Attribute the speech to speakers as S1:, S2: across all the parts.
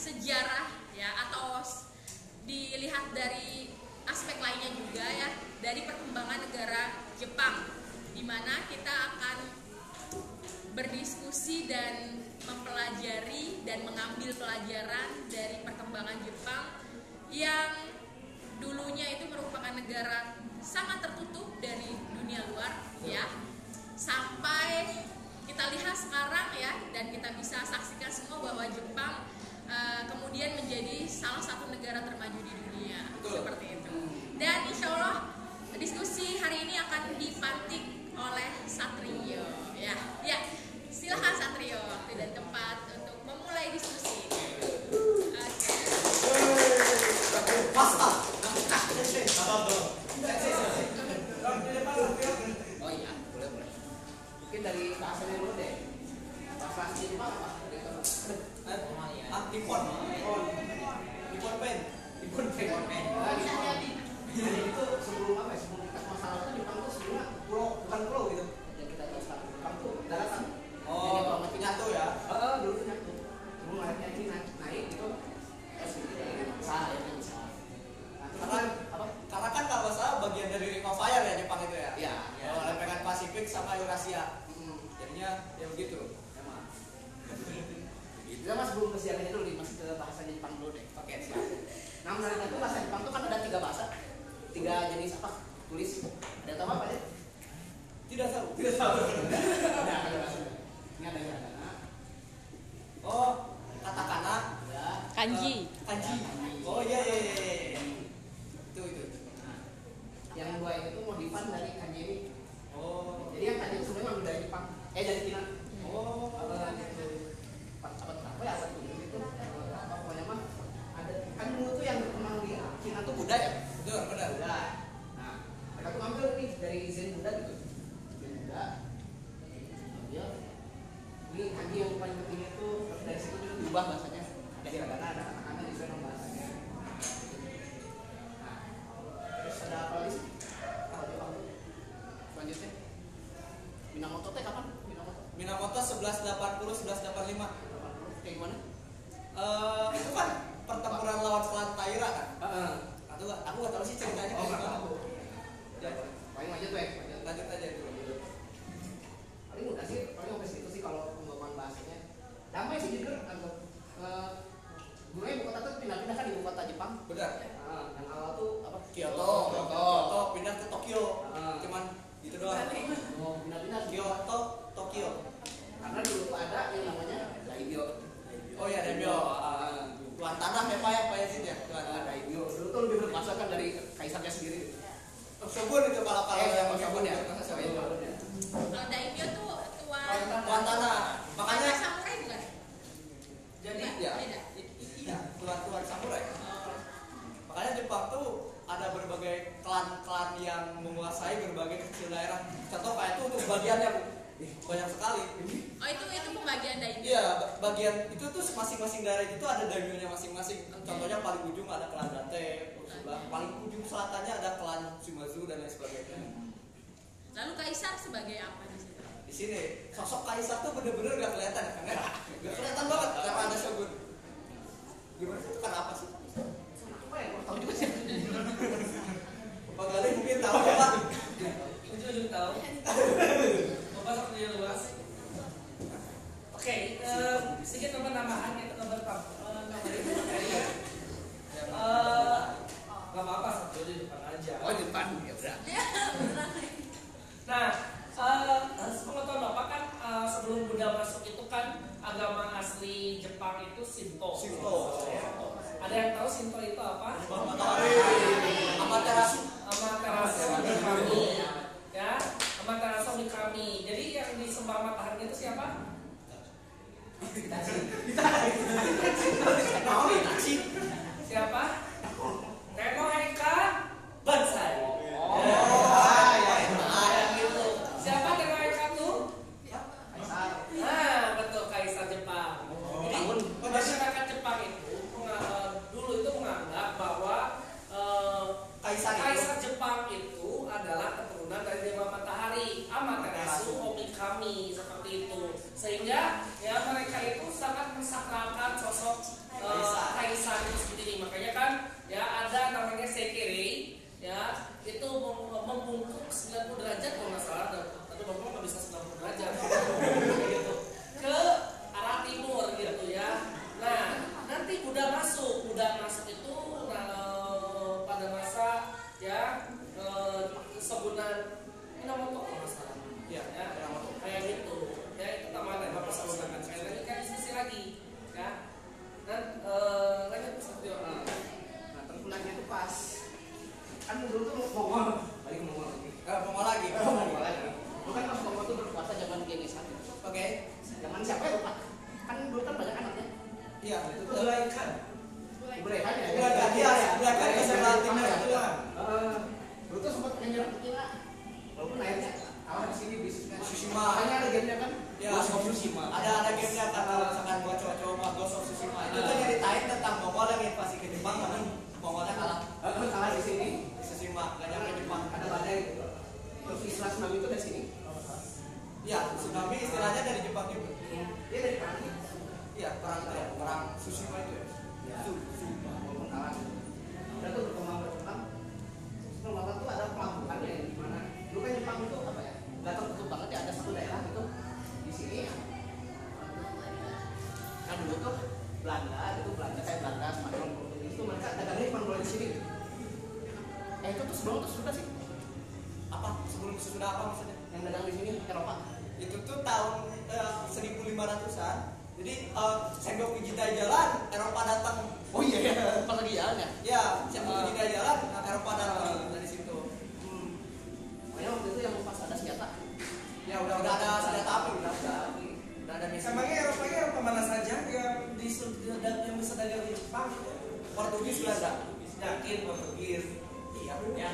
S1: sejarah ya, atau dilihat dari aspek lainnya juga ya, dari perkembangan negara Jepang, di mana kita akan berdiskusi dan mempelajari dan mengambil pelajaran dari perkembangan Jepang yang dulunya itu merupakan negara sangat tertutup dari dunia luar ya, sampai kita lihat sekarang ya, dan kita bisa saksikan semua bahwa Jepang kemudian menjadi salah satu negara termaju di dunia. Betul. Seperti itu. Dan insya Allah diskusi hari ini akan dipantik oleh Satrio ya. Ya, silakan Satrio, waktu dan tempat untuk memulai diskusi.
S2: Oh iya, boleh. Mungkin dari bahasanya dulu deh. Bahasa Jepang apa? Nippon pen. Itu sebelum apa ya? Sebelum kita masalah itu Jepang itu sebenarnya bukan pulau gitu. Yang kita tahu sekarang Jepang itu daratan. Jadi kalau masih nyatu ya. Dulu tuh nyatu. Sebelum akhirnya ini naik gitu. Terus ini besar ya besar. Nah,
S3: Karena kan kalau salah bagian dari Ring of Fire ya Jepang itu ya.
S2: Iya.
S3: Lempengan Pasifik sama Eurasia. Jadinya ya begitu. Emang.
S2: Kita mas belum ke siangnya dulu, masih ke bahasa Jepang dulu deh. Oke, siap. Nah, menariknya itu bahasa Jepang itu kan ada 3 bahasa, 3 jenis apa? Tulis. Ada tahu apa ya?
S3: Tidak tahu.
S2: Ada bahasa. Ini ada hiragana.
S3: Oh, katakana.
S2: Ya.
S1: Kanji.
S3: Kanji. Oh iya. Itu.
S2: Nah, yang 2 ini tuh modifan dari kanji ini.
S3: Oh.
S2: Jadi yang kanji itu sebenarnya ngambil dari Jepang. Dari Cina.
S3: Oh.
S2: Abad berapa ya? Abad 7 itu. Pokoknya mah ada kan dulu tuh yang berkembang di Cina tuh Buddha ya.
S3: Benar.
S2: Buddha. Nah, mereka tuh ngambil nih dari Zen Buddha gitu. Zen Buddha. Dia ini kanji yang paling penting itu dari situ juga diubah bahasanya. Ada hiragana, ada katakana, disesuaikan bahasanya. Nah, terus ada apa lagi sih? Selanjutnya Minamoto teh kapan?
S3: Minamoto 1180-1185.
S2: Kayak gimana?
S3: Itu kan pertempuran lawan klan Taira kan? Aku nggak tahu sih ceritanya kayak gimana.
S2: Paling aja tuh ya.
S3: Lanjut aja dulu.
S2: Paling mudah sih, paling sampai situ sih kalau pengembangan bahasanya. Damai sih jujur, anggap dulu ibu kota tuh pindah-pindah kan ibu kota Jepang.
S3: Benar.
S2: Yang awal tuh apa?
S3: Kyoto pindah ke Tokyo. Cuman gitu doang.
S2: Oh, pindah-pindah
S3: Kyoto, Tokyo.
S2: Karena dulu tuh ada yang namanya daimyo.
S3: Oh iya, daimyo. Tuan tanah ya Pak ya sih ya. Tuan
S2: daimyo. Dulu tuh lebih berkuasa kan dari kaisarnya sendiri.
S3: Shogun itu kalau yang
S2: Shogun ya.
S1: Kalau daimyo tuh
S3: tuan tanah. Makanya
S1: samurai bukan?
S3: jadi ya. Iya, tuan samurai. Makanya Jepang tuh ada berbagai klan-klan yang menguasai berbagai kecil daerah. Contoh kayak itu untuk bagiannya banyak sekali.
S1: Oh itu pembagian daimyo.
S3: Iya, bagian itu tuh masing-masing daerah itu ada daimyonya masing-masing. Contohnya paling ujung ada klan Date, paling ujung selatannya ada klan Shimazu dan lain sebagainya.
S1: Lalu kaisar sebagai apa di sini?
S3: Di sini sosok kaisar tuh bener-bener gak kelihatan kan? Gak kelihatan banget karena ada shogun. Gimana sih itu karena apa sih?
S2: Apa ya? Tahu juga sih.
S3: Pak Galih mungkin tahu ya Pak?
S4: Aku juga tahu. Bapak sepertinya luas. Oke, sedikit penambahan itu nomor itu. Gak apa-apa, satu di depan aja.
S2: Oh, di depan ya udah.
S4: Nah, pengetahuan Bapak kan sebelum Buddha masuk itu kan agama asli Jepang itu Shinto. Ada yang tahu Shinto itu apa?
S3: Amaterasu.
S4: Mikami. Ya, Amaterasu Mikami. Jadi yang disembah matahari itu siapa? Siapa? Tenno Heika Bansai. Siapa Tenno Heika tuh? Nah, betul, Kaisar Jepang. Jadi masyarakat Jepang itu dulu itu menganggap bahwa Kaisar Jepang itu adalah keturunan dari Dewa Matahari, Amaterasu Omikami, seperti itu. Sehingga ya mereka itu sangat
S3: Iya,
S2: itu
S4: Bulaikan.
S2: Bulaikan ya.
S3: Bulaikan ya, Bulaikan ke sebelah timur itu kan.
S2: Dulu tuh sempat pengen nyerang Cina. Walaupun akhirnya kalah di sini bisnisnya.
S3: Tsushima.
S2: Makanya ada gamenya kan.
S3: Ya,
S2: Ghost of Tsushima.
S3: ada gamenya kan kalau misalkan buat cowok-cowok mah Ghost of Tsushima. Itu tuh nyeritain tentang Mongol yang invasi ke Jepang tapi Mongolnya kalah.
S2: Kalah di sini.
S3: Tsushima, gak nyampe Jepang.
S2: Ada badai gitu. Terus istilah tsunami itu dari sini.
S3: Ya, tsunami istilahnya dari Jepang juga.
S2: Dia dari perang.
S3: Iya, perang itu ya, perang Tsushima itu ya.
S2: Tsushima. Walaupun kalah. Udah tuh berkembang. Terus lama tuh ada pelabuhannya yang gimana? Dulu kan Jepang itu apa ya? Gak tertutup banget ya, ada satu daerah itu di sini. Nah dulu tuh Belanda kayak Belanda, Spanyol, Portugis itu mereka dagangnya cuma boleh di sini. Itu tuh sebelum tuh sudah sih.
S3: Apa? Sebelum sesudah apa maksudnya?
S2: Yang dagang di sini Eropa.
S3: Itu tuh tahun 1500-an. Jadi sendok digital jalan, Eropa datang.
S2: Oh iya ya, pas lagi jalan ya.
S3: Ya, sendok digital jalan, Eropa datang dari situ.
S2: Makanya waktu itu yang pas ada senjata.
S3: Ya udah ada senjata api, udah ada misi.
S4: Emangnya Eropanya yang kemana saja yang bisa dagang di Jepang?
S3: Portugis Belanda.
S4: Yakin Portugis.
S3: Iya,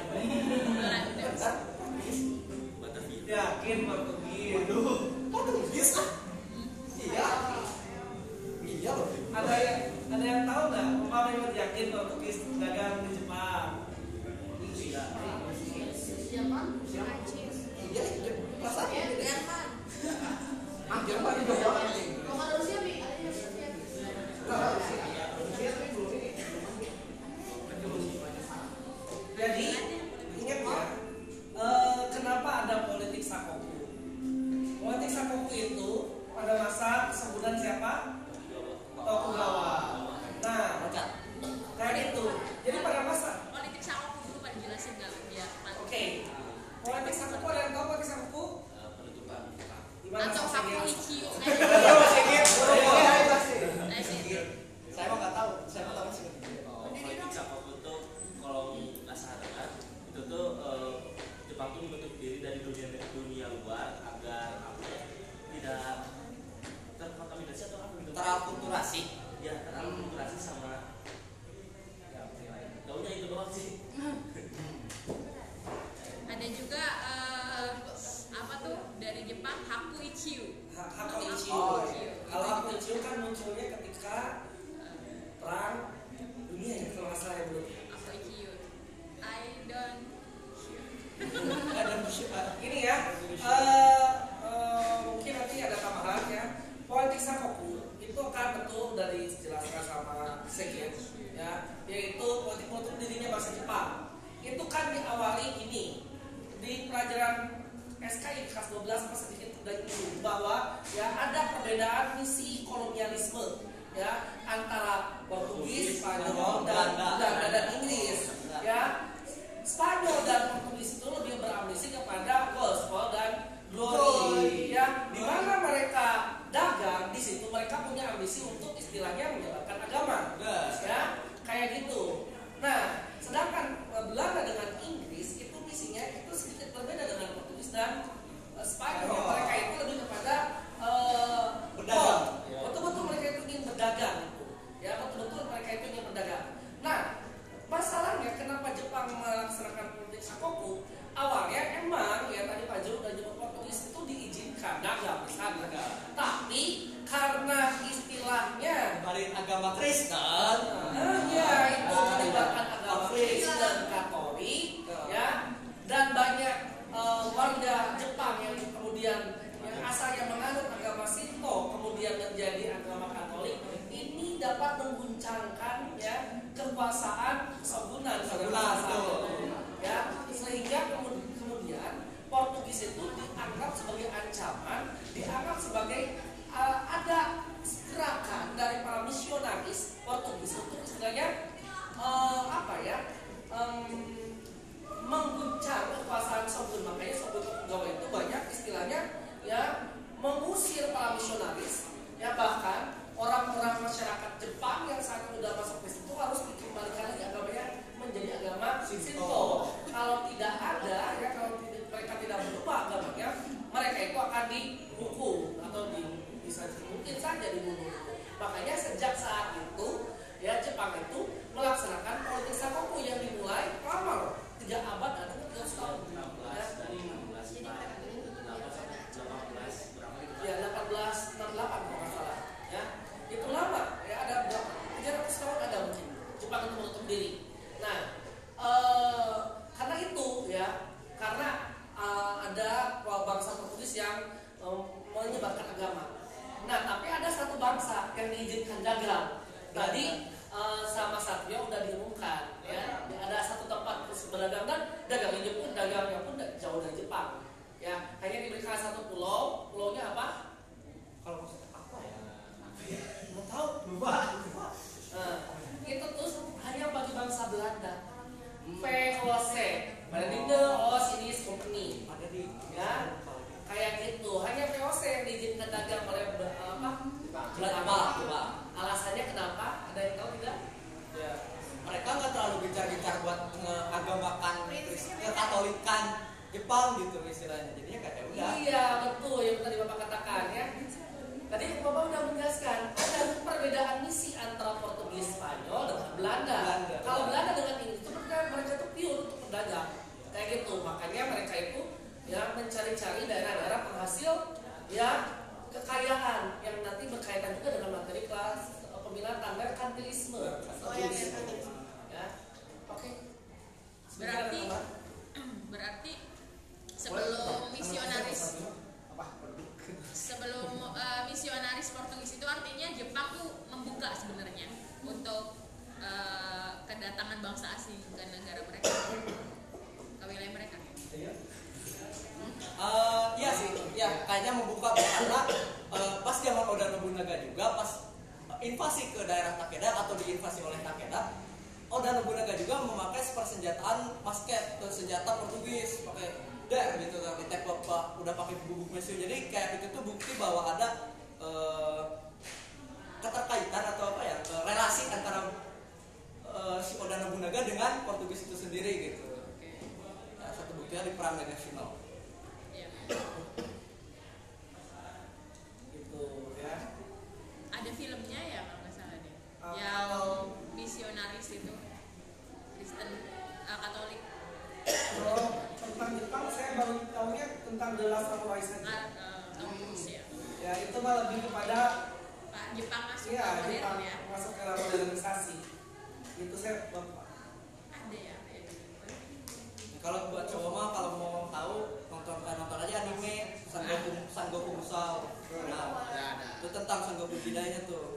S4: Yakin Portugis.
S3: waduh, Portugis ah. Iya. Iya loh.
S4: Ada yang tahu nggak? Umpamanya yakin Portugis dagang di Jepang.
S3: Iya, perasaan
S1: Jerman.
S2: Jerman juga boleh.
S1: Kalau ada Rusia, Bi, ada Rusia.
S2: Rusia tapi belum ini.
S4: Jadi ingat ya, kenapa ada politik sakoku? Politik sakoku itu pada masa kesembuhan siapa? Tokugawa. Nah, kayak gitu. Jadi pada masa
S1: Politik sakoku dulu pada jelasin nggak ya?
S4: oke. Politik sakoku ada yang tahu politik sakoku? Gimana
S1: Atau
S4: Mas
S1: saku
S4: Sigit?
S1: ichiu.
S3: Saya mah nggak tahu, saya mah tahu sih.
S5: Politik sakoku itu kalau nggak salah itu tuh Jepang tuh membentuk diri dari dunia luar agar apa ya, tidak terkontaminasi atau apa gitu.
S3: Terakulturasi.
S5: Ya, terakulturasi sama ya apa yang lain. Taunya itu doang sih.
S1: Ada juga apa tuh dari Jepang haku ichiu.
S4: Haku Ichiu.
S3: Oh, iya.
S4: Kalau Haku Ichiu kan munculnya ketika perang dunia ya kalau nggak salah ya belum.
S1: Haku ichiu. I don't.
S4: Ini ya, mungkin nanti ada tambahan ya. Politik sakoku itu akan betul dari dijelaskan sama Sigit ya, yaitu politik untuk dirinya bahasa Jepang. Itu kan diawali ini di pelajaran SKI kelas 12 pas sedikit udah itu bahwa ya ada perbedaan misi kolonialisme ya antara Portugis, Spanyol dan Inggris ya. Spanyol dan Portugis itu lebih berambisi kepada gospel dan glory ya, di mana mereka dagang di situ mereka punya ambisi untuk istilahnya menyebarkan agama ya kayak gitu. Nah, sedangkan Belanda dengan Inggris itu misinya itu sedikit berbeda dengan Portugis dan Spanyol. Mereka itu lebih kepada
S3: berdagang.
S4: Betul-betul mereka itu ingin berdagang gitu. Ya, betul-betul mereka itu ingin berdagang. Nah, masalahnya kenapa Jepang melaksanakan politik sakoku? Awalnya emang ya tadi Pak Jo dan Jepang Portugis itu diizinkan dagang di sana. Tapi karena istilahnya
S3: Dari agama Kristen.
S4: ya itu melibatkan agama Kristen Katolik ya, dan banyak warga Jepang yang kemudian yang asalnya menganut agama Shinto kemudian menjadi agama Katolik, ini dapat mengguncangkan ya kekuasaan shogunan ya, sehingga kemudian Portugis itu dianggap sebagai ancaman, dianggap sebagai ada gerakan dari para misionaris Portugis untuk istilahnya mengguncang kekuasaan shogun. Makanya shogun Tokugawa itu banyak istilahnya ya mengusir para misionaris ya, bahkan orang-orang masyarakat Jepang yang saat sudah masuk Kristen itu harus dikembalikan lagi agamanya menjadi agama Shinto. Kalau tidak ada ya, kalau mereka tidak berubah agamanya, mereka itu akan dihukum atau bisa mungkin saja dibunuh. Makanya sejak saat itu ya Jepang itu melaksanakan politik Sakoku yang dimulai lama loh, 3 abad atau 300 tahun.
S5: 16 dari 16 18 berapa itu?
S4: Ya 1868 kalau nggak salah. Ya itu lama. Ya ada 300 tahun ada mungkin Jepang itu menutup diri. Nah karena itu ya karena ada bangsa Portugis yang menyebarkan agama. Nah tapi ada satu bangsa yang diizinkan dagang. Tadi sama Satrio udah diumumkan ya ada satu tempat berdagang dan dagangnya pun jauh dari Jepang ya hanya diberikan satu pulaunya apa kalau maksudnya apa ya nggak tahu lupa itu terus hanya bagi bangsa Belanda VOC Verenigde Oost-Indisch Company
S3: Ada di
S4: ya kayak gitu hanya VOC yang diizinkan dagang oleh
S3: Belanda.
S4: Alasannya kenapa? Ada yang tahu tidak?
S3: Ya, mereka nggak terlalu gencar-gencar buat mengagamakan kekatolikan Jepang gitu istilahnya. Jadinya kayak udah.
S4: Iya betul yang tadi Bapak katakan ya. Tadi Bapak udah menjelaskan ada perbedaan misi antara Portugis, Spanyol dengan Belanda. Kalau Belanda dengan Inggris itu mereka tuh pure untuk pedagang kayak gitu. Makanya mereka itu ya mencari-cari daerah-daerah penghasil ya kekayaan yang nanti berkaitan juga dengan materi kelas pemilihan merkantilisme. Ya, oke.
S1: Berarti sebelum misionaris Portugis itu artinya Jepang tuh membuka sebenarnya untuk kedatangan bangsa asing ke negara mereka, ke wilayah mereka.
S3: Iya sih, ya kayaknya membuka karena pas zaman Oda Nobunaga juga pas invasi ke daerah Takeda atau diinvasi oleh Takeda, Oda Nobunaga juga memakai persenjataan musket atau senjata Portugis, pakai der gitu kan, udah pakai bubuk mesiu. Jadi kayak itu tuh bukti bahwa ada keterkaitan atau apa ya relasi antara si Oda Nobunaga dengan Portugis itu sendiri gitu. Ya, satu buktinya di perang nasional.
S4: Gitu ya.
S1: Ada filmnya ya kalau nggak salah deh, yang misionaris itu Kristen Katolik.
S4: Kalau tentang Jepang saya baru tahunya tentang The Last Samurai saja.
S1: Tom Cruise ya.
S4: Ya itu mah lebih kepada
S1: Jepang masuk
S4: ya
S1: ke modern
S4: Jepang
S1: ya.
S4: masuk ke dalam modernisasi. Itu saya bapak.
S1: Ada ya.
S3: Kalau buat cowok mah kalau mau tahu nonton aja anime Sangoku Musou. Nah, itu tentang Sangoku Jidainya tuh.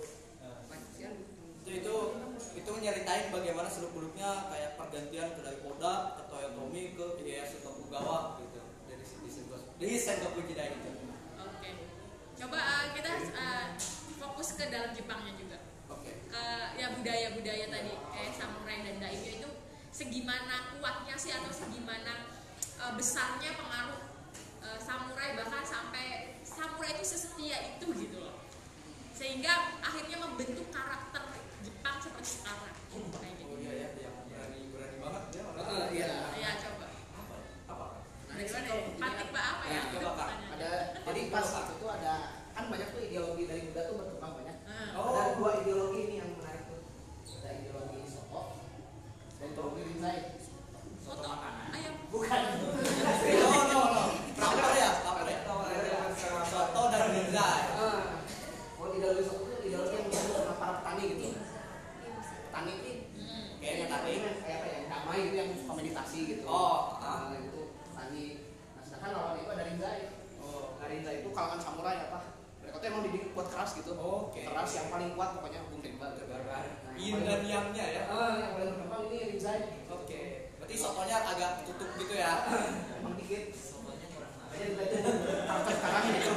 S3: Itu nyeritain bagaimana seluk-beluknya kayak pergantian dari Oda ke Toyotomi ke Ieyasu Tokugawa gitu dari Sengoku Jidai itu.
S1: Oke. Coba kita fokus ke dalam Jepangnya juga.
S3: Oke.
S1: Ke ya budaya-budaya tadi samurai dan daimyo itu segimana kuatnya sih atau segimana besarnya pengaruh samurai bahkan sampai samurai itu sesetia itu gitu loh. Sehingga akhirnya membentuk karakter Jepang seperti sekarang. Kayak gitu.
S3: Oh iya ya, yang berani banget dia.
S2: Iya.
S1: Ya coba.
S3: Apa?
S1: Dari mana? Patik Pak apa ya?
S3: Coba, Kak.
S2: Ada jadi pas itu tuh ada kan banyak tuh ideologi dari Buddha tuh berkembang banyak.
S3: Oh.
S2: Ada 2 ideologi ini yang menarik tuh. Ada ideologi Soto dan ideologi Rinzai.
S1: Foto ayam.
S2: Bukan.
S3: No. Apa ya? Soto dan Rinzai.
S2: Oh ideologi Soto itu ideologi yang disebut sama para petani gitu. Petani ini
S3: Kayaknya tadi
S2: kayak apa ya? Damai gitu yang suka meditasi gitu.
S3: Oh,
S2: Itu petani. Nah sedangkan lawan itu ada Rinzai.
S3: Oh.
S2: Nah Rinzai itu kalangan samurai apa? Mereka tuh emang dididik kuat keras gitu.
S3: Oke.
S2: Keras yang paling kuat pokoknya Bung Rimba.
S3: Yin dan yang-nya ya.
S2: Yang paling berkembang ini Rinzai.
S3: Oke. Berarti sotonya agak tutup gitu ya.
S2: Emang dikit. Makanya dilihatin karakter sekarang gitu.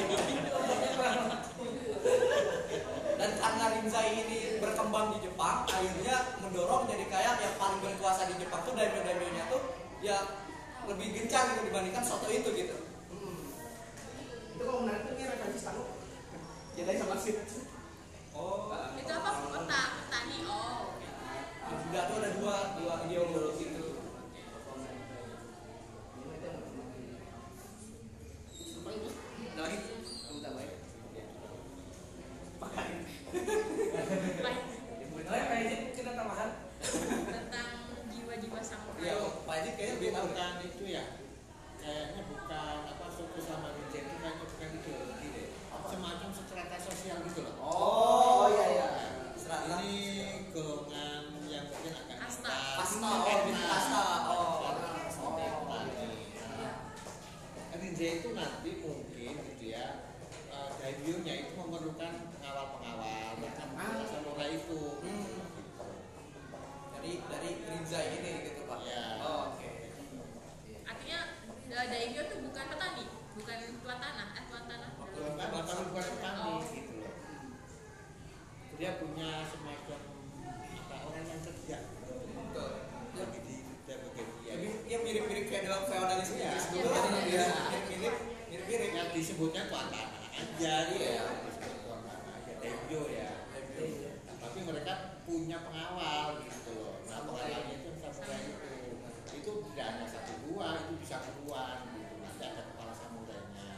S3: Dan karena Rinzai ini berkembang di Jepang, akhirnya mendorong jadi kayak yang paling berkuasa di Jepang tuh daimyo-daimyonya tuh ya lebih gencar gitu dibandingkan soto itu gitu.
S2: Itu kalau menarik tuh ini referensi Stano. Jedi sama Sith.
S3: Oh.
S1: Itu apa? Petani. Oh.
S3: Di Buddha tuh ada dua ideologi itu.
S2: Lagi, kamu tambahin. Pakai.
S6: dia punya semacam orang yang kerja.
S3: Betul.
S6: Jadi di bagian dia.
S3: Ya mirip-mirip kayak dalam feodalisme
S6: Iya.
S3: sebelumnya.
S6: Iya.
S3: Mirip-mirip.
S6: Yang disebutnya tuh anak-anak aja,
S3: Iya.
S6: disebut tuan anak aja, Daimyo ya. Nah, tapi mereka punya pengawal gitu loh. Nah, pengawalnya itu samurai itu tidak hanya satu dua, itu bisa puluhan gitu. Nanti ada kepala samurainya.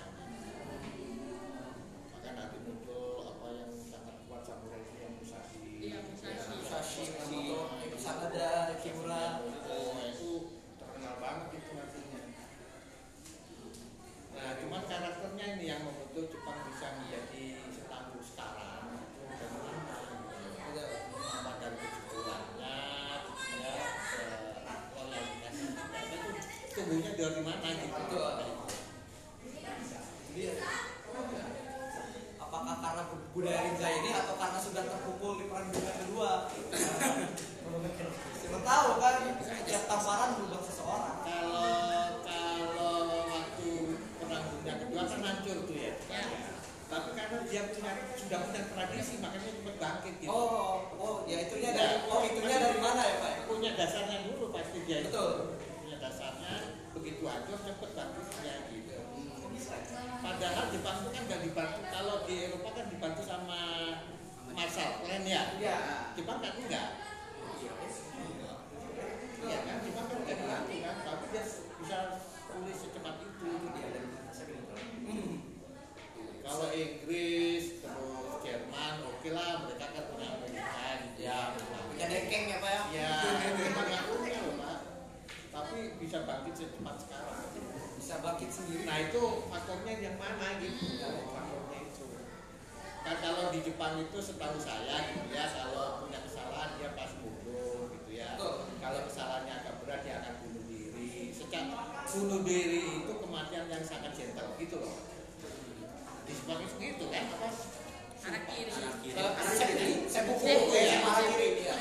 S6: Maka nanti muncul apa yang sangat kuat samurai itu yang Musashi.
S1: Iya, Musashi.
S3: Musashi, Minamoto, Sanada, Kimura.
S6: Oh, itu terkenal banget itu nantinya. Nah, cuman karakternya ini yang membentuk Jepang bisa menjadi setangguh sekarang. Itu dari mana? Apa dari kejujurannya, dia loyalitas. Itu tumbuhnya dari mana gitu?
S3: Jadi apakah karena budaya ninja ini atau karena sudah terkumpul di perang dunia kedua? Siapa tahu kan setiap tamparan berubah seseorang.
S6: Kalau waktu perang dunia kedua kan hancur tuh ya.
S1: Ya.
S6: Tapi karena dia sudah punya tradisi makanya cepat bangkit gitu.
S3: Ya itunya dari mana ya Pak?
S6: Punya dasarnya dulu pasti dia.
S3: Betul.
S6: Punya dasarnya begitu hancur cepat bangkitnya gitu. Padahal Jepang itu kan nggak dibantu. Kalau di Eropa kan dibantu sama Marshall Plan ya.
S3: Iya.
S6: Jepang kan enggak. Iya kan Jepang kan nggak dibantu kan. Tapi dia bisa pulih secepat itu. Kalau Inggris terus Jerman oke lah mereka kan punya Amerika gitu ya.
S3: Punya dekeng ya Pak ya?
S6: Ya, Jepang nggak punya loh Pak. Tapi bisa bangkit secepat sekarang.
S3: Bisa bangkit sendiri.
S6: Nah itu faktornya yang mana gitu? Faktornya itu. Kan kalau di Jepang itu setahu saya gitu ya, kalau punya kesalahan dia pas mundur gitu ya.
S3: Betul.
S6: Kalau kesalahannya agak berat dia akan bunuh diri. Secara bunuh diri itu kematian yang sangat gentle gitu loh. Di Jepang itu gitu kan apa?
S1: Harakiri.
S3: Saya pukul
S6: ya,
S3: arah kiri ya.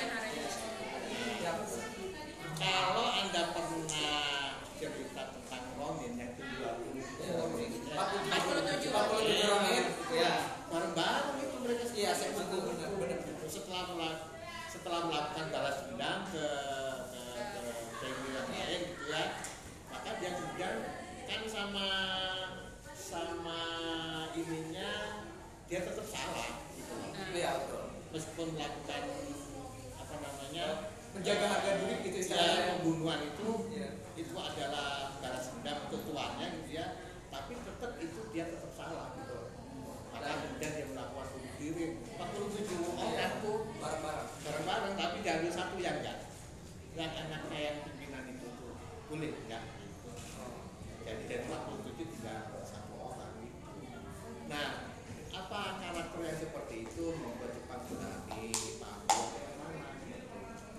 S6: Kalau Anda pernah cerita tentang Ronin yang ke-20
S1: 47.
S3: Ronin. Ya.
S6: Bareng-bareng itu mereka
S3: Iya, saya pukul benar.
S6: setelah melakukan balas dendam ke Daimyo yang lain gitu ya, maka dia kemudian kan sama ininya dia tetap salah gitu loh.
S3: Iya, betul.
S6: Meskipun melakukan apa namanya
S3: Menjaga harga diri gitu istilahnya.
S6: pembunuhan itu
S3: Iya.
S6: itu adalah balas dendam untuk tuannya gitu ya, tapi tetap itu dia tetap salah gitu. Maka kemudian dia melakukan bunuh diri 47 orang tuh bareng-bareng, tapi diambil satu yang enggak, yang anaknya yang pimpinan itu tuh boleh enggak gitu. Jadi dari 47 tidak satu orang gitu. Nah, apa karakter yang seperti itu membuat Jepang tsunami, pamor, mana gitu.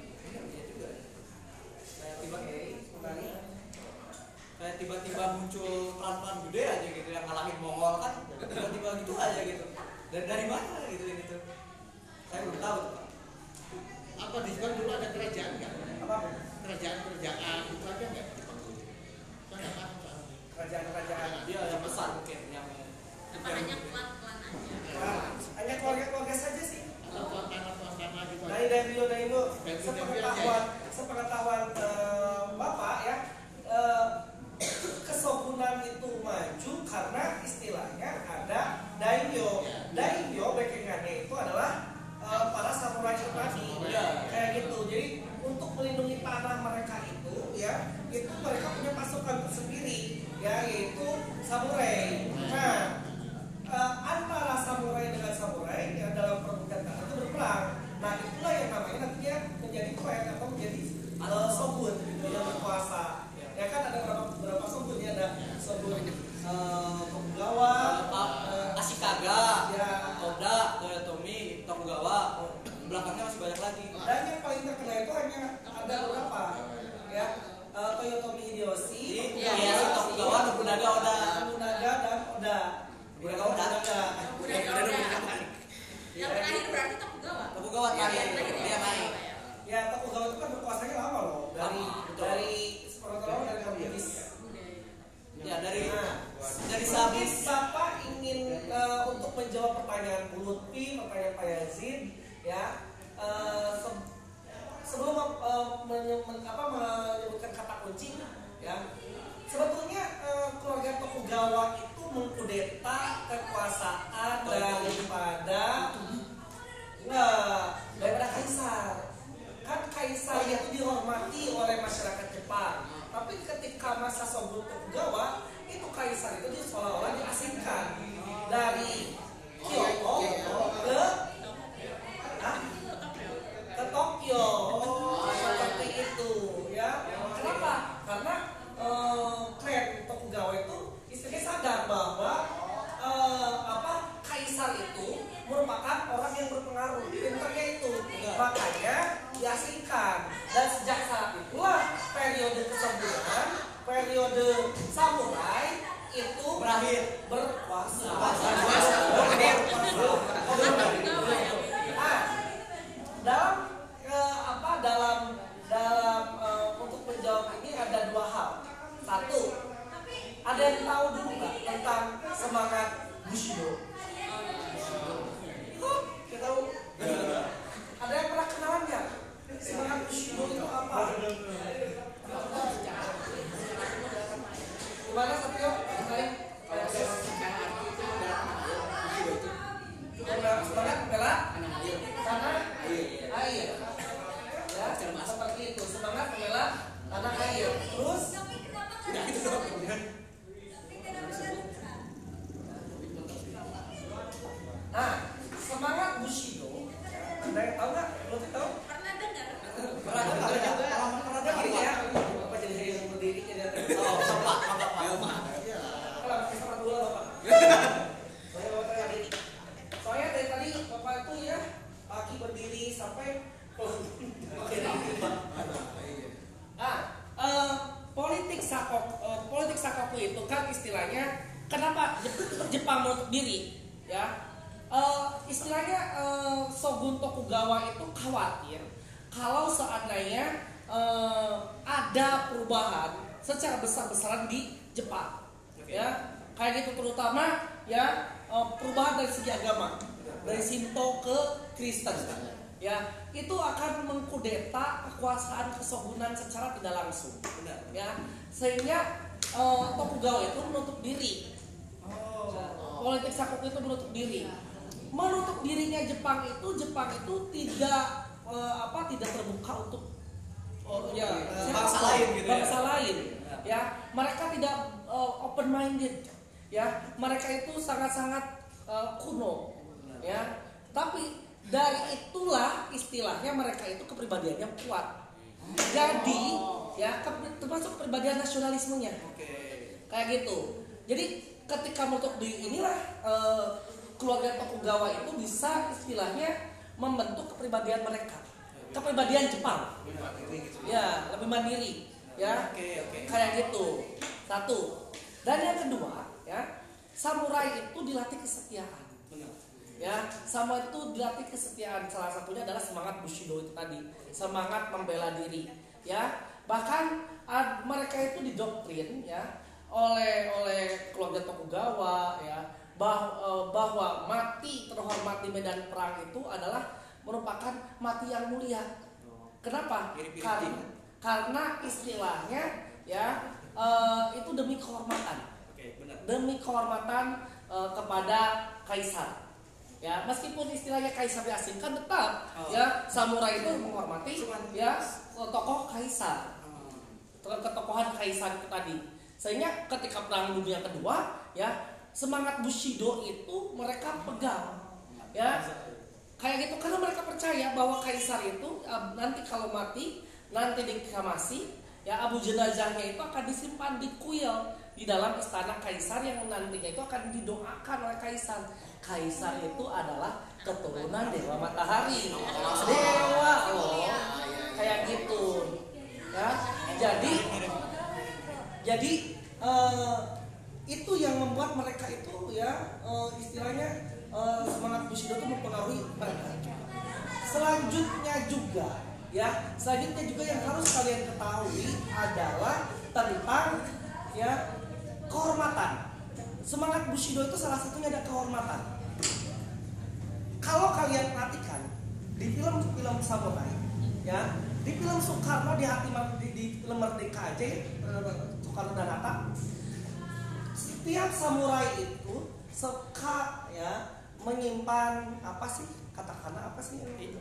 S3: Kayak tiba-tiba muncul peran-peran gede aja gitu yang ngalahin Mongol kan tiba-tiba gitu aja gitu. Dan dari mana gitu ini tuh? Saya belum tahu tuh Pak.
S6: Apa di Jepang dulu ada kerajaan nggak?
S3: Apa?
S6: Kerajaan itu ada nggak di Jepang dulu? Saya nggak paham soalnya.
S3: Kerajaan dia yang besar mungkin yang
S1: Apa hanya klan-klan aja?
S4: Hanya keluarga-keluarga saja sih.
S6: Atau tuan tanah gitu.
S4: Dari Daimyo sepengetahuan Bapak ya, kesogunan itu maju karena istilahnya ada Daimyo. Daimyo backingannya itu adalah para samurai tadi, kayak gitu. Jadi untuk melindungi tanah mereka itu ya, itu mereka punya pasukan tersendiri ya, yaitu samurai. Nah, antara samurai dengan samurai ya dalam perebutan tanah itu berperang. Nah itulah yang namanya nantinya menjadi klan atau menjadi shogun gitu, yang berkuasa. Ya kan ada berapa shogun ya, ada shogun Tokugawa,
S3: Ashikaga,
S4: ya,
S3: Oda, Toyotomi, Tokugawa. Belakangnya masih banyak lagi.
S4: dan yang paling terkenal itu hanya ada beberapa ya, Toyotomi Hideyoshi,
S3: Tokugawa, Nobunaga, Oda.
S4: Nobunaga dan Oda.
S3: Nobunaga, Oda.
S1: Yang terakhir berarti Tokugawa.
S3: Tokugawa terakhir, dia naik.
S4: Ya Tokugawa itu kan berkuasanya lama loh, dari sepengetahuan dari Bugis.
S3: Ya dari
S4: Jadi
S3: sehabis
S4: Bapak ingin untuk menjawab pertanyaan Bu Lutfi, pertanyaan Pak Yazid, ya sebelum menyebutkan kata kunci ya, sebetulnya keluarga Tokugawa itu mengkudeta kekuasaan daripada kaisar. Kan kaisar itu dihormati oleh masyarakat Jepang, tapi ketika masa Shogun Tokugawa itu kaisar itu seolah-olah diasingkan dari Kyoto ke Tokyo. Seperti itu ya. Kenapa? Karena klan Tokugawa itu istilahnya sadar bahwa kaisar itu merupakan orang yang berpengaruh di internya itu, makanya diasingkan. Dan sejak saat itulah periode kesembuhan, periode samurai itu berakhir berkuasa. Dalam untuk menjawab ini ada dua hal. Satu, ada yang tahu dulu nggak tentang semangat Bushido? Kita tahu. Ada yang pernah kenalan nggak? Semangat Bushido itu apa? Gimana Satrio? Semangat membela tanah air. Ya, seperti itu. Semangat membela tanah air. Terus? Nah, semangat Bushido. Ada yang tahu nggak? Belum tahu?
S1: Pernah dengar?
S4: Pernah dengar ya? Apa jadi yang berdiri jadi? Oh, Bapak. Kalau sama dulu Bapak. Soalnya dari tadi Bapak itu ya pagi berdiri sampai politik sakoku itu kan istilahnya kenapa Jepang menutup diri ya? Istilahnya Shogun Tokugawa itu khawatir kalau seandainya ada perubahan secara besar-besaran di Jepang, ya kayak gitu, terutama ya perubahan dari segi agama dari Shinto ke Kristen, ya itu akan mengkudeta kekuasaan keshogunan secara tidak langsung, ya sehingga Tokugawa itu menutup diri. Politik sakoku itu menutup diri. Menutup dirinya Jepang itu tidak tidak terbuka untuk bangsa lain gitu bangsa lain ya. Mereka tidak open minded ya. Mereka itu sangat-sangat kuno ya. Tapi dari itulah istilahnya mereka itu kepribadiannya kuat. Jadi ya termasuk kepribadian nasionalismenya. Kayak gitu. Jadi ketika menutup diri inilah keluarga Tokugawa itu bisa istilahnya membentuk kepribadian mereka, kepribadian Jepang, ya lebih mandiri, ya kayak gitu. Satu. Dan yang kedua, ya samurai itu dilatih kesetiaan, ya samurai itu dilatih kesetiaan. Salah satunya adalah semangat Bushido itu tadi, semangat membela diri, ya bahkan mereka itu didoktrin, ya oleh keluarga Tokugawa, ya bahwa mati terhormat di medan perang itu adalah merupakan mati yang mulia. Kenapa? Karena istilahnya ya itu demi kehormatan, demi kehormatan kepada kaisar. Ya meskipun istilahnya kaisar diasingkan, tetap ya samurai itu menghormati ya tokoh kaisar, ketokohan kaisar itu tadi. Sehingga ketika perang dunia kedua ya semangat Bushido itu mereka pegang, ya kayak gitu, karena mereka percaya bahwa kaisar itu nanti kalau mati, nanti dikremasi, ya abu jenazahnya itu akan disimpan di kuil di dalam istana kaisar yang nantinya itu akan didoakan oleh kaisar. Kaisar itu adalah keturunan dewa matahari, dewa loh, kayak gitu, ya. Jadi itu yang membuat mereka itu ya istilahnya semangat Bushido itu mempengaruhi mereka. Selanjutnya juga yang harus kalian ketahui adalah tentang ya kehormatan. Semangat Bushido itu salah satunya ada kehormatan. Kalau kalian perhatikan samurai, ya di film Soekarno di film Merdeka aja, Soekarno dan Hatta, setiap samurai itu suka ya menyimpan apa sih katakana apa sih itu?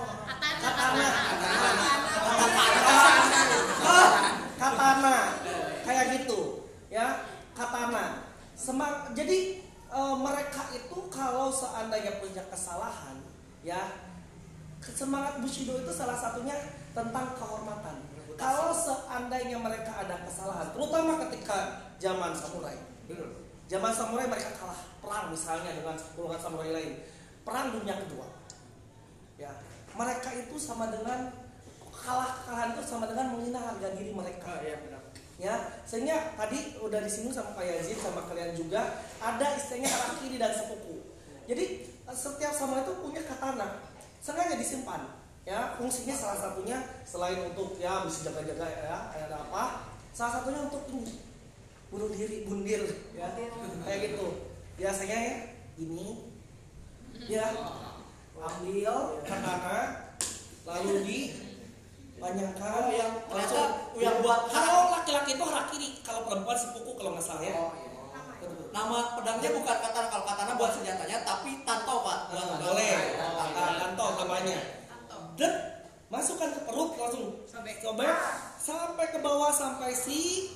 S4: Katana kayak gitu ya, katana. Jadi mereka itu kalau seandainya punya kesalahan ya, semangat Bushido itu salah satunya tentang kehormatan. Kalau seandainya mereka ada kesalahan, terutama ketika zaman samurai, zaman samurai mereka kalah perang misalnya dengan golongan samurai lain, perang dunia kedua ya, mereka itu sama dengan kekalahan itu sama dengan menghina harga diri mereka. Ya, sehingga tadi udah disinggung sama Pak Yazid sama kalian juga, ada istilahnya harakiri dan seppuku. Jadi setiap samurai itu punya katana, sengaja disimpan. Ya, fungsinya salah satunya selain untuk ya bisa jaga-jaga ya, ada apa? Salah satunya untuk ini bunuh diri, bundir ya. Kayak gitu. Biasanya ya ini ya ambil katana lalu di panjangkan
S3: yang
S4: langsung
S3: yang buat
S4: kalau laki-laki itu harakiri, kalau perempuan seppuku kalau nggak salah ya.
S3: Nama pedangnya bukan katana, kalau katana buat senjatanya, tapi tanto Pak.
S4: Boleh, tanto namanya. Dan masukkan ke perut langsung sobek sampai ke bawah sampai si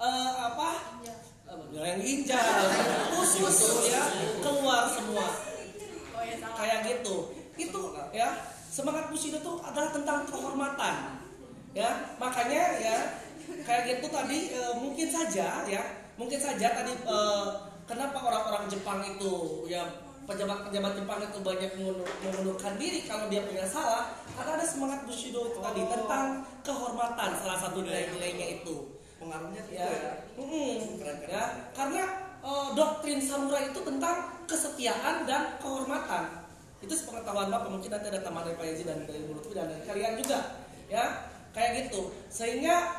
S4: yang ginjal, usus ya keluar semua. Kayak gitu. Itu ya. Semangat Bushido itu adalah tentang kehormatan, ya makanya ya kayak gitu tadi mungkin saja tadi kenapa orang-orang Jepang itu ya pejabat-pejabat Jepang itu banyak mengundurkan diri kalau dia punya salah, karena ada semangat Bushido itu tadi tentang kehormatan, salah satu nilai-nilainya itu
S3: pengaruhnya
S4: ya, ya karena doktrin samurai itu tentang kesetiaan dan kehormatan. Itu sepengetahuan Bapak, mungkin nanti ada tambahan dari Pak Yazid dan dari Lutfi dan dari kalian juga ya kayak gitu, sehingga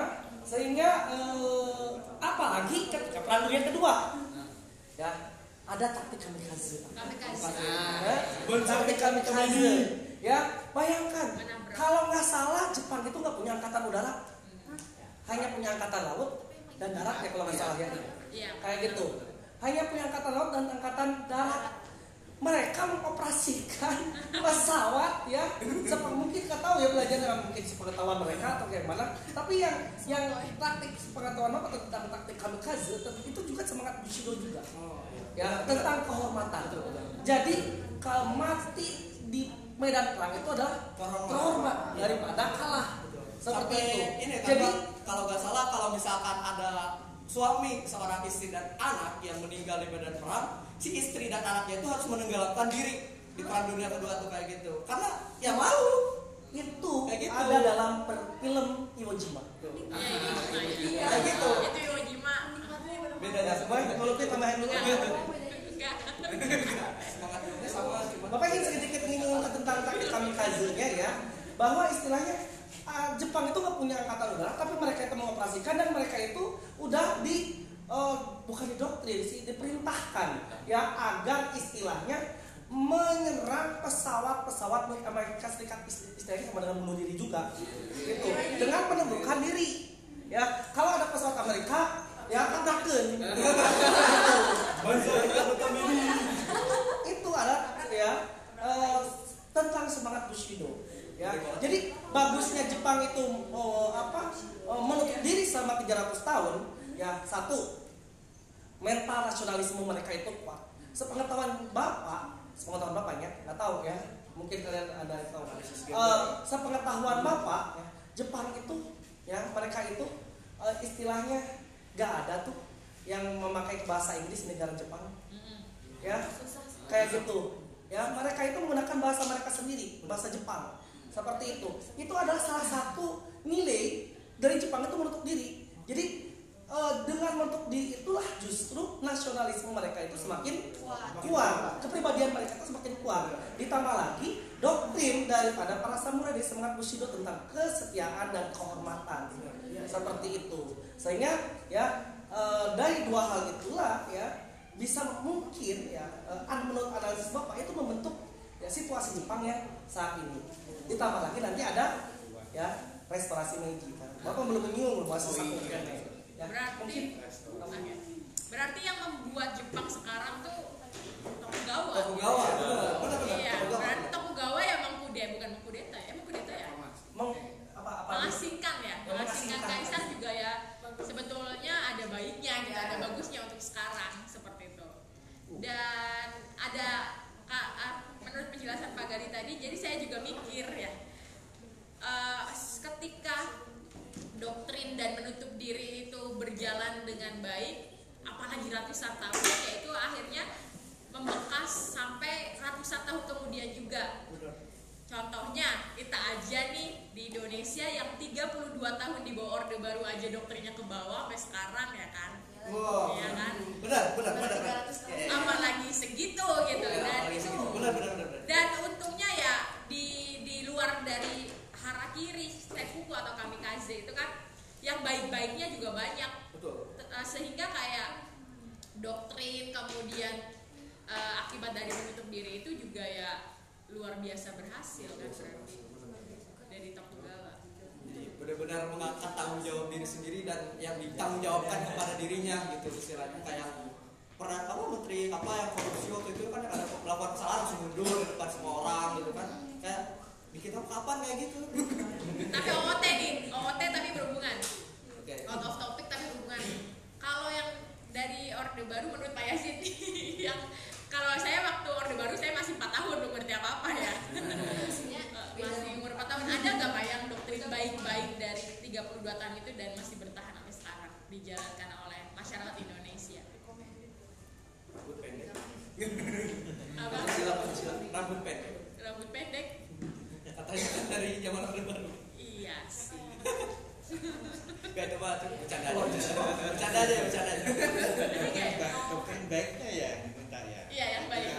S4: apalagi ketika perang dunia kedua ya ada taktik kamikaze ya, bayangkan kalau nggak salah Jepang itu nggak punya angkatan udara, hanya punya angkatan laut dan darat ya kalau nggak salah ya, kayak gitu, hanya punya angkatan laut dan angkatan darat. Mereka mengoperasikan pesawat ya, mungkin nggak tahu ya belajarnya, mungkin sepengetahuan mereka atau kayak mana. Tapi yang taktik sepengetahuan apa tentang taktik kamikaze itu juga semangat Bushido juga. Ya tentang kehormatan. Jadi kalau mati di medan perang itu adalah terhormat daripada kalah. Seperti itu.
S3: Ini jadi kalau nggak salah, kalau misalkan ada suami, seorang istri dan anak yang meninggal di medan perang, si istri dan anaknya itu harus menenggelamkan diri di perang dunia kedua tuh kayak gitu, karena ya malu
S4: itu
S3: kayak gitu.
S4: Ada dalam film Iwo Jima.
S3: Kayak gitu.
S1: Itu Iwo Jima.
S3: Beda ya.
S4: Kalau kita tambahin dulu gitu.
S3: Semangatnya sama.
S4: Bapak ingin sedikit menyinggung tentang taktik kamikaze-nya ya, bahwa istilahnya Jepang itu nggak punya angkatan udara, tapi mereka itu mengoperasikan dan mereka itu udah bukan didoktrin sih, diperintahkan ya agar istilahnya menyerang pesawat milik Amerika Serikat, istilahnya sama dengan bunuh diri juga gitu, dengan menundukkan diri ya. Kalau ada pesawat Amerika ya tabrakan itu ada ya tentang semangat Bushido. Ya, jadi bagusnya Jepang itu menutup diri selama 300 tahun. Ya, satu, mental nasionalisme mereka itu kuat. Sepengetahuan bapaknya, nggak tahu ya, mungkin kalian ada yang tahu. Sepengetahuan bapak, ya, Jepang itu, ya mereka itu istilahnya nggak ada tuh yang memakai bahasa Inggris negara Jepang. Ya, kayak gitu. Ya, mereka itu menggunakan bahasa mereka sendiri, bahasa Jepang. Seperti itu. Itu adalah salah satu nilai dari Jepang itu menutup diri. Jadi dengan menutup diri itulah justru nasionalisme mereka itu semakin kuat. Kepribadian mereka itu semakin kuat. Ditambah lagi doktrin daripada para samurai di semangat Bushido tentang kesetiaan dan kehormatan. Seperti itu. Sehingga ya dari dua hal itulah ya bisa mungkin ya menurut analisis Bapak itu membentuk ya situasi Jepang yang saat ini. Ditambah lagi nanti ada ya restorasi Meiji kan. Bapak belum menyinggung bahasa saku kan ya.
S1: Berarti yang membuat Jepang sekarang tuh Tokugawa.
S3: Tokugawa, benar.
S1: Iya, berarti Tokugawa ya bukan mengkudeta ya, mengasingkan ya, mengasingkan kaisar juga ya. Sebetulnya ada baiknya gitu, ada bagusnya untuk sekarang seperti itu. Dan ada menurut penjelasan Pak Gali tadi, jadi saya juga mikir ya, ketika doktrin dan menutup diri itu berjalan dengan baik, apalagi ratusan tahun, yaitu akhirnya membekas sampai ratusan tahun kemudian juga. Contohnya kita aja nih di Indonesia yang 32 tahun di bawah Orde Baru aja doktrinnya ke bawah sampai sekarang ya kan.
S3: Wow.
S1: Iya kan?
S3: Benar.
S1: Apalagi segitu gitu. Dan itu
S3: Benar.
S1: dan untungnya ya di luar dari harakiri, seppuku atau kamikaze itu kan yang baik-baiknya juga banyak.
S3: Betul.
S1: Sehingga kayak doktrin kemudian akibat dari menutup diri itu juga ya luar biasa berhasil kan berarti dari Tokugawa.
S3: Jadi benar-benar mengangkat tanggung jawab diri sendiri dan yang ditanggung jawabkan kepada dirinya gitu istilahnya. Kayak pernah menteri yang korupsi waktu itu kan ada melakukan kesalahan langsung mundur di depan semua orang gitu kan. Kayak di kita kapan kayak gitu.
S1: Tapi OOT tapi berhubungan. Out of topic tapi berhubungan. Kalau yang dari Orde Baru menurut Pak Yasin yang kalau saya waktu Orde Baru saya masih 4 tahun belum ngerti apa-apa ya. Masih umur 4 tahun. Ada nggak Pak yang doktrin baik-baik dari 32 tahun itu dan masih bertahan sampai sekarang dijalankan oleh masyarakat Indonesia?
S3: Rambut pendek.
S1: Apa?
S3: Rambut pendek.
S1: Rambut pendek.
S3: Katanya dari zaman Orde Baru.
S1: Iya sih.
S3: Gak coba bercanda aja.
S6: Doktrin baiknya ya diminta ya.
S1: Iya yang baik.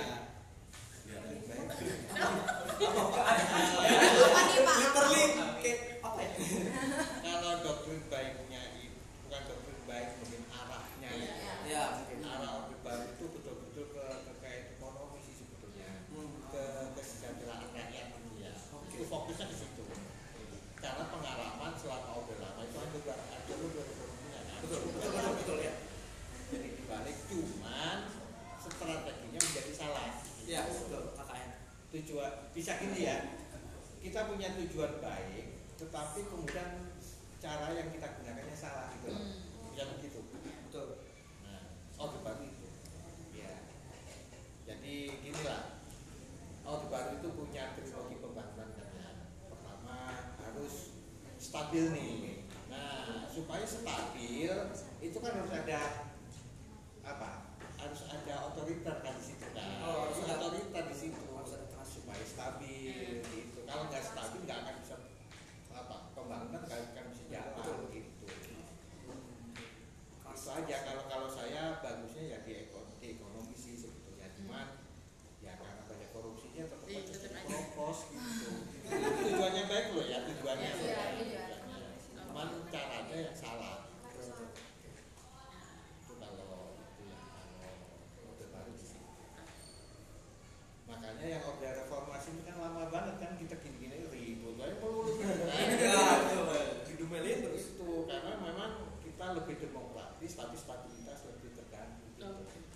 S3: Apa nih Pak? Literally kayak apa ya?
S6: Kalau doktrin baiknya itu bukan doktrin baik, mungkin arahnya
S3: Ya,
S6: mungkin arah Orde Baru itu betul-betul terkait ekonomi sih sebetulnya, ke kesejahteraan rakyat gitu ya. Itu fokusnya di situ. Karena pengalaman selama Orde Lama itu ada ekonominya kan.
S3: Betul ya.
S6: Jadi dibalik cuman strateginya menjadi salah.
S3: Iya, betul KKN.
S6: Tujuan bisa gini ya. Kita punya tujuan baik, tetapi kemudian cara yang kita gunakannya salah gitu loh. Bisa begitu.
S3: Betul.
S6: Nah, Orde Baru itu. Ya. Jadi ginilah. Orde Baru itu punya trilogi pembangunan kan ya. Pertama harus stabil nih. Nah, supaya stabil itu kan harus ada apa? Harus ada otoriter kan di situ kan. Harus ada otoriter di situ. Supaya stabil gitu. Kalau nggak stabil nggak akan bisa pembangunan nggak akan bisa jalan gitu. Itu aja kalau saya bagusnya ya di ekonomi sih sebetulnya. Cuman ya karena banyak korupsinya tetap aja propos gitu. Tujuannya baik loh ya tujuannya. Cuman caranya yang salah. Itu kalau Orde Baru di situ. Makanya yang Orde Reformasi ini kan lama banget kan kita gini-gini ribut aja melulu.
S3: Didumelin terus.
S6: Itu karena memang kita lebih demokratis tapi stabilitas lebih terganggu gitu.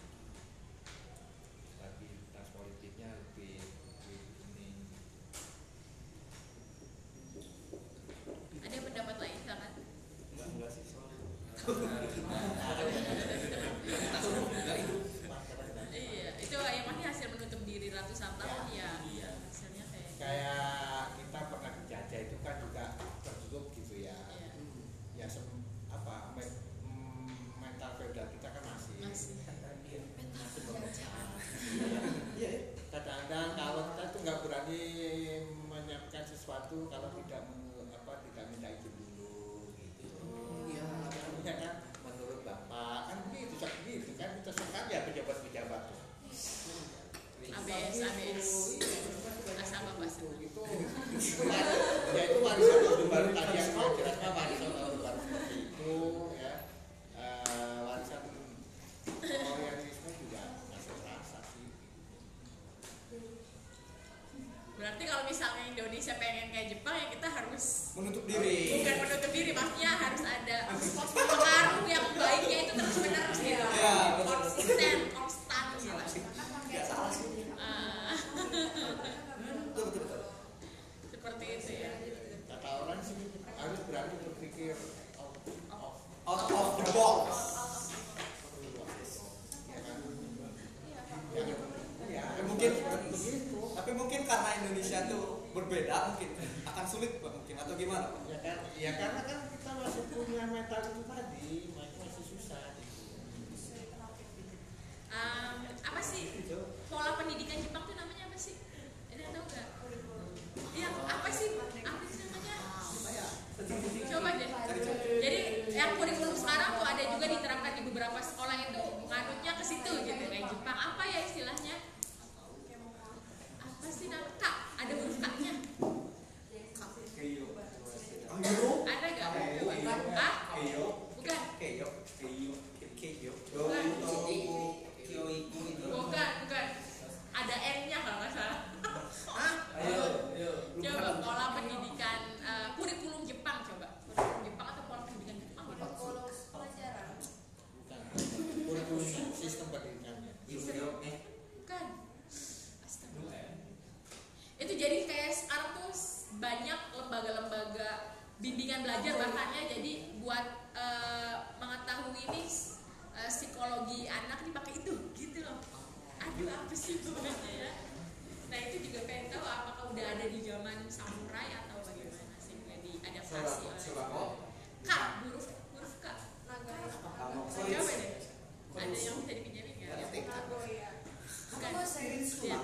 S6: Stabilitas politiknya lebih ini.
S1: Ada pendapat lain silakan.
S3: Enggak sih soalnya.
S1: Iya, itu yang masih hasil menutup diri ratusan tahun ya. Hasilnya
S6: Kayak kita pernah dijajah itu kan juga tertutup gitu ya. Ya mental feodal kita kan masih kadang-kadang kalau kita itu nggak berani menyiapkan sesuatu kalau tidak minta izin dulu gitu. Iya kan menurut Bapak kan begitu kan kita suka ya pejabat-pejabat tuh.
S1: ABS asal Bapak
S6: Itu ya itu warisan Orde Baru tadi yang saya jelaskan warisan Orde Baru seperti itu ya. Warisan kolonialisme juga masih terasa sih.
S1: misalnya Indonesia pengen kayak Jepang ya kita harus
S3: Menutup diri.
S1: bukan menutup diri, maksudnya harus ada pengaruh yang baiknya itu terus menerus gitu.
S3: Iya, betul.
S1: Konstan gitu.
S3: Nggak salah sih.
S1: Ah,
S3: Betul.
S1: seperti itu ya.
S6: Kata orang sih harus berani berpikir
S3: Out of the box. Tapi mungkin karena Indonesia tuh berbeda, mungkin akan sulit Pak, mungkin atau gimana?
S6: Ya karena kan kita masih punya mental itu tadi, masih susah.
S1: Apa sih pola pendidikan Jepang tuh namanya apa sih? Ada tahu nggak? Iya, apa sih namanya? Coba deh. Jadi yang kurikulum sekarang tuh ada juga diterapkan di beberapa sekolah itu nganutnya ke situ gitu kayak Jepang. Apa ya istilahnya? Apa sih nama Kak? Ada huruf K-nya? Ada nggak? Ah? Bukan. Bukan. Ada N-nya kalau nggak salah. Coba pola pendidikan kurikulum Jepang coba. Kurikulum Jepang atau pola pendidikan Jepang?
S6: Kurikulum sistem pendidikannya.
S1: Bukan. Astaga. Itu jadi kayak sekarang tuh banyak lembaga-lembaga bimbingan belajar bahkannya jadi buat mengetahui ini psikologi anak dipakai itu gitu loh. Aduh apa sih sebenarnya ya? Nah itu juga pengen tahu apakah udah ada di zaman samurai atau bagaimana sih diadaptasi oleh Kak, huruf K. Coba deh. Ada yang bisa dipinjamin nggak? Bukan. Ya.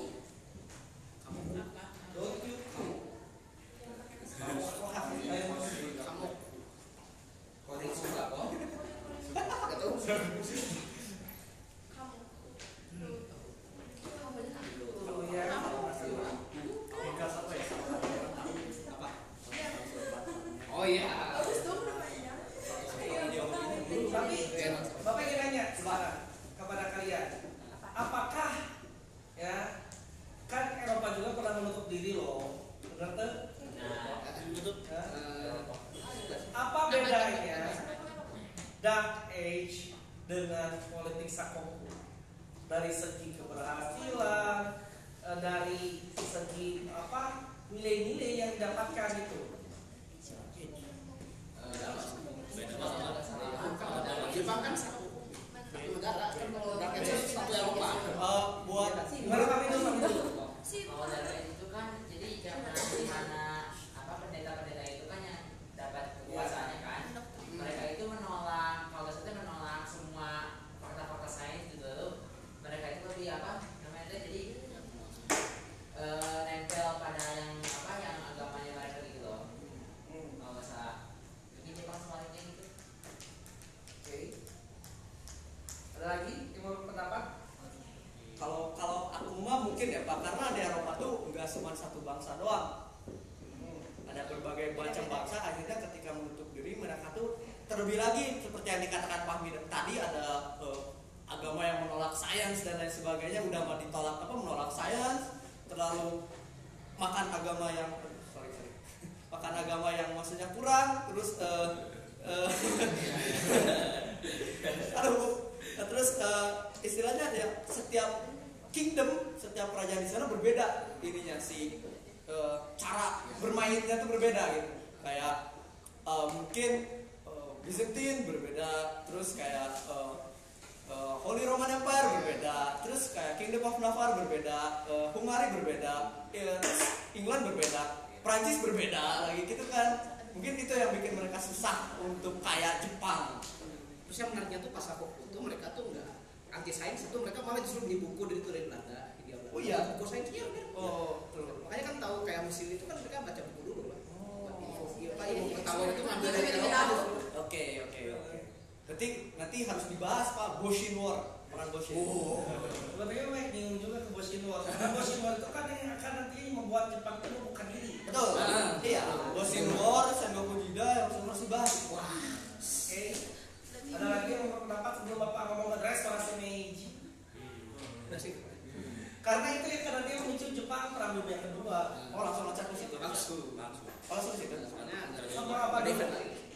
S4: Oh iya. Tapi Bapak ingin nanya sekarang kepada kalian, apakah ya kan Eropa juga pernah menutup diri loh, benar tuh? Apa bedanya Dark Age dengan politik Sakoku? Dari segi keberhasilan, dari segi apa nilai-nilai yang didapatkan itu?
S6: Jepang kan satu negara, kan kalau satu Eropa.
S3: Buat
S4: Gimana kami dulu?
S7: Kalau dari itu kan jadi zaman dimana apa pendeta-pendeta itu kan yang dapat kekuasaannya kan, mereka itu menolak, kalau saya menolak semua fakta-fakta sains gitu, mereka itu lebih apa namanya itu jadi nempel pada yang apa yang agamanya mereka gitu loh. Kalau nggak salah, ini Jepang sebaliknya gitu.
S4: Oke. Ada lagi yang mau pendapat?
S3: kalau aku mah mungkin ya Pak, karena di Eropa tuh nggak cuma satu bangsa doang. Ada berbagai macam bangsa, akhirnya ketika menutup diri mereka tuh terlebih lagi seperti yang dikatakan Pak Midam tadi, ada agama yang menolak sains dan lain sebagainya, udah mau ditolak menolak sains, terlalu makan agama yang makan agama yang maksudnya kurang, terus terus istilahnya ya setiap kingdom, setiap kerajaan di sana berbeda ininya sih, cara bermainnya tuh berbeda gitu. Kayak mungkin Byzantine berbeda, terus kayak Holy Roman Empire berbeda, terus kayak Kingdom of Navarre berbeda, Hungary berbeda, terus England berbeda, Prancis berbeda lagi gitu kan. Mungkin itu yang bikin mereka susah untuk kayak Jepang.
S2: Terus yang menariknya tuh pas aku itu mereka tuh nggak anti sains, itu mereka malah justru beli buku dari Belanda.
S3: Oh iya,
S2: buku sains iya benar.
S3: Oh, betul.
S2: Makanya kan tahu kayak mesin itu kan mereka baca buku dulu lah.
S3: Oh.
S2: Ilmu pengetahuan itu ngambil dari Eropa.
S3: Oke. Berarti nanti harus dibahas Pak, Boshin War, perang Boshin.
S4: Sebenarnya Mike bingung juga ke Boshin War. Boshin War itu kan yang akan nanti membuat Jepang itu membuka diri.
S3: Betul. Iya. Boshin War, Sengoku Jida yang harus dibahas.
S4: Wah. Oke. Ada lagi yang mau pendapat sebelum Bapak ngomong ke restorasi Meiji? Karena itu yang nanti memicu Jepang perang dunia kedua.
S3: Oh langsung loncat ke situ.
S5: langsung
S3: Langsung ke situ.
S4: Sama apa dulu?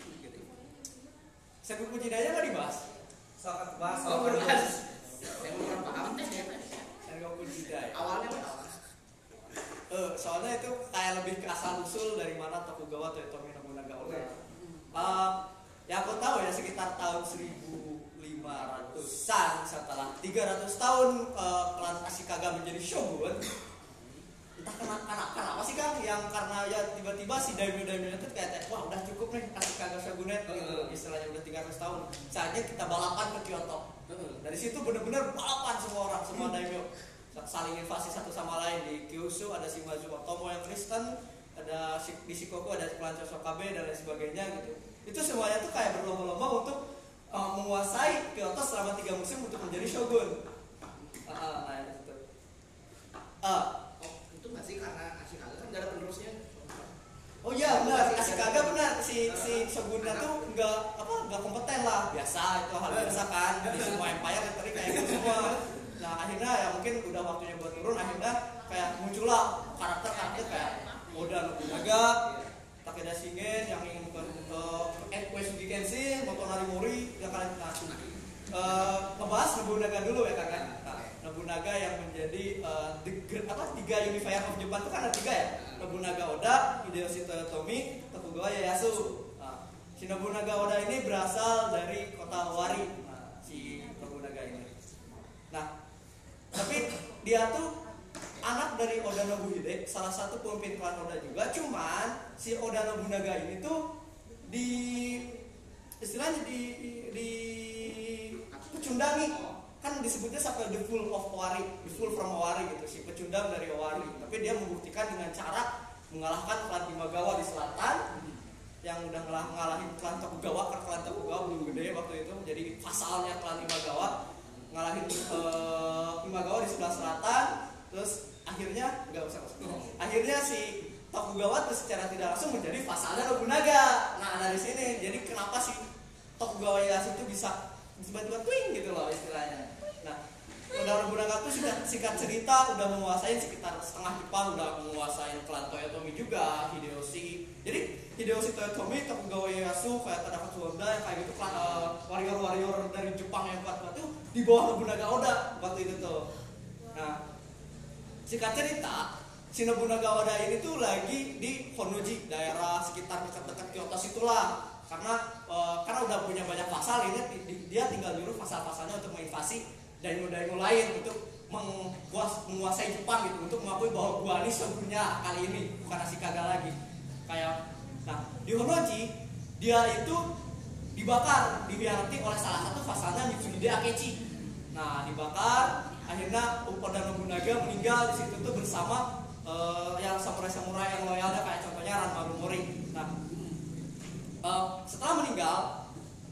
S3: Sengoku Jidaya nggak dibahas.
S4: Soal bahas.
S2: Oh, berbahas. Saya mau kurang paham.
S3: Sengoku Jidaya.
S2: Awalnya apa?
S3: Soalnya itu kayak lebih ke asal usul dari mana Tokugawa Toyotomi Nobunaga Oda. Ya aku tahu ya sekitar tahun 1500-an setelah 300 tahun klan Ashikaga menjadi shogun. Entah kenapa sih kan yang karena ya tiba-tiba si daimyo-daimyo itu kayak wah udah cukup nih Ashikaga shogunate gitu, istilahnya udah 300 tahun. Saatnya kita balapan ke Kyoto. Dari situ benar-benar balapan semua orang, semua daimyo saling invasi satu sama lain. Di Kyushu ada Shimazu Otomo yang Kristen, ada di Shikoku ada klan Chosokabe dan lain sebagainya gitu. Itu semuanya tuh kayak berlomba-lomba untuk menguasai Kyoto selama 3 musim untuk menjadi shogun. Nah itu.
S2: Itu nggak sih karena Ashikaga kan nggak ada penerusnya.
S3: Oh iya benar, Ashikaga benar si shogunnya tuh nggak kompeten lah, biasa itu hal biasa kan di semua empire tadi kayak gitu semua. Nah akhirnya ya mungkin udah waktunya buat turun, akhirnya kayak muncullah karakter kayak Oda Nobunaga, Takeda Shingen yang ingin ke Uesugi Kenshin, Motonari Mori, yang kalian ngebahas Nobunaga dulu ya kakak. Nobunaga yang menjadi tiga unifier of Japan itu kan ada 3 ya. Nobunaga Oda, Hideyoshi Toyotomi, Tokugawa Ieyasu. Si Nobunaga Oda ini berasal dari kota Owari. Si Nobunaga ini. Nah, tapi dia tuh anak dari Oda Nobuhide, salah satu pemimpin klan Oda juga. Cuman si Oda Nobunaga ini tuh istilahnya di pecundangi, kan disebutnya sampai the full of Owari, the full from Owari gitu, si pecundang dari Owari. Tapi dia membuktikan dengan cara mengalahkan klan Imagawa di selatan yang udah ngalahin klan Tokugawa, karena klan Tokugawa belum gede waktu itu, jadi vasalnya klan Imagawa ngalahin Imagawa di sebelah selatan. Terus akhirnya akhirnya si Tokugawa terus secara tidak langsung menjadi vasalnya Nobunaga. Nah dari sini jadi kenapa si Tokugawa Ieyasu itu bisa tiba-tiba twing gitu loh istilahnya. Nah Oda Nobunaga tuh singkat cerita udah menguasai sekitar setengah Jepang, udah menguasai klan Toyotomi juga, Hideyoshi. Jadi Hideyoshi Toyotomi, Tokugawa Ieyasu, kayak Tadakazu Oda yang kayak gitu klan warrior-warrior dari Jepang yang kuat-kuat tuh di bawah Nobunaga Oda waktu itu tuh. Nah singkat cerita, si Nobunaga Oda ini tuh lagi di Honnoji, daerah sekitar dekat-dekat Kyoto situlah. Karena udah punya banyak pasal ini, dia tinggal nyuruh pasal-pasalnya untuk menginvasi daimyo-daimyo lain untuk menguasai Jepang gitu, untuk mengakui bahwa gua ini shogunnya kali ini, bukan Ashikaga lagi. Nah di Honnoji dia itu dibakar, dihianati oleh salah satu vasalnya Mitsuhide Akechi. Nah dibakar. Akhirnya Oda Nobunaga meninggal di situ tuh bersama yang samurai-samurai yang loyalnya kayak contohnya Ranmaru Mori. Nah, setelah meninggal,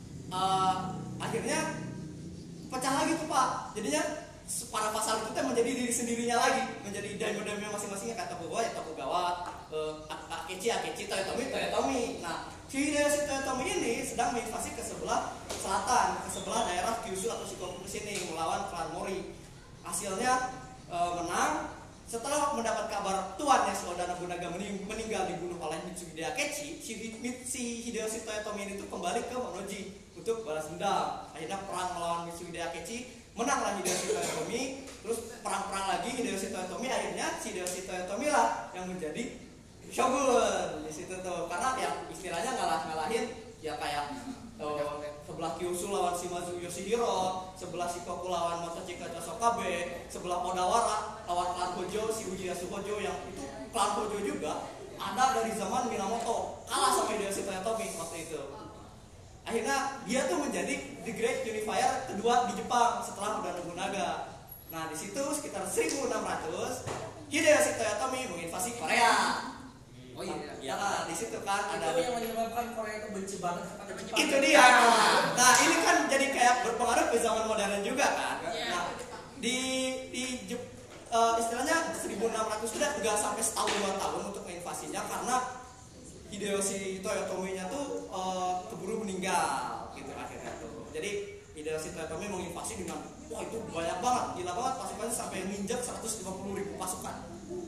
S3: akhirnya pecah lagi tuh Pak. Jadinya para pasal itu tuh menjadi diri sendirinya lagi, menjadi daimyo-daimyo masing-masingnya kayak Tokugawa, Akechi, Toyotomi. Nah, Hideyoshi Toyotomi ini sedang menginvasi ke sebelah selatan, ke sebelah daerah Kyushu atau Shikoku sini melawan klan Mori. Hasilnya menang. Setelah mendapat kabar tuannya Oda Nobunaga meninggal dibunuh oleh Mitsuhide Akechi, si Hideyoshi Toyotomi ini tuh kembali ke Honnoji untuk balas dendam. Akhirnya perang melawan Mitsuhide Akechi, menanglah Hideyoshi Toyotomi. Terus perang-perang lagi Hideyoshi Toyotomi, akhirnya si Hideyoshi Toyotomi lah yang menjadi shogun di situ tuh. Karena yang istilahnya ngalahin ya kayak sebelah Kyushu lawan Shimazu Yoshihiro, sebelah Shikoku lawan Motochika Chosokabe, sebelah Odawara lawan klan Hojo, si Uchiyasu Hojo, yang itu klan Hojo juga ada dari zaman Minamoto, kalah sama Hideyoshi Toyotomi waktu itu. Akhirnya dia tuh menjadi the great unifier kedua di Jepang setelah Oda Nobunaga. Nah di situ sekitar 1600 Hideyoshi Toyotomi menginvasi Korea.
S2: Oh iya.
S3: Ya kan di situ kan ada
S4: Itu yang menyebabkan Korea itu benci banget kepada Jepang.
S3: itu dia. Nah ini kan jadi kayak berpengaruh ke zaman modern juga kan. Nah istilahnya 1600 sudah nggak sampai setahun 2 tahun untuk invasinya karena Hideyoshi Toyotomi-nya tuh keburu meninggal gitu akhirnya tuh. Jadi Hideyoshi Toyotomi menginvasi dengan wah itu banyak banget, gila banget pasukannya sampai nginjak 150.000 pasukan.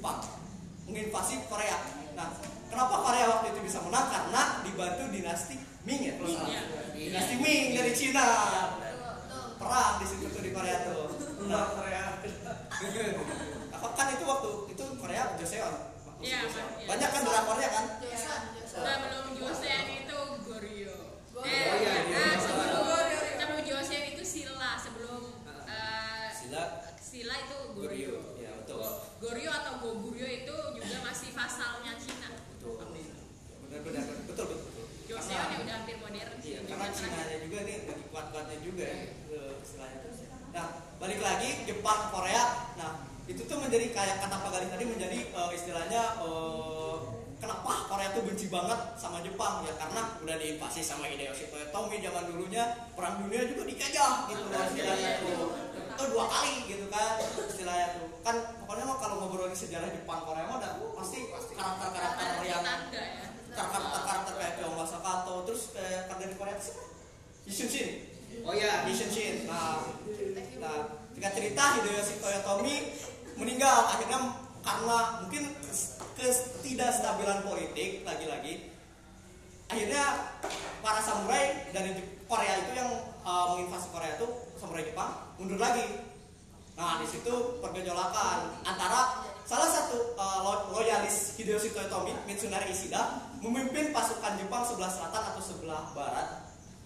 S3: Jepang menginvasi Korea. Nah, kenapa Korea waktu itu bisa menang? Karena dibantu dinasti Ming ya, dinasti Ming dari Cina. Perang di situ tuh di Korea tuh. Nah, Korea. Kan itu waktu itu Korea Joseon.
S1: Iya,
S3: banyak kan drakornya kan?
S1: Sebelum Joseon itu Goryeo.
S3: Iya.
S1: Sebelum Joseon itu Silla, sebelum Silla itu Goryeo.
S3: Ya, betul.
S1: Goryeo atau Goguryeo itu juga masih vasalnya Cina.
S3: Benar-benar betul.
S1: Joseon ya udah hampir modern sih.
S3: Iya, karena Cina-nya juga nih lagi kuat-kuatnya juga ya istilahnya. Nah, balik lagi Jepang Korea. Nah, itu tuh menjadi kayak kata Pak Galih tadi menjadi istilahnya kenapa Korea tuh benci banget sama Jepang ya karena udah diinvasi sama Hideyoshi Toyotomi zaman dulunya, perang dunia juga dijajah gitu loh istilahnya tuh. 2 kali gitu kan istilahnya tuh. Kan pokoknya mah kalau ngobrolin sejarah Jepang Korea mah udah pasti karakter-karakter yang karakter kayak Kiyomasa Sakato, terus kayak karakter Korea itu siapa? Isshin. Oh iya, Isshin. Nah, singkat cerita Hideyoshi Toyotomi meninggal akhirnya karena mungkin ketidakstabilan politik lagi-lagi. Akhirnya para samurai dari Korea itu yang menginvasi Korea itu samurai Jepang mundur lagi. Nah, di situ pergejolakan antara salah satu loyalis Hideyoshi Toyotomi, Mitsunari Ishida, memimpin pasukan Jepang sebelah selatan atau sebelah barat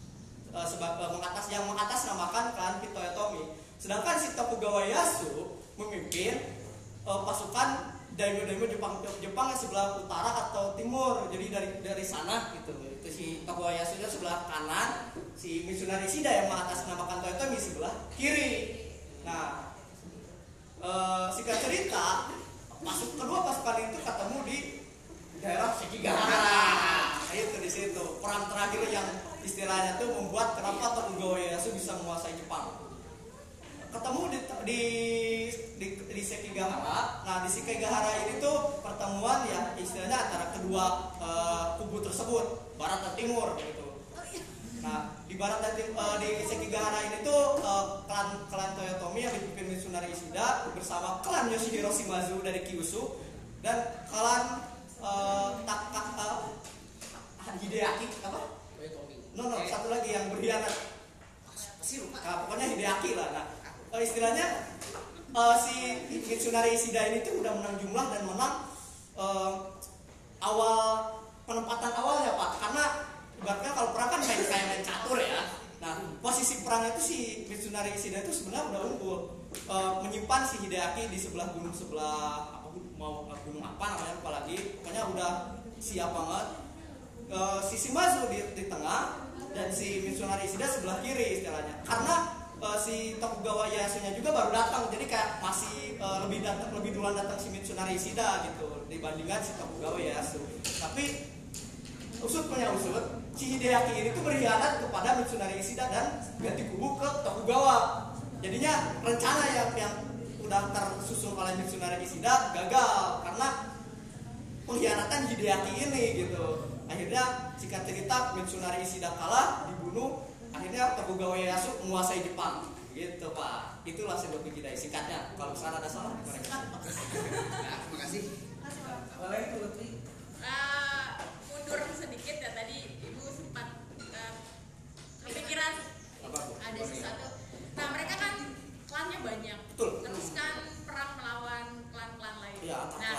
S3: yang mengatasnamakan klan Toyotomi. Sedangkan si Tokugawa Ieyasu memimpin pasukan daimyo Jepang yang sebelah utara atau timur. Jadi dari sana gitu. Itu si Tokugawa Ieyasu sebelah kanan, si Mitsunari Ishida yang mengatasnamakan Toyotomi sebelah kiri. Nah, singkat cerita, kedua pasukan itu ketemu di daerah Sekigahara. Itu di situ perang terakhir yang istilahnya tuh membuat kenapa Tokugawa Ieyasu bisa menguasai Jepang. Ketemu di Sekigahara. Nah, di Sekigahara ini tuh pertemuan ya istilahnya antara kedua kubu tersebut, barat dan timur gitu. Nah, di barat dan di Sekigahara ini tuh klan Toyotomi yang dipimpin Mitsunari Ishida bersama klan Yoshihiro Shimazu dari Kyushu dan klan Hideaki apa? No, satu lagi yang berkhianat. Nah, pokoknya Hideaki lah. Nah, istilahnya si Mitsunari Ishida ini tuh udah menang jumlah dan menang awal penempatan awalnya Pak, karena ibaratnya kalau perang kan main catur ya. Nah, posisi perang itu si Mitsunari Ishida itu sebenarnya udah unggul, menyimpan si Hideaki di sebelah gunung gunung apa namanya lupa lagi, pokoknya udah siap banget. Si Shimazu di tengah dan si Mitsunari Ishida sebelah kiri istilahnya. Karena si Tokugawa Ieyasu-nya juga baru datang, jadi kayak masih lebih duluan datang si Mitsunari Ishida gitu dibandingkan si Tokugawa Ieyasu. Tapi usut si Hideaki ini tuh berkhianat kepada Mitsunari Ishida dan ganti kubu ke Tokugawa. Jadinya rencana yang udah tersusun oleh Mitsunari Ishida gagal karena pengkhianatan Hideaki ini gitu. Akhirnya singkat cerita Mitsunari Ishida kalah, dibunuh. Akhirnya Tokugawa Ieyasu menguasai Jepang gitu Pak. Itulah sebab Bigidai singkatnya. Kalau misalnya ada salah dikoreksi.
S6: Terima kasih.
S4: Boleh itu lebih
S1: mundur sedikit ya, tadi Ibu sempat kepikiran ada sesuatu. Nah, mereka kan klannya banyak.
S3: Betul.
S1: Terus kan perang melawan klan-klan lain.
S3: Iya,
S1: nah,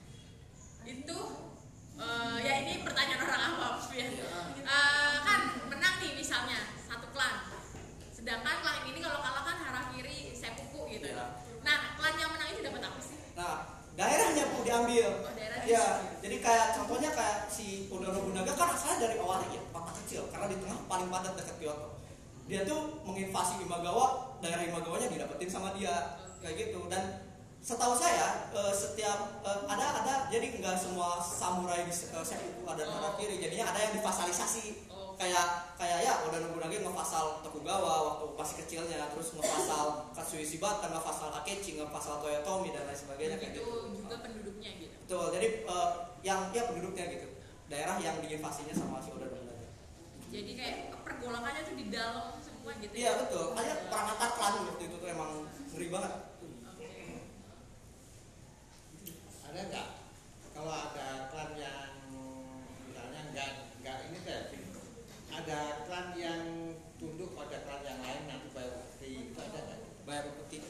S1: itu ya ini pertanyaan orang awam ya. Kan menang nih misalnya satu klan. Sedangkan klan ini kalau kalah kan harakiri seppuku gitu.
S3: Ya.
S1: Nah, klan yang menang itu dapat apa sih?
S3: Nah, daerahnya pun diambil.
S1: Daerahnya.
S3: Ya, jadi kayak contohnya kayak si Oda Nobunaga kan asalnya dari awalnya kota kecil karena di tengah paling padat dekat Kyoto. Dia tuh menginvasi Imagawa, daerah Imagawanya didapetin sama dia kayak gitu. Dan setahu saya setiap ada jadi nggak semua samurai di seppuku ada harakiri, jadinya ada yang difasalisasi. Kayak ya Oda Nobunaga ngefasal Tokugawa waktu masih kecilnya, terus ngefasal Katsui Shibata, ngefasal Akechi, ngefasal Toyotomi dan lain sebagainya kayak gitu.
S1: Itu juga penduduknya gitu.
S3: Betul, jadi yang penduduknya gitu, daerah yang diinvasinya sama si Oda Nobunaga.
S1: Jadi kayak pergolakannya tuh di dalam semua gitu.
S3: Iya betul, hanya perang antar klan waktu itu tuh emang ngeri banget.
S6: ada nggak kalau ada klan yang misalnya nggak ini saya sih, ada klan yang tunduk pada klan yang lain nanti bayar upeti itu ada nggak?
S3: Bayar upeti.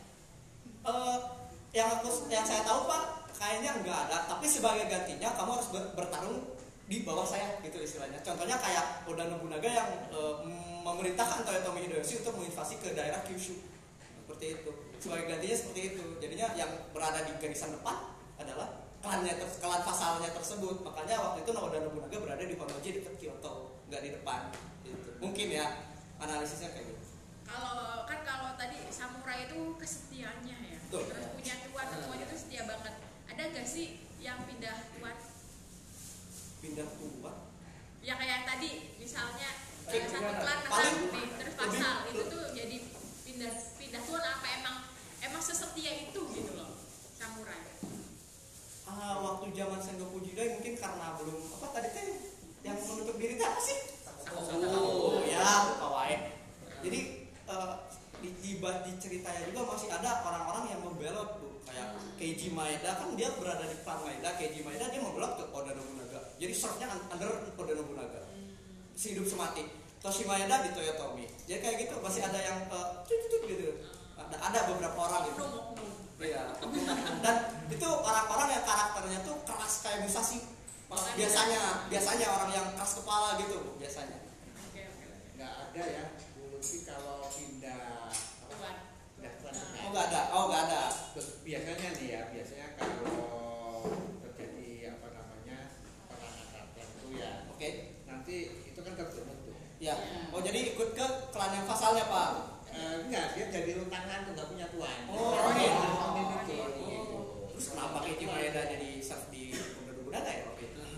S3: Yang saya tahu Pak kayaknya nggak ada, tapi sebagai gantinya kamu harus bertarung di bawah saya gitu istilahnya. Contohnya kayak Oda Nobunaga yang memerintahkan Toyotomi Hideyoshi untuk menginvasi ke daerah Kyushu seperti itu. Sebagai gantinya seperti itu. Jadinya yang berada di garisan depan adalah klan vasalnya tersebut. Makanya waktu itu Oda Nobunaga berada di Honnoji dekat Kyoto, nggak di depan. Gitu. Mungkin ya analisisnya kayak gitu.
S1: Kalau tadi samurai itu kesetiaannya ya.
S3: Betul.
S1: Terus punya tuan itu setia banget. Ada nggak sih yang pindah tuan?
S3: Pindah tuan?
S1: Ya kayak tadi misalnya
S3: Kayak
S1: satu klan nih, terus pasal itu tuh jadi pindah tuan apa emang sesetia itu gitu loh samurai.
S3: Waktu zaman Sengoku Jidai mungkin karena belum apa tadi kan yang menutup diri itu apa sih? Oh ya, kawaii. Jadi di ceritanya juga masih ada orang-orang yang membelot tuh kayak Keiji Maeda kan dia berada di klan Maeda. Keiji Maeda dia membelot ke Oda Nobunaga. Jadi serfnya under Oda Nobunaga. Sehidup semati. Toshi Maeda di Toyotomi. Jadi kayak gitu masih ada yang gitu. Ada beberapa orang gitu. Iya. Dan itu orang-orang yang karakternya tuh keras kayak Musashi. Biasanya orang yang keras kepala gitu biasanya.
S6: Nggak ada ya Bu Lutfi kalau pindah klan.
S3: Oh nggak ada.
S6: Biasanya nih ya, biasanya kalau terjadi apa namanya perang antar klan itu ya,
S3: Oke.
S6: nanti itu kan terbentuk tuh.
S3: Ya. Oh jadi ikut ke klan yang vasalnya Pak?
S6: Enggak, dia jadi runtangan tuh nggak punya tuan.
S3: Oh,
S6: gitu.
S3: Terus kenapa Keiji Maeda jadi serf di Oda Nobunaga ya waktu itu?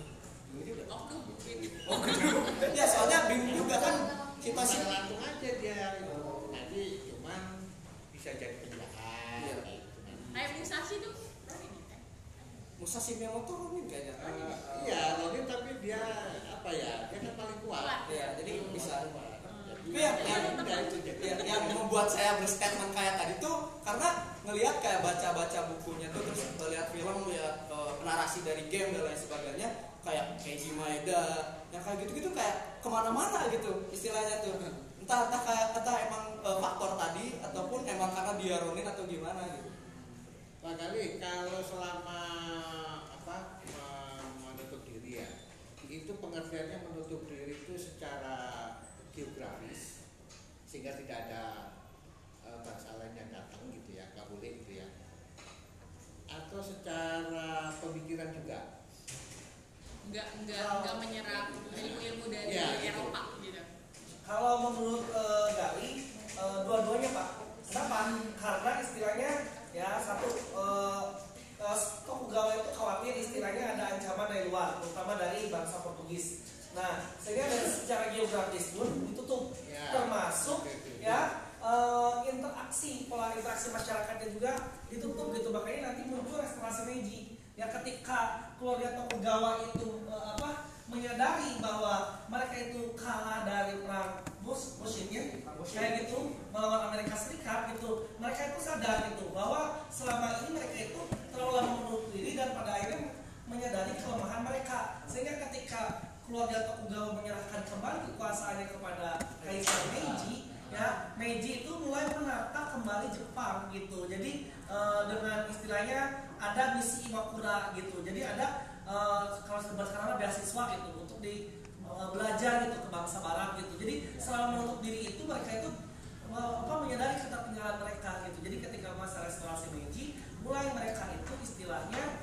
S3: Ya soalnya bingung juga kan situasi.
S6: Langsung aja dia nanti cuman bisa jadi penjahat.
S3: Iya.
S1: Kayak Musashi tuh.
S3: Musashi Miyamoto Ronin kayaknya.
S6: Iya, Ronin tapi dia apa ya? Dia kan paling kuat.
S3: Ya, jadi bisa.
S6: Tapi
S3: yang membuat saya berstatement kayak tadi tuh karena ngelihat kayak baca bukunya tuh terus melihat film, lihat narasi dari game dan lain sebagainya kayak Keiji Maeda yang kayak gitu-gitu kayak kemana-mana gitu istilahnya tuh entah emang faktor tadi ataupun emang karena dia Ronin atau gimana gitu.
S6: Pak Kali kalau selama menutup diri ya itu pengertiannya menutup diri itu secara geografis sehingga tidak ada bangsa lain yang datang gitu ya, nggak boleh gitu ya, atau secara pemikiran juga
S1: Enggak menyerap ilmu dari
S6: ya,
S1: Eropa gitu.
S4: Kalau menurut Gali, dua-duanya Pak. Kenapa? Karena istilahnya ya satu Tokugawa itu khawatir istilahnya ada ancaman dari luar, terutama dari bangsa Portugis. Nah, sehingga dari secara geografis pun ditutup, termasuk ya pola interaksi masyarakatnya juga ditutup gitu. Makanya nanti muncul restorasi Meiji. Ya ketika keluarga Tokugawa itu menyadari bahwa mereka itu kalah dari perang Bushin kayak gitu melawan Amerika Serikat gitu, mereka itu sadar gitu bahwa selama ini mereka itu terlalu lama menutup diri dan pada akhirnya menyadari kelemahan mereka, sehingga ketika keluarga Tokugawa menyerahkan kembali kekuasaannya kepada Kaisar Meiji, ya Meiji itu mulai menata kembali Jepang gitu. Jadi dengan istilahnya ada misi Iwakura gitu. Jadi ada kalau sekarang beasiswa gitu untuk belajar gitu ke bangsa Barat gitu. Jadi selama menutup diri itu mereka itu menyadari ketertinggalan mereka gitu. Jadi ketika masa restorasi Meiji, mulai mereka itu istilahnya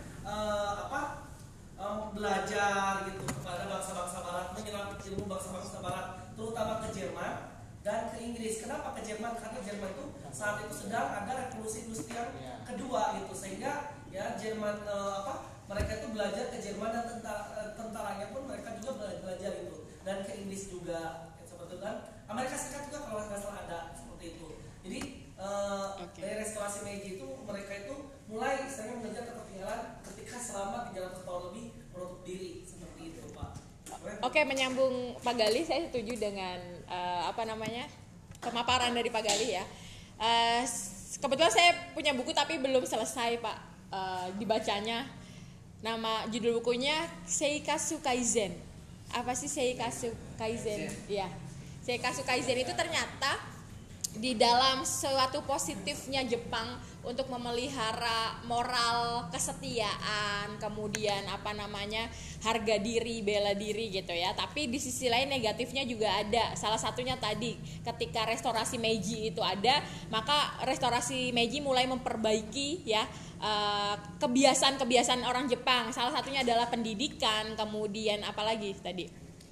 S4: belajar gitu kepada bangsa-bangsa Barat, menyerap ilmu bangsa-bangsa Barat, terutama ke Jerman dan ke Inggris. Kenapa ke Jerman? Karena Jerman itu saat itu sedang ada revolusi industrial kedua gitu, sehingga ya Jerman mereka itu belajar ke Jerman dan tentaranya pun mereka juga belajar itu, dan ke Inggris juga seperti itu kan. Amerika Serikat juga kalau nggak salah ada seperti itu. Jadi dari restorasi Meiji itu mereka itu mulai istilahnya belajar ketertinggalan ketika selama 300 tahun lebih menutup diri seperti itu Pak.
S8: Oke, menyambung Pak Gali, saya setuju dengan pemaparan dari Pak Gali ya. Kebetulan saya punya buku tapi belum selesai Pak. dibacanya. Nama judul bukunya Seikatsu Kaizen. Apa sih Seikatsu Kaizen? Ya, Seikatsu Kaizen itu ternyata di dalam suatu positifnya Jepang untuk memelihara moral kesetiaan, kemudian harga diri, bela diri gitu ya. Tapi di sisi lain negatifnya juga ada. Salah satunya tadi ketika restorasi Meiji itu ada, maka restorasi Meiji mulai memperbaiki ya kebiasaan-kebiasaan orang Jepang. Salah satunya adalah pendidikan, kemudian apalagi tadi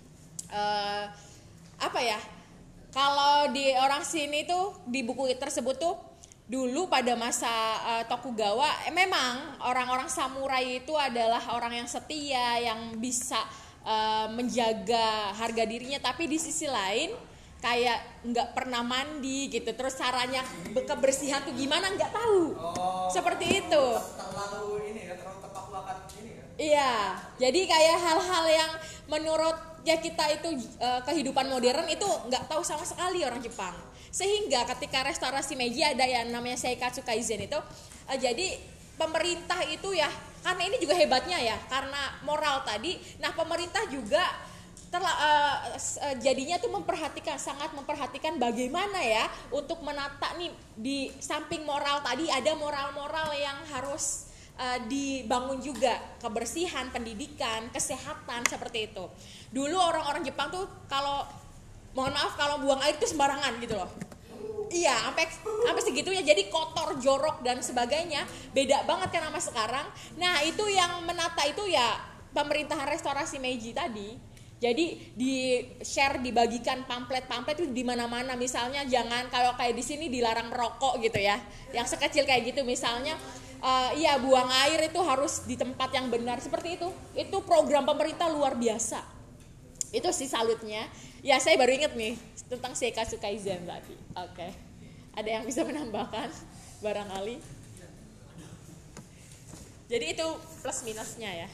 S8: kalau di orang sini tuh di buku tersebut tuh dulu pada masa Tokugawa memang orang-orang samurai itu adalah orang yang setia, yang bisa menjaga harga dirinya, tapi di sisi lain kayak nggak pernah mandi gitu, terus caranya kebersihan tuh gimana nggak tahu. Seperti itu.
S3: Terlalu terpaku-pakukan ini ya.
S8: Iya, jadi kayak hal-hal yang menurut ya kita itu kehidupan modern itu nggak tahu sama sekali orang Jepang. Sehingga ketika restorasi Meiji ada yang namanya Seikatsu Kaizen itu, jadi pemerintah itu ya, karena ini juga hebatnya ya, karena moral tadi. Nah pemerintah juga jadinya tuh sangat memperhatikan bagaimana ya untuk menata nih di samping moral tadi ada moral-moral yang harus dibangun juga, kebersihan, pendidikan, kesehatan seperti itu. Dulu orang-orang Jepang tuh kalau buang air itu sembarangan gitu loh. Iya, sampai segitunya, jadi kotor, jorok dan sebagainya. Beda banget kan sama sekarang. Nah, itu yang menata itu ya pemerintahan restorasi Meiji tadi. Jadi dibagikan pamflet-pamflet itu di mana-mana. Misalnya jangan kalau kayak di sini dilarang merokok gitu ya. Yang sekecil kayak gitu misalnya buang air itu harus di tempat yang benar seperti itu. Itu program pemerintah luar biasa. Itu sih salutnya. Ya saya baru inget nih tentang Seikatsu Kaizen tadi. Oke. Ada yang bisa menambahkan barangkali? Jadi itu plus minusnya ya.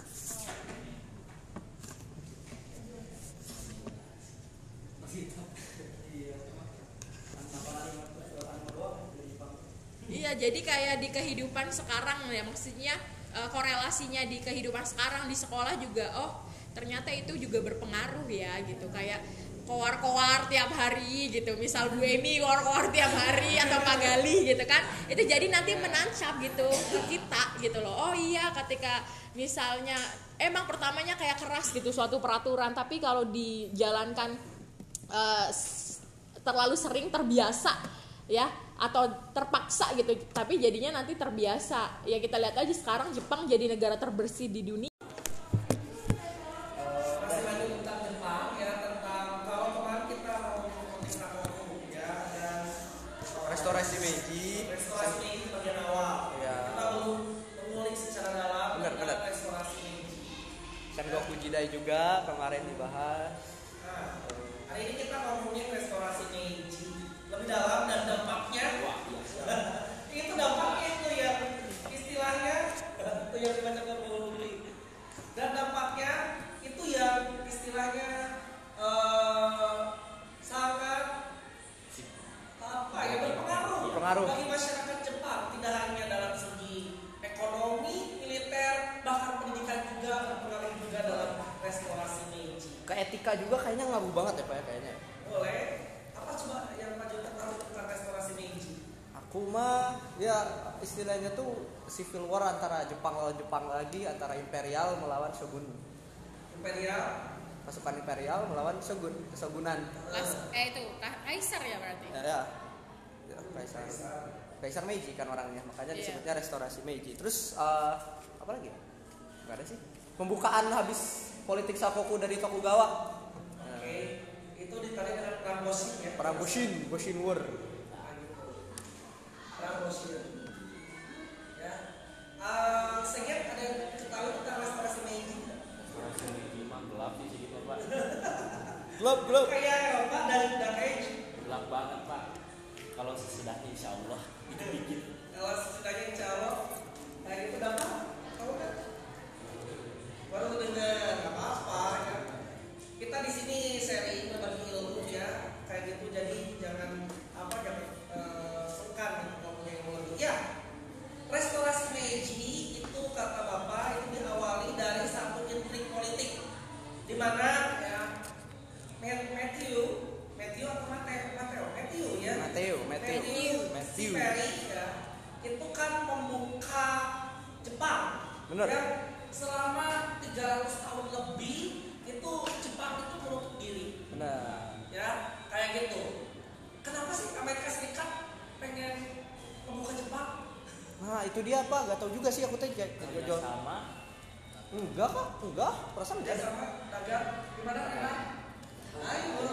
S8: Iya, jadi kayak di kehidupan sekarang ya, maksudnya korelasinya di kehidupan sekarang di sekolah juga, ternyata itu juga berpengaruh ya gitu, kayak koar-koar tiap hari gitu, misal Bu Emi koar-koar tiap hari atau Pak Gali gitu kan, itu jadi nanti menancap gitu ke kita gitu loh. Oh iya, ketika misalnya emang pertamanya kayak keras gitu suatu peraturan, tapi kalau dijalankan terlalu sering terbiasa ya, atau terpaksa gitu, tapi jadinya nanti terbiasa. Ya kita lihat aja sekarang Jepang jadi negara terbersih di dunia.
S4: Masih lanjut tentang Jepang ya, tentang kalau kemarin kita ngomong Sakoku ya, dan
S3: Restorasi Meiji
S4: bagian awal.
S3: Ya.
S4: Kita belum mengulik secara dalam
S3: Benar.
S4: restorasi Meiji.
S3: Sengoku Jidai juga kemarin dibahas.
S4: Nah, hari ini kita ngomongin restorasi Meiji lebih dalam dan dampaknya. Itu dampaknya itu yang istilahnya itu yang dibaca Burundi. Dan dampaknya itu yang istilahnya sangat berpengaruh bagi masyarakat Jepang, tidak hanya dalam segi ekonomi, militer, bahkan pendidikan juga berpengaruh juga dalam restorasi Meiji.
S3: Ke etika juga kayaknya ngaruh banget ya Pak ya kayaknya.
S4: Boleh. Apa coba yang Pak Jota tahu tentang restorasi Meiji?
S3: Aku mah ya istilahnya tuh civil war antara Jepang lawan Jepang lagi, antara imperial melawan shogun.
S4: Imperial,
S3: Pasukan imperial melawan kesogunan.
S8: Itu kaisar ya berarti.
S3: Ya, Kaisar Meiji kan orangnya, makanya disebutnya restorasi Meiji. Terus apa lagi? Nggak ada sih. Pembukaan habis politik Sakoku dari Tokugawa.
S4: Oke. Itu ditarik dengan perang Boshin ya.
S3: Perang Boshin War.
S4: Perang Boshin. Ya. Sehingga ada yang ketahui tentang restorasi Meiji.
S5: Restorasi Meiji mah gelap sih gitu Pak.
S3: Gelap.
S4: Kayak Eropa dan Dark Age.
S5: Gelap banget Pak. Kalau sesudahnya insya Allah dikit-dikit.
S4: Kalau sesudahnya insya Allah kayak gitu dapat. Tahu kan? Baru dengar apa-apa ya. Kita di sini seri berbagi ilmu ya, kayak gitu. Jadi jangan sungkan ngomongnya yang lebih. Ya, restorasi Meiji selama 300 tahun lebih itu Jepang itu menutup diri.
S3: Benar.
S4: Ya, kayak gitu. Kenapa sih Amerika Serikat pengen membuka Jepang?
S3: Nah itu dia Pak, nggak tahu juga sih aku teh.
S5: Sama.
S3: Enggak kok, enggak. Perasaan
S4: Ya
S3: enggak.
S4: sama dagang gimana Rena? Ayo.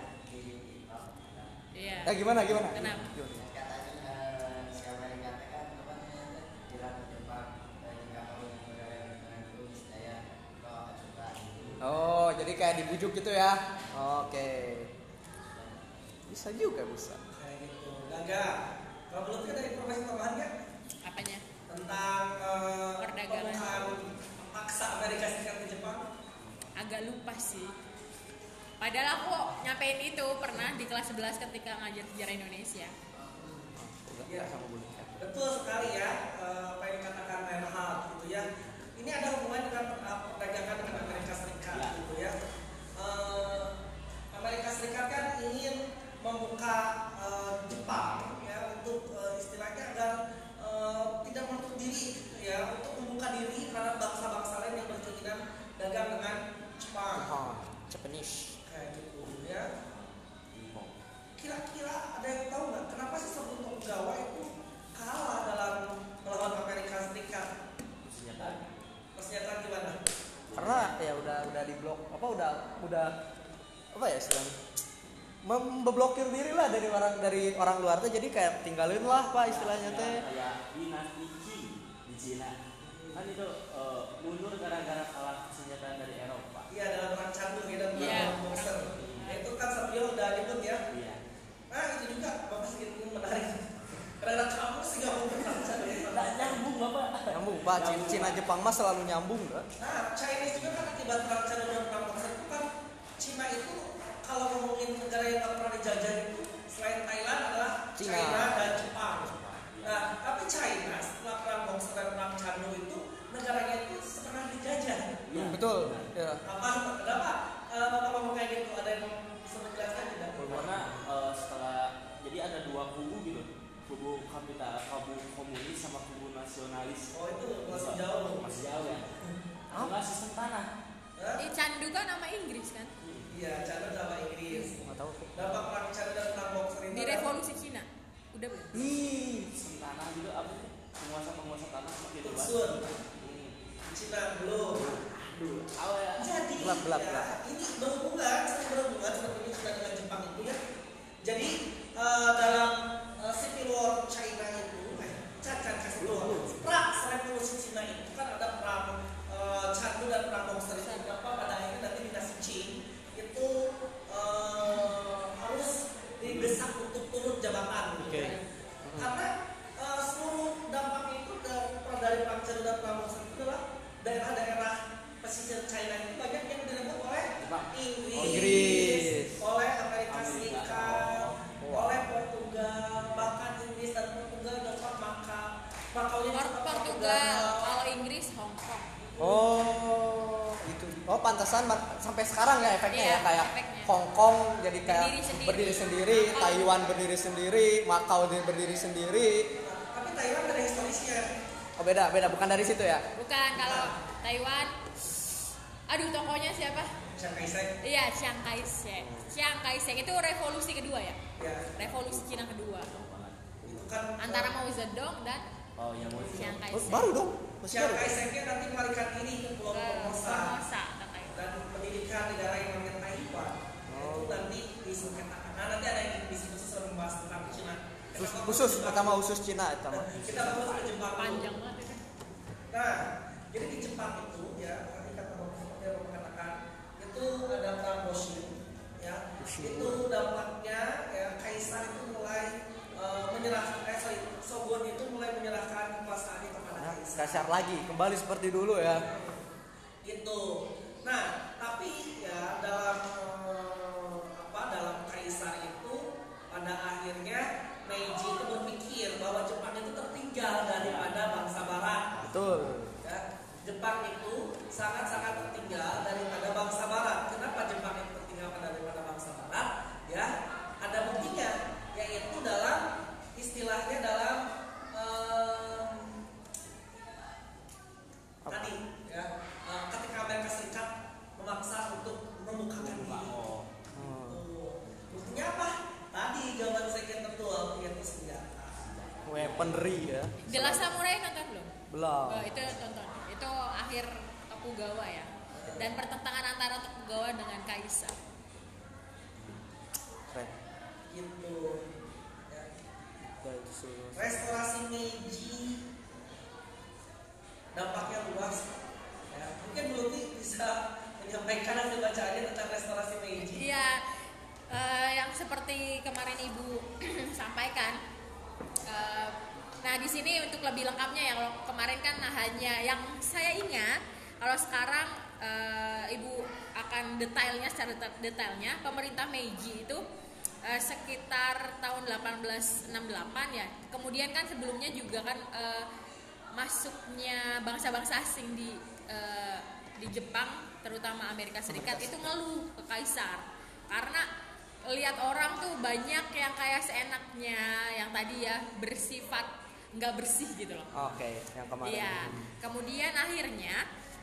S1: Iya.
S3: Gimana?
S1: Kenapa?
S7: Katanya si Amerika kan apa namanya bilang ke Jepang jika kamu berada dengan terus saya kau akan coba.
S3: Oh, jadi kayak dibujuk gitu ya. Oke. Bisa juga bisa.
S4: Kayak gitu. Dagang. Kalau belum ada informasi tambahan nggak
S1: Apanya?
S4: tentang
S1: Perdagangan.
S4: pembukaan paksa Amerika Serikat ke Jepang?
S1: Agak lupa sih. Padahal aku nyampein itu pernah di kelas 11 ketika ngajar sejarah Indonesia.
S4: Ya, betul sekali ya apa yang dikatakan Reinhard gitu ya. Ini ada hubungan dengan perdagangan dengan Amerika Serikat gitu ya. Amerika Serikat kan ingin membuka Jepang ya untuk istilahnya agar tidak menutup diri gitu ya, untuk membuka diri terhadap bangsa-bangsa lain yang berkeinginan dagang dengan Jepang.
S3: Japanese.
S4: Kayak gitu ya. Kira-kira ada yang tahu nggak kenapa sih Sabun Tokugawa itu kalah dalam melawan Amerika Serikat? Persenjataan gimana?
S3: Karena ya udah diblok udah apa ya istilahnya? Memblokir diri lah dari orang luar tuh, jadi kayak tinggalin lah Pak istilahnya teh.
S5: Kayak dinasti Qing di Cina kan itu mundur gara-gara kalah persenjataan dari Eropa.
S4: Iya, dalam perang Chanduk ya dan
S1: Iya,
S4: perang Boxer. Nah, itu kan Sabio udah nyebut ya.
S5: Iya.
S4: Nah itu juga Bapak sedikit menarik. Karena kamu sih gak mau perang Chanduk.
S5: Nggak nyambung Bapak.
S3: Nyambung Pak, Cina Jepang mah selalu nyambung kan?
S4: Nah, Chinese juga kan akibat perang Chanduk dan perang Boxer itu kan Cina itu kalau ngomongin negara yang gak pernah dijajah itu selain Thailand adalah
S3: Cina.
S4: China dan Jepang. Nah, tapi China setelah perang Boxer dan perang Chanduk itu negaranya itu setengah dijajah.
S5: Iya.
S3: Betul. Ya.
S4: Kenapa Bapak ngomong kayak gitu? Ada yang bisa menjelaskan tidak?
S5: Karena setelah jadi ada dua kubu gitu, kubu komunis sama kubu nasionalis.
S4: Oh itu masih jauh.
S5: Masih jauh ya. Enggak sistem tanah.
S4: Hah?
S1: Candu kan nama Inggris kan?
S4: Iya, China sama Inggris.
S3: Nggak tahu.
S4: Dampak perang China dan perang Boxer itu
S1: Di revolusi Cina. Udah belum?
S5: Sistem tanah juga apa sih? Penguasa tanah seperti itu.
S4: Sun. Cina belum.
S5: Aduh, awal ya.
S4: Jadi
S3: Gelap.
S4: ini berhubungan seperti Cina dengan Jepang itu ya. Jadi dalam Civil War China itu, Civil War, perang revolusi Cina itu kan ada perang Chandu dan perang Boxer itu. Kenapa pada akhirnya nanti dinasti Qing itu harus didesak untuk turun jabatan.
S3: Oke.
S4: Karena seluruh dampak itu dari perang Chandu dan perang Boxer itu adalah daerah-daerah pesisir China itu banyak yang direbut oleh Inggris, oleh Amerika Serikat, oleh Portugal, bahkan Inggris dan Portugal dapat
S1: Portugal, kalau Inggris Hong Kong.
S3: Oh, itu. Oh, pantesan sampai sekarang ya efeknya
S1: Iya,
S3: ya kayak
S1: efeknya.
S3: Hong Kong jadi kayak
S1: Berdiri sendiri.
S3: berdiri sendiri, Taiwan berdiri sendiri, Macau berdiri sendiri.
S4: Tapi Taiwan ada historisnya.
S3: Oh, beda, bukan dari situ ya.
S1: Bukan, kalau Taiwan. Aduh, tokohnya siapa?
S4: Chiang Kai-shek.
S1: Iya, Chiang Kai-shek. Chiang Kai-shek itu revolusi kedua ya?
S4: Ya,
S1: Revolusi Cina kedua.
S4: itu kan
S1: Antara Mao Zedong dan
S5: Oh yang mau
S1: Chiang
S3: Oh,
S1: Kai-shek.
S3: baru dong. Masih
S4: Chiang
S3: baru.
S4: Kai-sheknya nanti melarikan diri ke Pulau
S1: Ke
S4: Formosa
S1: Formosa katanya.
S4: dan pendidikan negara yang namanya Taiwan itu nanti disengketakan. Nah, nanti ada yang diskusi soal membahas tentang Cina.
S3: Khusus utama khusus Cina itu mah.
S4: Kita fokus ke Jepang dulu.
S1: Panjang banget itu.
S4: Nah, jadi di Jepang itu ya, tadi kata Bapak seperti yang Bapak katakan, itu ada perang Boshin, ya. Itu dampaknya ya kaisar itu mulai menyerahkan, shogun itu mulai menyerahkan kekuasaannya kepada kaisar.
S3: Kasar lagi, kembali seperti dulu ya.
S4: Gitu. Nah, tapi ya dalam dalam kaisar itu pada akhirnya Meiji itu berpikir bahwa Jepang itu tertinggal daripada bangsa Barat.
S3: Betul.
S4: Ya, Jepang itu sangat-sangat tertinggal daripada bangsa Barat. Kenapa Jepang itu tertinggal daripada bangsa Barat? Ya, ada buktinya, yaitu dalam istilahnya dalam tadi
S2: Legendary ya.
S8: The Last Samurai nonton belum?
S2: Belum.
S8: Oh, itu tonton. Itu akhir Tokugawa ya. Dan pertentangan antara Tokugawa dengan kaisar.
S2: Keren.
S4: Gitu. Ya.
S2: Dan disuruh-
S4: Restorasi Meiji dampaknya luas. Ya, mungkin Luti bisa menyampaikan hasil bacaannya tentang restorasi Meiji.
S8: Iya, yang seperti kemarin Ibu sampaikan. Nah di sini untuk lebih lengkapnya ya, kalau kemarin kan hanya yang saya ingat, kalau sekarang Ibu akan detailnya secara detailnya, pemerintah Meiji itu sekitar tahun 1868 ya. Kemudian kan sebelumnya juga kan masuknya bangsa-bangsa asing di Jepang, terutama Amerika Serikat itu ngeluh ke kaisar karena lihat orang tuh banyak yang kayak seenaknya, yang tadi ya bersifat nggak bersih gitu loh.
S2: Oke, yang kemarin.
S8: Iya. Kemudian akhirnya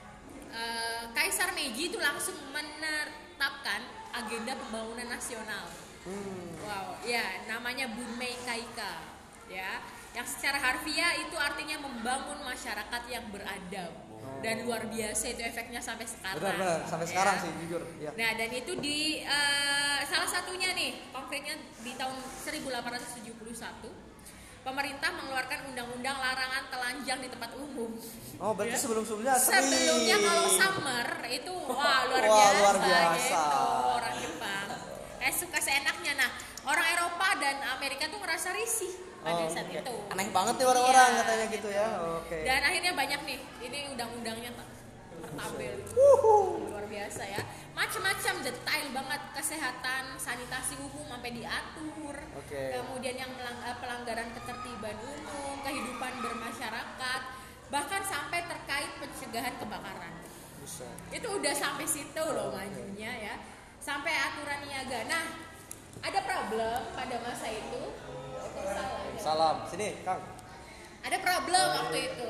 S8: Kaisar Meiji itu langsung menetapkan agenda pembangunan nasional. Wow, ya namanya Bunmei Kaika, ya. Yang secara harfiah itu artinya membangun masyarakat yang beradab. Dan luar biasa itu efeknya sampai sekarang.
S2: Benar, sampai sekarang sih jujur. Ya.
S8: Nah, dan itu di salah satunya nih, konkretnya di tahun 1871, pemerintah mengeluarkan undang-undang larangan telanjang di tempat umum.
S2: Oh, berarti sebelum-sebelumnya
S8: Sebelumnya kalau summer itu luar
S2: Wah,
S8: biasa,
S2: luar biasa.
S8: gitu, orang Jepang. Kayak suka seenaknya. Nah, orang Eropa dan Amerika tuh ngerasa risih pada saat
S2: oke.
S8: itu.
S2: Aneh banget nih orang-orang
S8: Iya,
S2: katanya gitu ya. Oke.
S8: Dan akhirnya banyak nih, ini undang-undangnya tertabel. Luar biasa ya. Macam-macam detail banget, kesehatan, sanitasi umum sampai diatur.
S2: Oke.
S8: Kemudian yang pelanggaran ketertiban umum, kehidupan bermasyarakat, bahkan sampai terkait pencegahan kebakaran.
S2: Bisa.
S8: Itu udah sampai situ loh majunya ya. Sampai aturan niaga. Nah, ada problem pada masa itu.
S2: Salam. Sini, Kang.
S8: Ada problem waktu itu.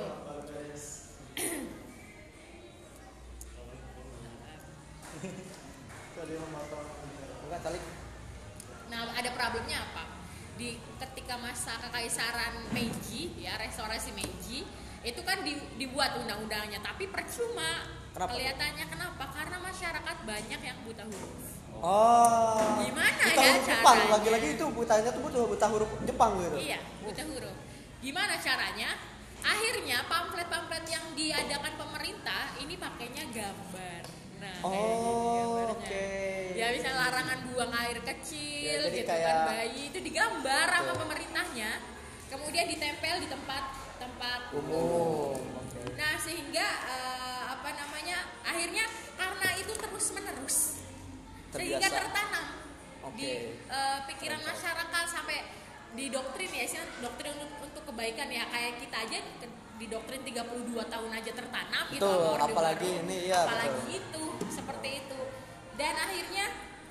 S2: Enggak, tali.
S8: Nah, ada problemnya apa? Ketika masa kekaisaran Meiji, ya restorasi Meiji, itu kan dibuat undang-undangnya, tapi percuma.
S2: Kenapa?
S8: Kelihatannya kenapa? Karena masyarakat banyak yang buta huruf.
S2: Oh.
S8: Gimana
S2: buta
S8: ya
S2: huruf Jepang,
S8: caranya?
S2: lagi-lagi itu butanya tuh buta huruf Jepang gitu.
S8: Iya, buta huruf. Gimana caranya? Akhirnya pamflet-pamflet yang diadakan pemerintah ini pakainya gambar. Nah,
S2: Oh,
S8: gambarnya.
S2: oke.
S8: Ya misalnya larangan buang air kecil,
S2: Ya, jadi
S8: gitu
S2: kayak-
S8: kan bayi itu digambar sama pemerintahnya, kemudian ditempel di tempat
S2: Umum. Oke.
S8: Nah sehingga akhirnya karena itu terus menerus sehingga
S2: Terbiasa.
S8: tertanam di
S2: Oke.
S8: pikiran masyarakat sampai didoktrin ya, doktrin untuk kebaikan ya, kayak kita aja didoktrin 32 tahun aja tertanam gitu.
S2: Betul,
S8: sama Orde
S2: apalagi
S8: Baru.
S2: ini, ya,
S8: apalagi
S2: betul.
S8: itu seperti itu, dan akhirnya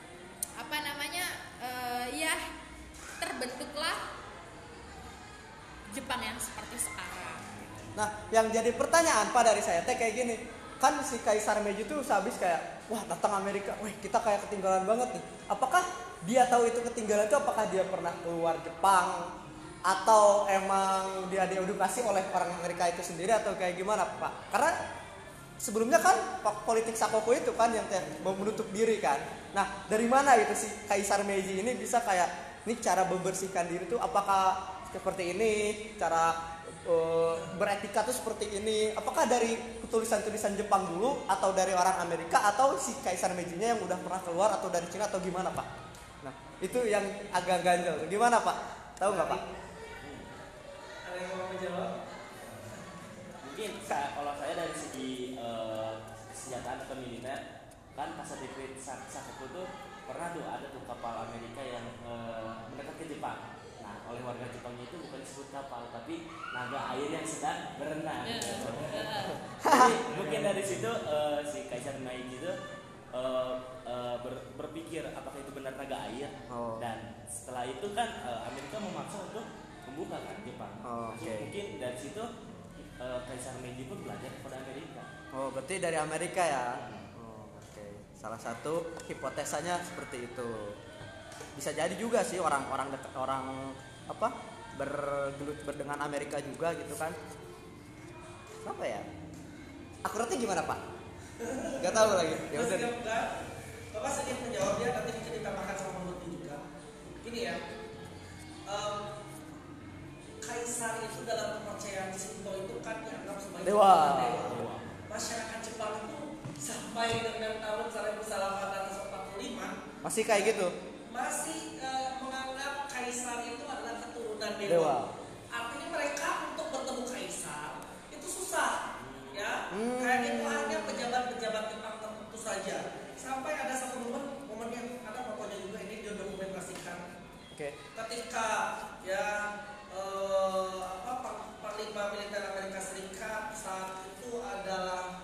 S8: ya terbentuklah Jepang yang seperti sekarang.
S2: Nah, yang jadi pertanyaan Pak dari saya teh kayak gini. Kan si Kaisar Meiji itu sehabis kayak, wah datang Amerika, wah kita kayak ketinggalan banget nih. Apakah dia tahu itu ketinggalan itu, apakah dia pernah keluar Jepang, atau emang dia diedukasi oleh orang Amerika itu sendiri, atau kayak gimana Pak? Karena sebelumnya kan politik Sakoku itu kan yang mau menutup diri kan. Nah, dari mana gitu si Kaisar Meiji ini bisa kayak, nih cara membersihkan diri itu apakah seperti ini, cara beretika tuh seperti ini, apakah dari tulisan-tulisan Jepang dulu, atau dari orang Amerika, atau si Kaisar Meiji-nya yang udah pernah keluar, atau dari Cina, atau gimana Pak? Nah, itu yang agak ganjel. Gimana Pak? Tahu nggak Pak?
S4: Ada yang mau menjawab?
S5: Mungkin kalau saya dari segi kesenjataan atau militer, kan Pacific Sakoku tuh pernah tuh ada tuh kapal Amerika yang mendekat ke Jepang. Nah, oleh warga Jepangnya itu bukan disebut kapal, tapi naga air yang sedang berenang. Jadi mungkin dari situ si Kaisar Meiji itu berpikir apakah itu benar naga air. Dan setelah itu kan Amerika memaksa untuk membuka kan Jepang. Jadi mungkin dari situ Kaisar Meiji pun belajar kepada Amerika.
S2: Oh, berarti dari Amerika ya. Oke. Salah satu hipotesanya seperti itu. Bisa jadi juga sih orang
S3: bergelut dengan Amerika juga gitu kan. Kenapa ya? Akuratnya gimana Pak? Gak tahu lagi. Ya udah.
S4: Bapak sedikit menjawabnya, nanti bisa ditambahkan sama Lutfi juga. Gini ya, kaisar itu dalam kepercayaan Shinto itu kan dianggap sebagai
S3: dewa.
S4: Masyarakat Jepang itu sampai dengan tahun 1845
S3: masih kayak gitu.
S4: Masih menganggap kaisar itu adalah keturunan dewa. Artinya mereka untuk bertemu kaisar itu susah, ya. Kayak gitu hanya pejabat-pejabat Jepang tertentu saja. Sampai ada satu momen yang ada fotonya juga, ini didokumentasikan. Ketika ya Panglima Militer Amerika Serikat saat itu adalah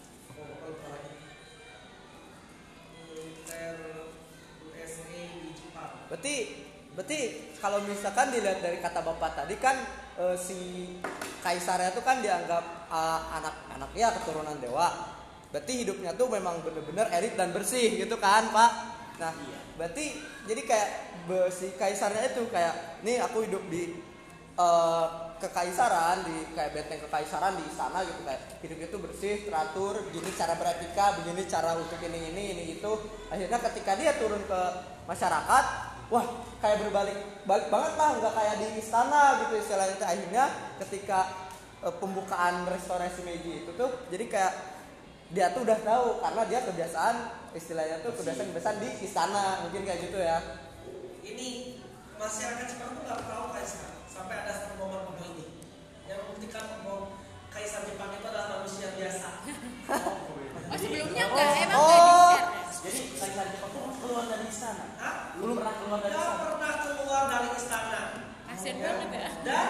S4: militer USA di Jepang.
S3: Berarti kalau misalkan dilihat dari kata Bapak tadi kan si kaisarnya itu kan dianggap anak ya keturunan dewa. Berarti hidupnya tuh memang benar-benar elit dan bersih gitu kan Pak. Nah berarti jadi kayak si kaisarnya itu kayak nih aku hidup di kekaisaran, di kayak benteng kekaisaran di istana gitu, kayak hidup itu bersih, teratur, gini cara beretika, begini cara untuk ini itu. Akhirnya ketika dia turun ke masyarakat, wah kayak balik banget lah, nggak kayak di istana gitu istilahnya. Akhirnya ketika pembukaan restorasi Meiji itu tuh jadi kayak dia tuh udah tahu karena dia kebiasaan istilahnya tuh kebiasaan di istana, mungkin kayak gitu ya.
S4: Ini masyarakat Jepang tuh nggak tahu kaisar sampai ada satu momen begini yang membuktikan bahwa kaisar Jepang itu adalah manusia biasa.
S1: Oh sebelumnya enggak, emang enggak di-share.
S5: Jadi kaisar Jepang itu keluar dari istana.
S4: Belum pernah keluar dari istana. Pernah keluar dari istana.
S1: Kasian banget ya.
S4: Dan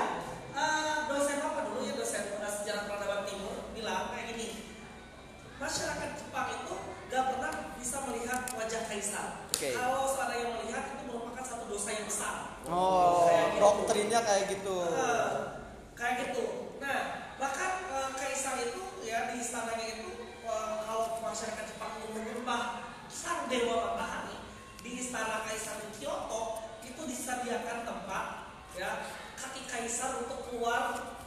S4: dosen apa dulu ya, dosen sejarah peradaban timur bilang kayak gini. Masyarakat Jepang itu gak pernah bisa melihat wajah kaisar. Kalau seandainya melihat itu merupakan satu dosa yang besar.
S3: Gitu. Doktrinnya kayak gitu.
S4: Kayak gitu. Nah, bahkan kaisar itu ya di istananya itu kalau masyarakat Jepang itu menyembah sang dewa matahari, di istana kaisar di Kyoto itu disediakan tempat ya kaki kaisar untuk keluar.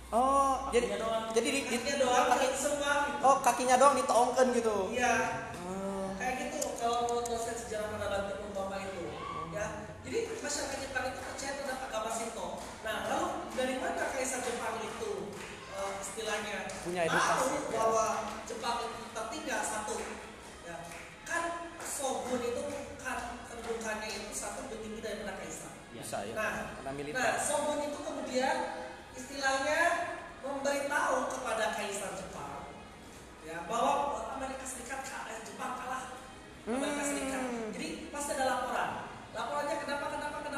S3: Jadi
S4: kakinya doang, semua.
S3: Kakinya doang ditoongkan gitu.
S4: Iya. Kayak gitu kalau menurut dosen sejarah peradaban timur Bapak itu. Ya. Jadi masyarakat Jepang itu percaya terhadap agama Shinto. Nah, lalu dari mana kaisar Jepang itu istilahnya
S3: punya edukasi
S4: bahwa Jepang itu tertinggal satu. Ya. Kan shogun itu kan kedudukannya itu satu lebih tinggi daripada kaisar.
S3: Bisa ya.
S4: Nah, shogun itu kemudian istilahnya memberitahu kepada kaisar Jepang ya bahwa Amerika Serikat Jepang kalah Amerika Serikat. Jadi pasti ada laporannya kenapa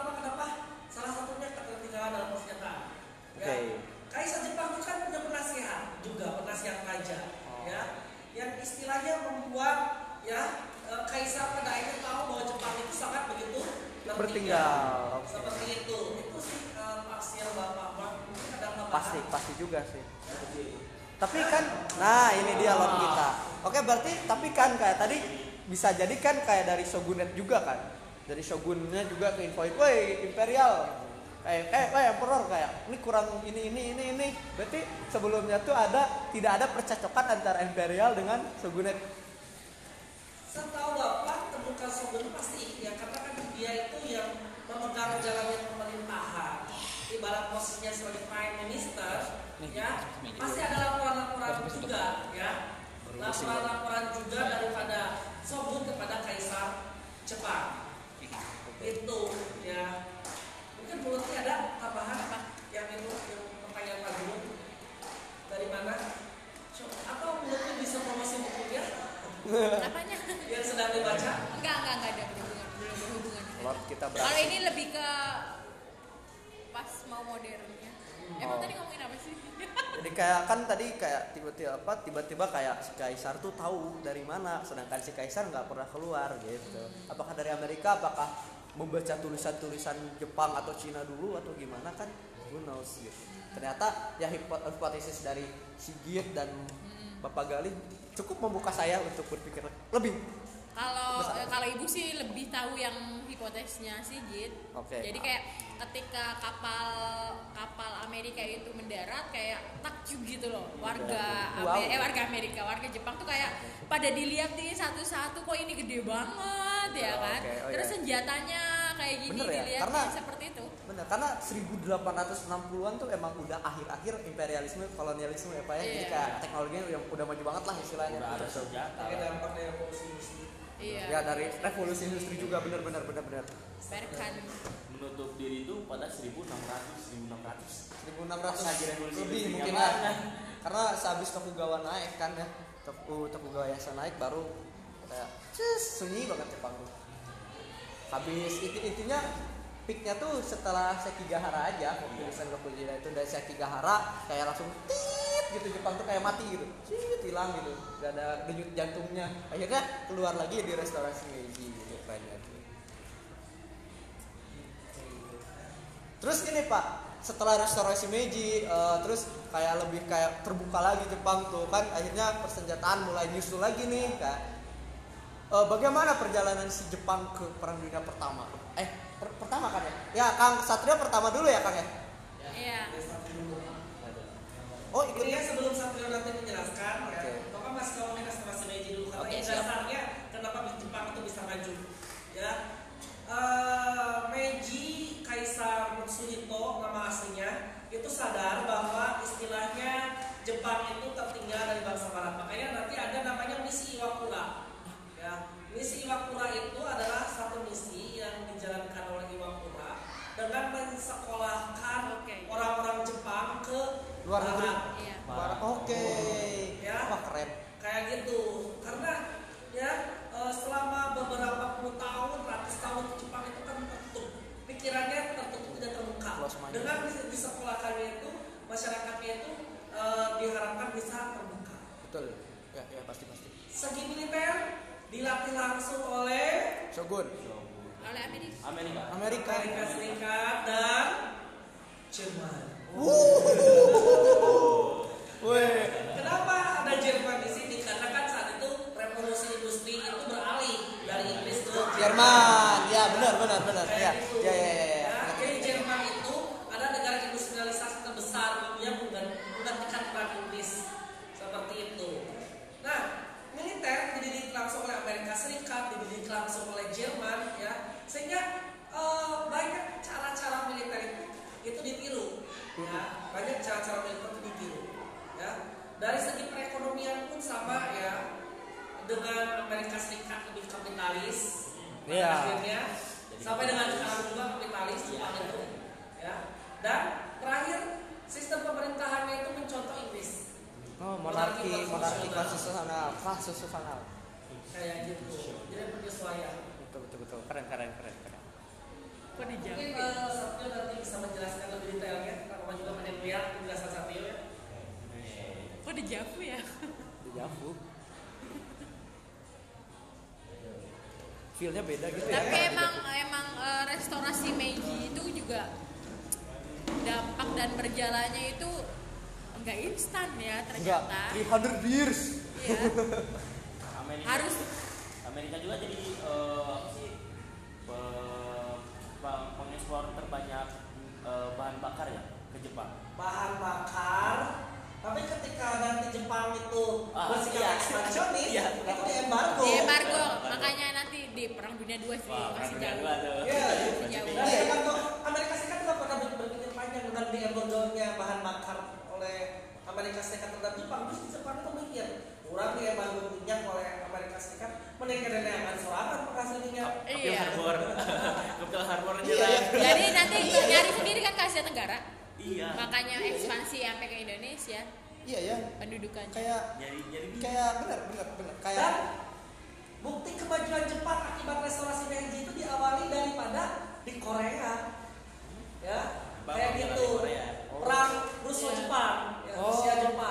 S4: salah satunya ketertinggalan dalam persenjataan ya. Kaisar Jepang itu kan punya penasihat raja ya, yang istilahnya membuat ya kaisar pada akhirnya tahu bahwa Jepang itu sangat begitu
S3: tertinggal.
S4: Seperti itu sih parsial Bapak.
S3: Pasti juga sih. Tapi kan, nah ini dia lot kita. Oke, berarti tapi kan kayak tadi bisa jadi kan kayak dari shogunate juga kan. Dari shogunnya juga ke infoin, woi imperial. Emperor kayak ini kurang ini. Berarti sebelumnya tuh tidak ada percakapan antara imperial dengan shogunate.
S4: Setahu Bapak temukan shogun pasti ya, karena kan dia itu yang memegang jalannya pemerintahan. Ibarat posisinya sebagai prime minister ya, pasti ada laporan-laporan juga ya, laporan juga daripada shogun kepada kaisar Jepang itu ya. Mungkin mulutnya ada tambahan apa yang itu yang pertanyaan Pak Guru dari mana atau mulutnya bisa promosi bukunya
S1: apanya
S4: yang sedang dibaca?
S1: Enggak ada berhubungan.
S3: Kalau
S1: ini lebih ke pas mau modernnya. Emang tadi ngomongin apa sih?
S3: Jadi kayak kan tadi kayak tiba-tiba kayak si kaisar tuh tahu dari mana, sedangkan si kaisar nggak pernah keluar gitu. Apakah dari Amerika? Apakah membaca tulisan-tulisan Jepang atau Cina dulu atau gimana kan? Who knows gitu. Ternyata ya hipotesis dari Sigit dan Bapak Galih cukup membuka saya untuk berpikir lebih.
S1: Kalau ibu sih lebih tahu yang hipotesisnya Sigit.
S3: Okay.
S1: Jadi kayak
S8: ketika kapal Amerika itu mendarat kayak takjub gitu loh, warga Jepang tuh kayak pada dilihatin satu-satu, kok ini gede banget ya kan. Terus senjatanya kayak gini dilihatin seperti itu.
S3: Bener, karena 1860-an tuh emang udah akhir-akhir imperialisme, kolonialisme ya Pak ya. Jadi kayak teknologinya udah maju banget lah istilahnya.
S5: Udah ada senjata.
S4: Kayak dampak dari revolusi industri.
S3: Ya dari revolusi industri juga benar.
S8: Berkan
S5: Menutup diri itu pada 1600
S3: lagi revolusi lebih mungkin lah. Karena sehabis Tokugawa naik kan ya, Tokugawa Ieyasu naik baru kayak sunyi banget Jepang tuh. Habis intinya peaknya tuh setelah Sekigahara aja, Sen Rokujina itu dari Sekigahara kayak langsung tit gitu, Jepang tuh kayak mati gitu, hilang gitu, gak ada denyut jantungnya. Akhirnya keluar lagi di restorasi Meiji gitu kayaknya. Terus ini Pak, setelah restorasi Meiji, terus kayak lebih kayak terbuka lagi Jepang tuh kan, akhirnya persenjataan mulai nyusul lagi nih kan. Bagaimana perjalanan si Jepang ke Perang Dunia Pertama? Pertama kan ya? Ya Kang Satria pertama dulu ya Kang ya?
S8: Iya.
S4: Oh ini ya sebelum Satria nanti menjelaskan ya, Bapak masih ngomongin restorasi Meiji dulu karena dasarnya kenapa Jepang itu bisa maju ya. Meiji Kaisar Mitsuhito nama aslinya itu sadar bahwa istilahnya Jepang itu tertinggal dari bangsa Barat, makanya nanti ada namanya misi Iwakura. Ya, misi Iwakura itu adalah satu misi yang dijalankan oleh Iwakura dengan mensekolahkan orang-orang Jepang ke
S3: luar negeri.
S4: Oke. Ya.
S3: Wah keren.
S4: Kayak gitu. Karena ya selama beberapa puluh tahun, ratus tahun Jepang itu kan tertutup. Pikirannya tertutup, tidak terbuka. Dengan disekolahkannya itu masyarakatnya itu diharapkan bisa terbuka.
S3: Betul. Ya pasti.
S4: Segi militer dilatih langsung oleh
S3: Shogun.
S8: Oleh
S4: Amerika Serikat dan Jerman. Kenapa ada Jerman di sini? Karena kan saat itu revolusi industri itu beralih dari Inggris ke
S3: Jerman. Ya benar. Ya.
S4: Jadi Jerman itu ada negara industrialisasi terbesar yang menggantikan peran Inggris seperti itu. Nah, militer dididik langsung oleh Amerika Serikat, dididik langsung oleh Jerman, ya, sehingga banyak cara-cara militer itu ditiru, ya, banyak cara-cara militer itu ditiru, ya. Dari segi perekonomian pun sama, ya, dengan Amerika Serikat lebih kapitalis, akhirnya sampai dengan sekarang juga kapitalis, itu, ya. Dan terakhir sistem pemerintahannya itu mencontoh Inggris.
S3: Monarki konstitusional.
S4: Kayak gitu. Jadi penyesuaian.
S3: Betul. Keren.
S8: Kok dijawab?
S4: Mungkin Satrio nanti bisa menjelaskan lebih detailnya. Karena juga pengen lihat penjelasan Satrio ya.
S8: Kok dijawab ya?
S3: Dijawab. Feel-nya beda gitu ya.
S8: Tapi emang restorasi Meiji itu juga dampak dan berjalannya itu enggak instan ya ternyata.
S3: 300 years.
S8: Iya.
S5: Amerika juga jadi pengeksplor terbanyak bahan bakar ya ke Jepang.
S4: Bahan bakar. Tapi ketika nanti Jepang itu bersikap ekspansionis, itu di embargo.
S8: Di embargo, makanya nanti di Perang Dunia II sih masih jauh.
S4: Iya. Dan Amerika Serikat juga pernah berpikir panjang dengan di embargonya bahan bakar oleh Amerika Serikat terhadap Jepang. Terus Jepang itu mikir, kurang di embargo minyak oleh Amerika Serikat, mending kita akan serangan penghasil minyak.
S8: Iya.
S5: Kapal Harbor
S8: Jadi nanti nyari sendiri kan ke Asia Tenggara.
S5: Iya.
S8: Makanya ekspansi sampai ke Indonesia.
S3: Iya ya.
S8: Pendudukannya.
S3: Kayak benar. Kayak
S4: Dan bukti kemajuan Jepang akibat restorasi Meiji itu diawali daripada di Korea. Ya. Kayak gitu. Perang Rusia-Jepang. Rusia-Jepang.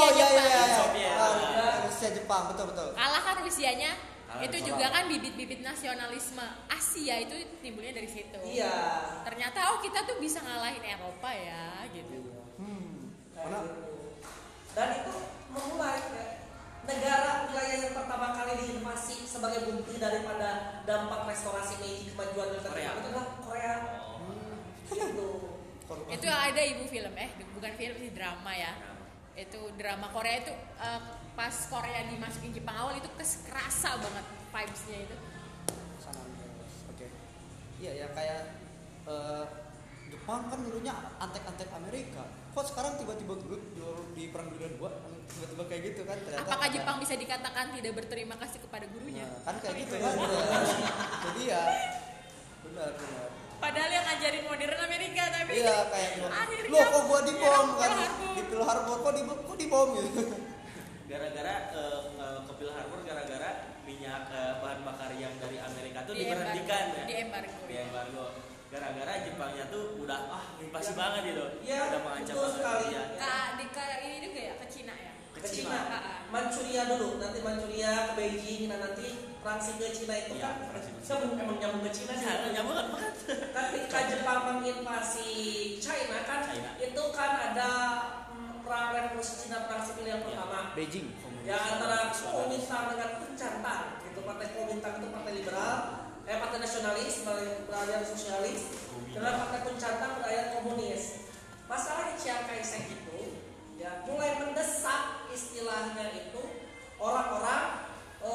S3: Rusia-Jepang, betul.
S8: Kalah kan Rusianya. Itu juga kan bibit-bibit nasionalisme Asia itu timbulnya dari situ.
S4: Iya.
S8: Ternyata kita tuh bisa ngalahin Eropa ya, gitu.
S4: Dan itu memulai negara wilayah yang pertama kali diinvasi sebagai bukti daripada dampak restorasi Meiji kemajuan militer itu adalah Korea.
S8: Itu ada ibu film, bukan film sih, drama ya. Itu drama Korea itu pas Korea dimasukin Jepang awal itu kerasa banget vibes-nya itu.
S3: Oke. Iya ya kayak Jepang kan dulunya antek-antek Amerika. Kok sekarang tiba-tiba di Perang Dunia II tiba-tiba kayak gitu kan ternyata.
S8: Apakah Jepang bisa dikatakan tidak berterima kasih kepada gurunya?
S3: Nah, kan kayak gitu kan. Jadi ya benar.
S8: Padahal yang ngajarin modern Amerika tapi
S3: iya kayak
S8: akhirnya
S3: loh kok gua dibom kan di Pearl Harbor kok dibom gitu.
S5: Gara-gara ke Pearl Harbor gara-gara minyak bahan bakar yang dari Amerika tuh diberhentikan ya. Di embargo. Gara-gara Jepangnya tuh udah invasi banget gitu.
S4: Ya,
S5: udah mengancam
S4: betul sekali.
S5: ya.
S8: Ini juga ya ke Cina ya.
S4: Ke Cina. Manchuria dulu, nanti Manchuria ke Beijing, nanti transit ke Cina itu kan. Emang nyambung ke Cina sih.
S5: Nyambung banget.
S4: Ketika Jepang menginvasi China kan, itu kan ada perang revolusi Cina, perang sipil yang pertama.
S3: Beijing.
S4: Ya antara Kuomintang dengan Kuomintang, gitu. Partai Kuomintang itu partai liberal, partai nasionalis, beraliran sosialis, dengan partai Kuomintang beraliran komunis. Masalahnya Chiang Kai-shek itu ya mulai mendesak istilahnya itu orang-orang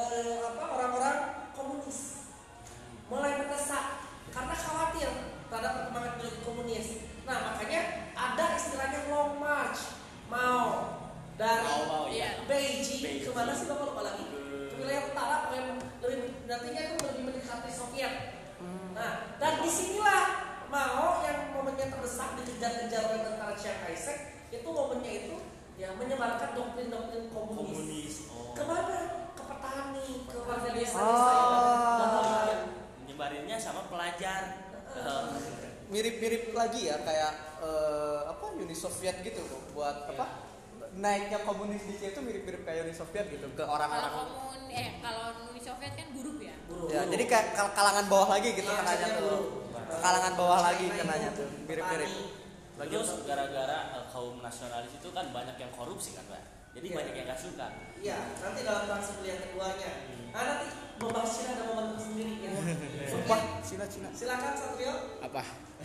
S4: komunis, mulai mendesak karena khawatir terhadap perkembangan ideologi komunis. Nah makanya ada istilahnya long march, mau dari Beijing kemana sih bapak lupa lagi, ke wilayah utara yang nantinya itu lebih mendekati Soviet. Nah dan disinilah Mao yang momennya terdesak dikejar-kejar oleh tentara Chiang Kai-shek, itu momennya itu ya menyebarkan doktrin-doktrin komunis. Kemana? Ke petani, ke warga desa.
S5: Menyebarinnya sama pelajar.
S3: Mirip-mirip lagi ya kayak Uni Soviet gitu buat naiknya komunis di Cina itu mirip-mirip kayak Uni Soviet gitu ke orang-orang.
S8: Kalau Uni Soviet kan buruh ya.
S3: Ya, jadi kayak kalangan bawah lagi gitu kenanya tuh. Kalangan bawah lagi kenanya tuh. Mirip-mirip.
S5: Terus gara-gara kaum nasionalis itu kan banyak yang korupsi kan, Pak. Jadi banyak yang gak suka.
S4: Iya, nanti dalam perang sipil yang keduanya. Nanti membahas Cina ada momen sendiri ya.
S3: Sumpah, Cina.
S4: Silakan Satrio.
S6: Apa?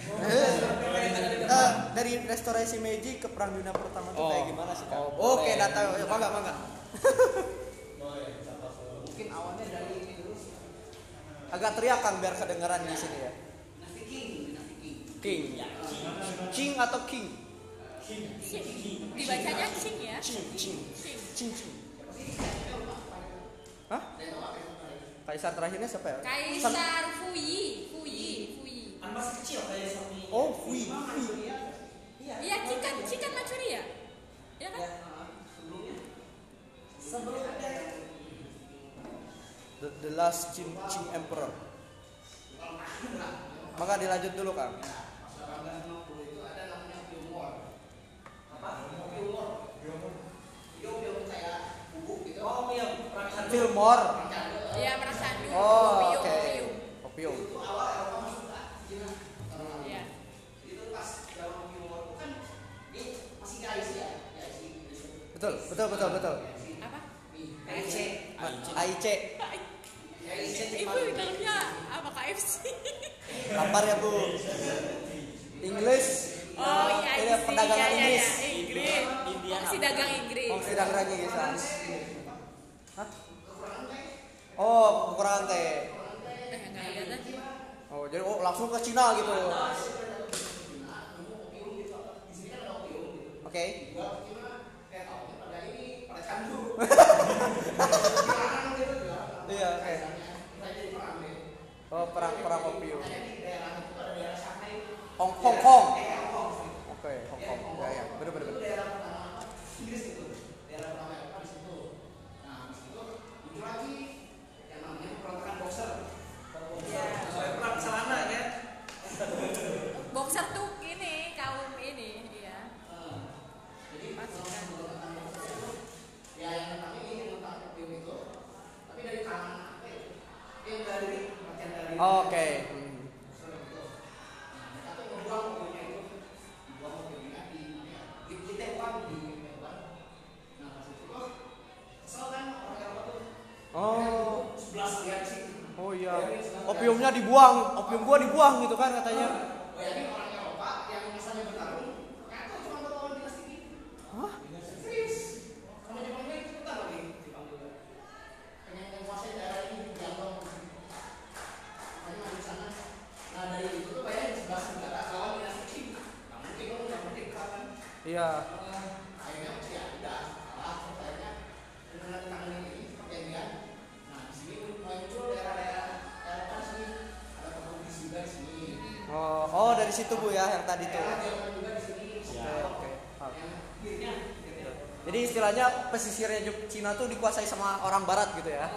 S3: Dari restorasi Meiji ke Perang Dunia Pertama tuh kayak gimana sih, Kak?
S6: Oke,
S3: data mangga. Mungkin awalnya dari ini dulu. Agak teriak Kang biar kedengeran di sini ya. King. King atau King?
S8: Dibacanya Qing ya.
S3: Cing. Hah? Kaisar terakhirnya siapa ya?
S8: Kaisar Fuyi.
S4: Masih kecil kayak Sami.
S3: Oh, Fuyi.
S8: Iya, Qing Manchuria. Ya kan?
S4: Sebelumnya
S3: The last Qing Emperor. Maka dilanjut dulu, Kang. Fillmore.
S8: Iya, perasaan dulu.
S3: Oh, oke. Opium.
S8: Iya.
S3: Betul.
S8: Apa?
S3: AIC.
S8: Ibu dalamnya apa KFC?
S3: Lapar ya, Bu. English.
S8: Oh iya,
S3: Ini perdagangan Inggris.
S8: Inggris. Fungsi dagang Inggris.
S3: Fungsi dagang Inggris. Hah? Oh, kekurangan teh.
S8: Enggak ada tadi.
S3: Oh, jadi langsung ke Cina gitu. Oke. Iya, oke. Oh, perang opium. Hong Kong. Oke, Hong Kong. Ya, bener.
S4: perang celana ya.
S8: Boxer tuh ini kaum ini, iya. Pasukan.
S3: Oke. Oh iya. Opiumnya dibuang, opium gua dibuang gitu kan katanya. Iya.
S2: Akhirnya ya udah, akhirnya dengan tangan ini perjanjian. Nah di sini muncul daerah-daerah apa sini ada komunis juga di sini.
S3: Oh dari situ Bu ya yang tadi tuh.
S2: Jerman juga di sini.
S3: Oke. Jadi istilahnya pesisirnya Cina tuh dikuasai sama orang Barat gitu ya?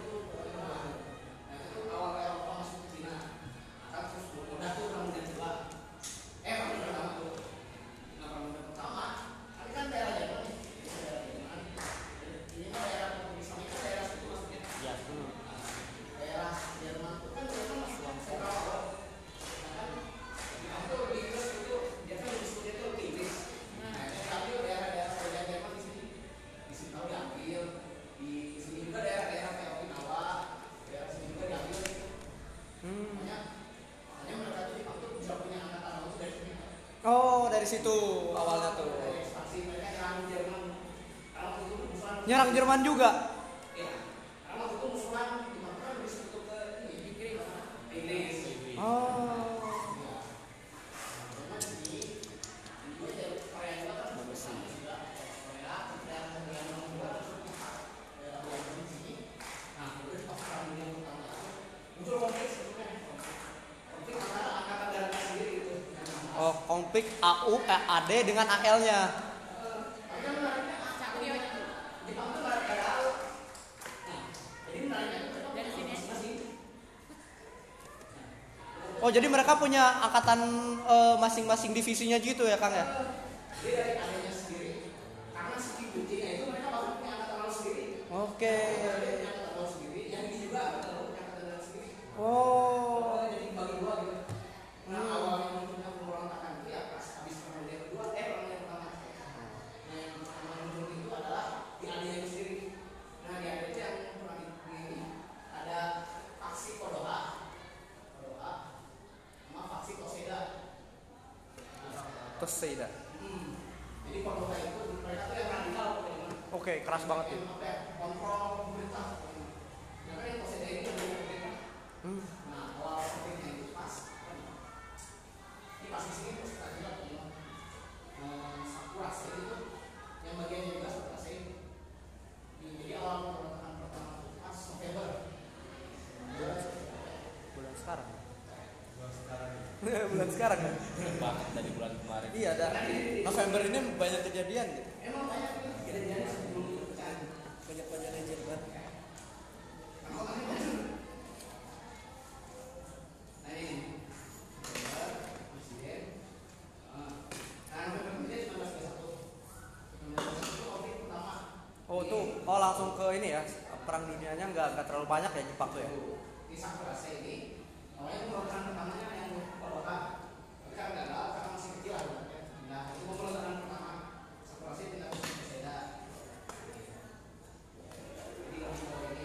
S3: Oh dari situ awalnya tuh. Nyerang Jerman juga. Oh. Oh, konflik AU AD dengan AL-nya. Oh, jadi mereka punya angkatan masing-masing divisinya gitu ya, Kang ya? Oke. Oh. Toseda.
S2: Jadi Kodoha itu mereka tuh yang radikal.
S3: Oke, keras banget tuh.
S2: Kontrol pemerintah. Nah kan yang Toseda ini adalah pemerintah. Nah awal konfliknya itu pas. Ini pas di sini terus kita lihat Sakurase itu yang bagiannya juga Sakurase ini. Jadi awal pemberontakan pertama itu pas November.
S3: Bulan sekarang. Bulan sekarang kan?
S5: Banget dari bulan kemarin.
S3: Iya, November ini banyak kejadian gitu.
S2: Emang banyak kejadian sebelum itu pecah.
S3: Banyak Jerman. Oh tuh, langsung ke ini ya, perang dunianya nggak terlalu banyak ya Jepang tuh ya?
S2: Di Sakurase ini, awalnya pemberontakan pertamanya yang Kodoha, tapi kan gagal karena masih kecil lah. Nah itu pemberontakan pertama, Sakurase pindah ke Toseda. Jadi langsung ke ini.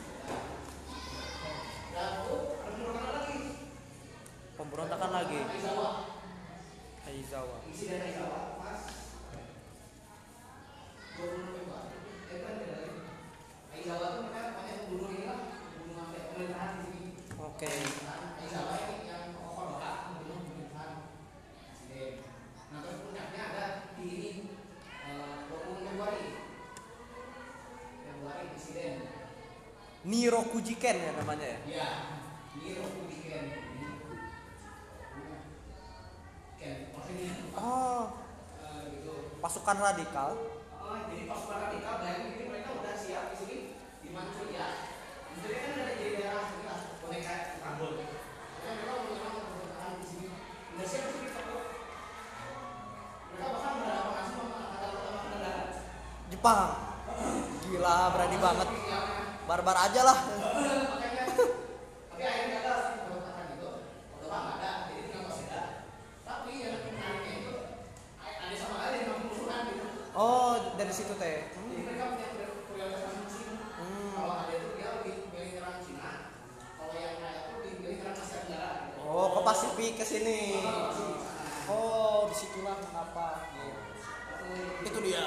S2: Dan itu ada pemberontakan lagi.
S3: Pemberontakan lagi.
S2: Aizawa. Insiden Aizawa pas 20 November. Aizawa itu mereka banyak membunuh ini lah, membunuh sampai pemerintahan di sini.
S3: Oke.
S2: Aizawa ini yang Kodoha membunuh pemerintahan presiden. Nah terus puncaknya ada di ini 20 Februari insiden.
S3: Nirokujiken ya namanya ya?
S2: Iya, Nirokujiken.
S3: Oh,
S2: gitu.
S3: pasukan radikal.
S2: Jadi pasukan radikal bayangin ini mereka udah siap di sini di Manchuria. Manchuria kan ada jadi daerah kita boneka Istanbul. Mereka menyerang pemerintahan di sini. Udah siap di sini takut. Mereka bahkan berhadapan langsung sama angkatan pertama darat.
S3: Jepang. Gila, berani banget. Barbar aja lah.
S2: Makanya, tapi akhirnya gagal sih pemberontakan itu. Kodoha nggak ada, jadi tinggal Toseda. Tapi yang menariknya itu ada sama kali yang musuhan gitu.
S3: Oh, dari situ teh.
S2: Jadi mereka punya prioritas masing-masing. Kalau ada itu dia lebih milih nyerang Cina. Kalau yang lain itu lebih milih nyerang Asia Tenggara. Gitu.
S3: Oh, ke Pasifik ke sini. Oh, disitulah mengapa. Itu dia.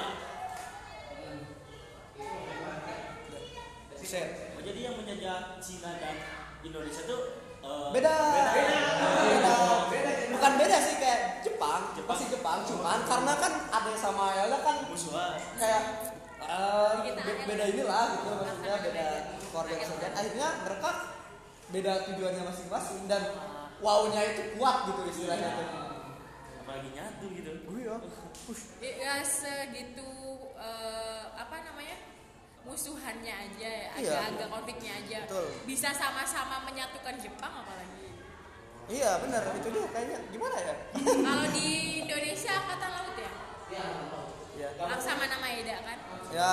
S3: Set.
S5: Oh, jadi yang menjajah Cina dan Indonesia tuh
S3: Beda. bukan beda sih kayak Jepang. Pasti Jepang, cuman karena kan ada sama Ayala kan
S5: musuhan
S3: kayak beda inilah gitu, maksudnya beda keluarga saja. Akhirnya mereka beda tujuannya masing-masing dan wow-nya itu kuat gitu istilahnya tuh.
S5: apalagi nyatu gitu.
S3: Iya.
S1: Ya segitu apa namanya, musuhannya aja ya,
S3: Iya.
S1: agak konfliknya aja.
S3: Betul.
S1: Bisa sama-sama menyatukan Jepang apalagi.
S3: Iya benar, itu dia kayaknya gimana ya?
S1: Kalau di Indonesia Angkatan Laut ya,
S3: Ya.
S1: Laksamana Maeda kan.
S3: Ya.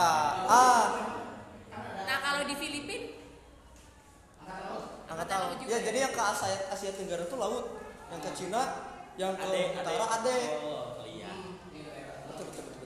S1: Nah kalau di Filipina
S3: Angkatan Laut. Ya jadi yang ke Asia Tenggara tuh laut, yang ke Cina, yang ke utara ade.
S5: Oh iya.
S3: Betul.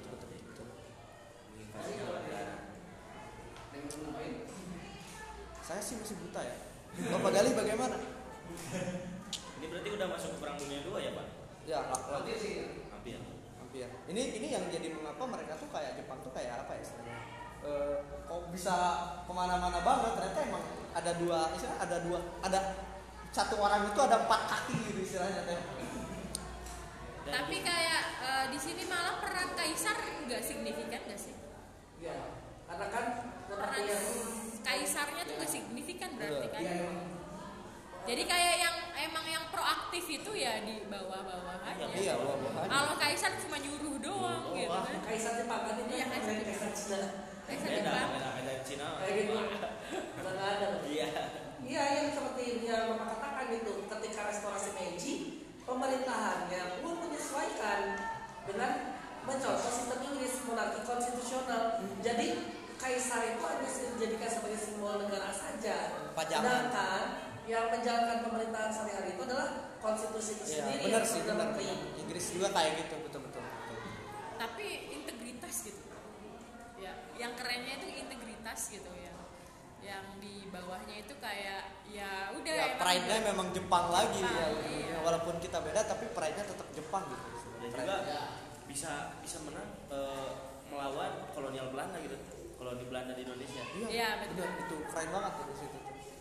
S3: Saya sih masih buta ya. Bapak Galih bagaimana?
S5: Ini berarti udah masuk ke perang dunia 2 ya Pak?
S3: Ya,
S5: Hampir.
S3: hampir. Ini yang jadi mengapa mereka tuh kayak Jepang tuh kayak apa ya istilahnya? Kok bisa kemana-mana banget? Ternyata emang ada satu orang itu ada 4 kaki gitu istilahnya teh.
S1: tapi kayak di sini malah peran kaisar nggak signifikan nggak sih?
S4: Iya, karena kan
S1: Peran kaisarnya tuh nggak signifikan berarti kan?
S4: Iya.
S1: Jadi kayak yang proaktif itu ya di bawah-bawah aja.
S3: Iya, bawah-bawah aja.
S1: Kalau kaisar cuma nyuruh doang gitu kan.
S4: Kaisar Jepang kan itu
S1: Iya, Kaisar Jepang.
S4: Kaisar Cina.
S1: Kaisar
S5: Beda
S1: Jepang.
S5: Cina.
S4: Kayak gitu. Nggak ada.
S5: Iya.
S4: Iya, yang seperti yang Bapak katakan itu, ketika restorasi Meiji, pemerintahannya pun menyesuaikan dengan mencontoh sistem Inggris, monarki konstitusional. Jadi kaisar itu hanya dijadikan sebagai simbol negara saja.
S3: Pajangan.
S4: Sedangkan yang menjalankan pemerintahan sehari-hari itu adalah konstitusi itu
S3: Iya,
S4: sendiri.
S3: benar
S4: yang
S3: sih,
S4: Perdana
S3: benar.
S4: Menteri.
S3: Inggris juga kayak gitu, betul.
S1: Tapi integritas gitu. Ya, yang kerennya itu integritas gitu ya. Yang di bawahnya itu kayak ya udah
S3: Ya,
S1: emang
S3: pride-nya
S1: udah.
S3: memang Jepang lagi ya.
S1: Jepang, iya.
S3: Walaupun kita beda tapi pride-nya tetap Jepang gitu.
S5: Dan juga bisa menang melawan kolonial Belanda gitu. Koloni Belanda di Indonesia.
S1: Iya, betul.
S3: Benar, itu keren banget tuh di situ.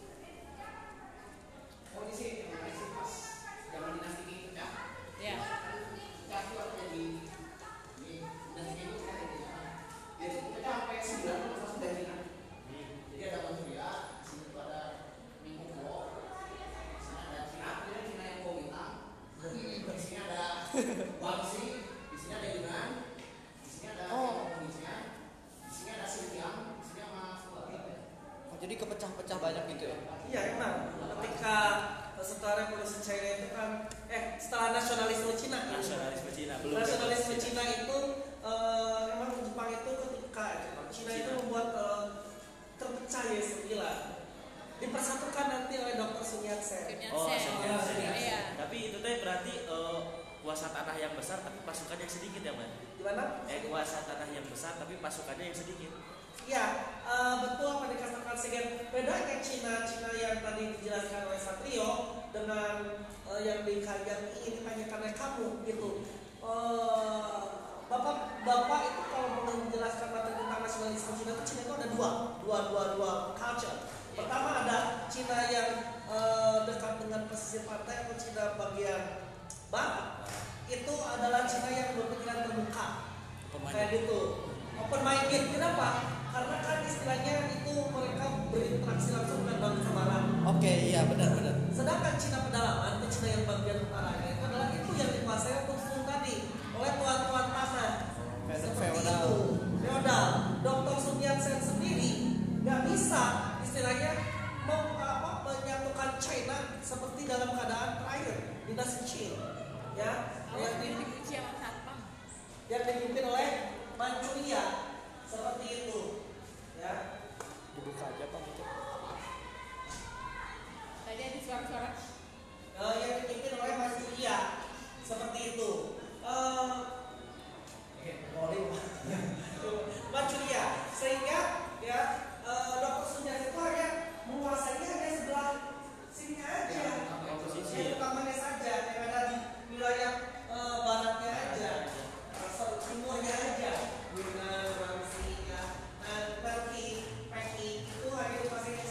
S2: Kondisi pas zaman dinasti itu ya.
S1: Ya.
S2: Kaki waktu jadi dinasti itu kan jadi kita sampai 9 masuk dari Cina. Jadi ada Manchuria, di sini tuh ada Mingguo, di sini ada Cina, kemudian Cina yang Kuomintang, di sini ada Guangxi, di sini ada Yunan, di sini ada Indonesia, di sini ada Xinjiang, di sini sama Sulawesi.
S3: Oh, jadi kepecah-pecah banyak gitu ya.
S4: Iya, emang ketika setelah revolusi China itu kan setelah nasionalisme Cina
S5: Nasionalisme Cina belum.
S4: nasionalisme Cina itu emang Jepang itu ketika Cina itu membuat terpecah ya 9 dipersatukan nanti oleh Dr. Sun Yat-sen.
S5: Oh,
S1: Sun Yat-sen.
S5: Sun Yat-sen.
S1: Iya.
S5: Tapi itu teh berarti kuasa tanah yang besar tapi pasukan yang sedikit ya, Mas?
S4: Gimana?
S5: Kuasa tanah yang besar tapi pasukannya yang sedikit.
S4: Ya, betul apa dikatakan Segen. Bedanya Cina yang tadi dijelaskan oleh Satrio dengan yang ingin ditanyakan oleh kamu gitu. Bapak itu kalau menjelaskan materi tentang nasionalisme Cina itu ada dua culture. Pertama ada Cina yang dekat dengan pesisir pantai atau Cina bagian barat. Itu adalah Cina yang berpikiran terbuka. Kayak gitu. Open minded. Kenapa? Karena kan istilahnya itu mereka berinteraksi langsung dengan bangsa barat.
S3: Oke, iya benar.
S4: Sedangkan Cina pedalaman atau Cina yang bagian utaranya itu adalah itu yang dikuasai untuk Sun tadi oleh tuan-tuan tanah. Seperti itu. Feodal. Dr. Sun Yat-sen sendiri nggak bisa istilahnya menyatukan China seperti dalam keadaan terakhir dinasti Qing, ya.
S1: Awas dikunci sama satpam.
S4: Yang dipimpin oleh Manchuria seperti itu, ya.
S3: Dibuka aja Pak.
S1: Tadi ada suara-suara.
S4: Yang dipimpin oleh Manchuria seperti itu. Manchuria sehingga ya Dr. Sun Yat-sen itu hanya menguasainya hanya sebelah sini aja, yang utamanya saja, yang ada di wilayah baratnya aja, timurnya aja, Yunan, Rusia, Turki, Peking itu hanya dikuasai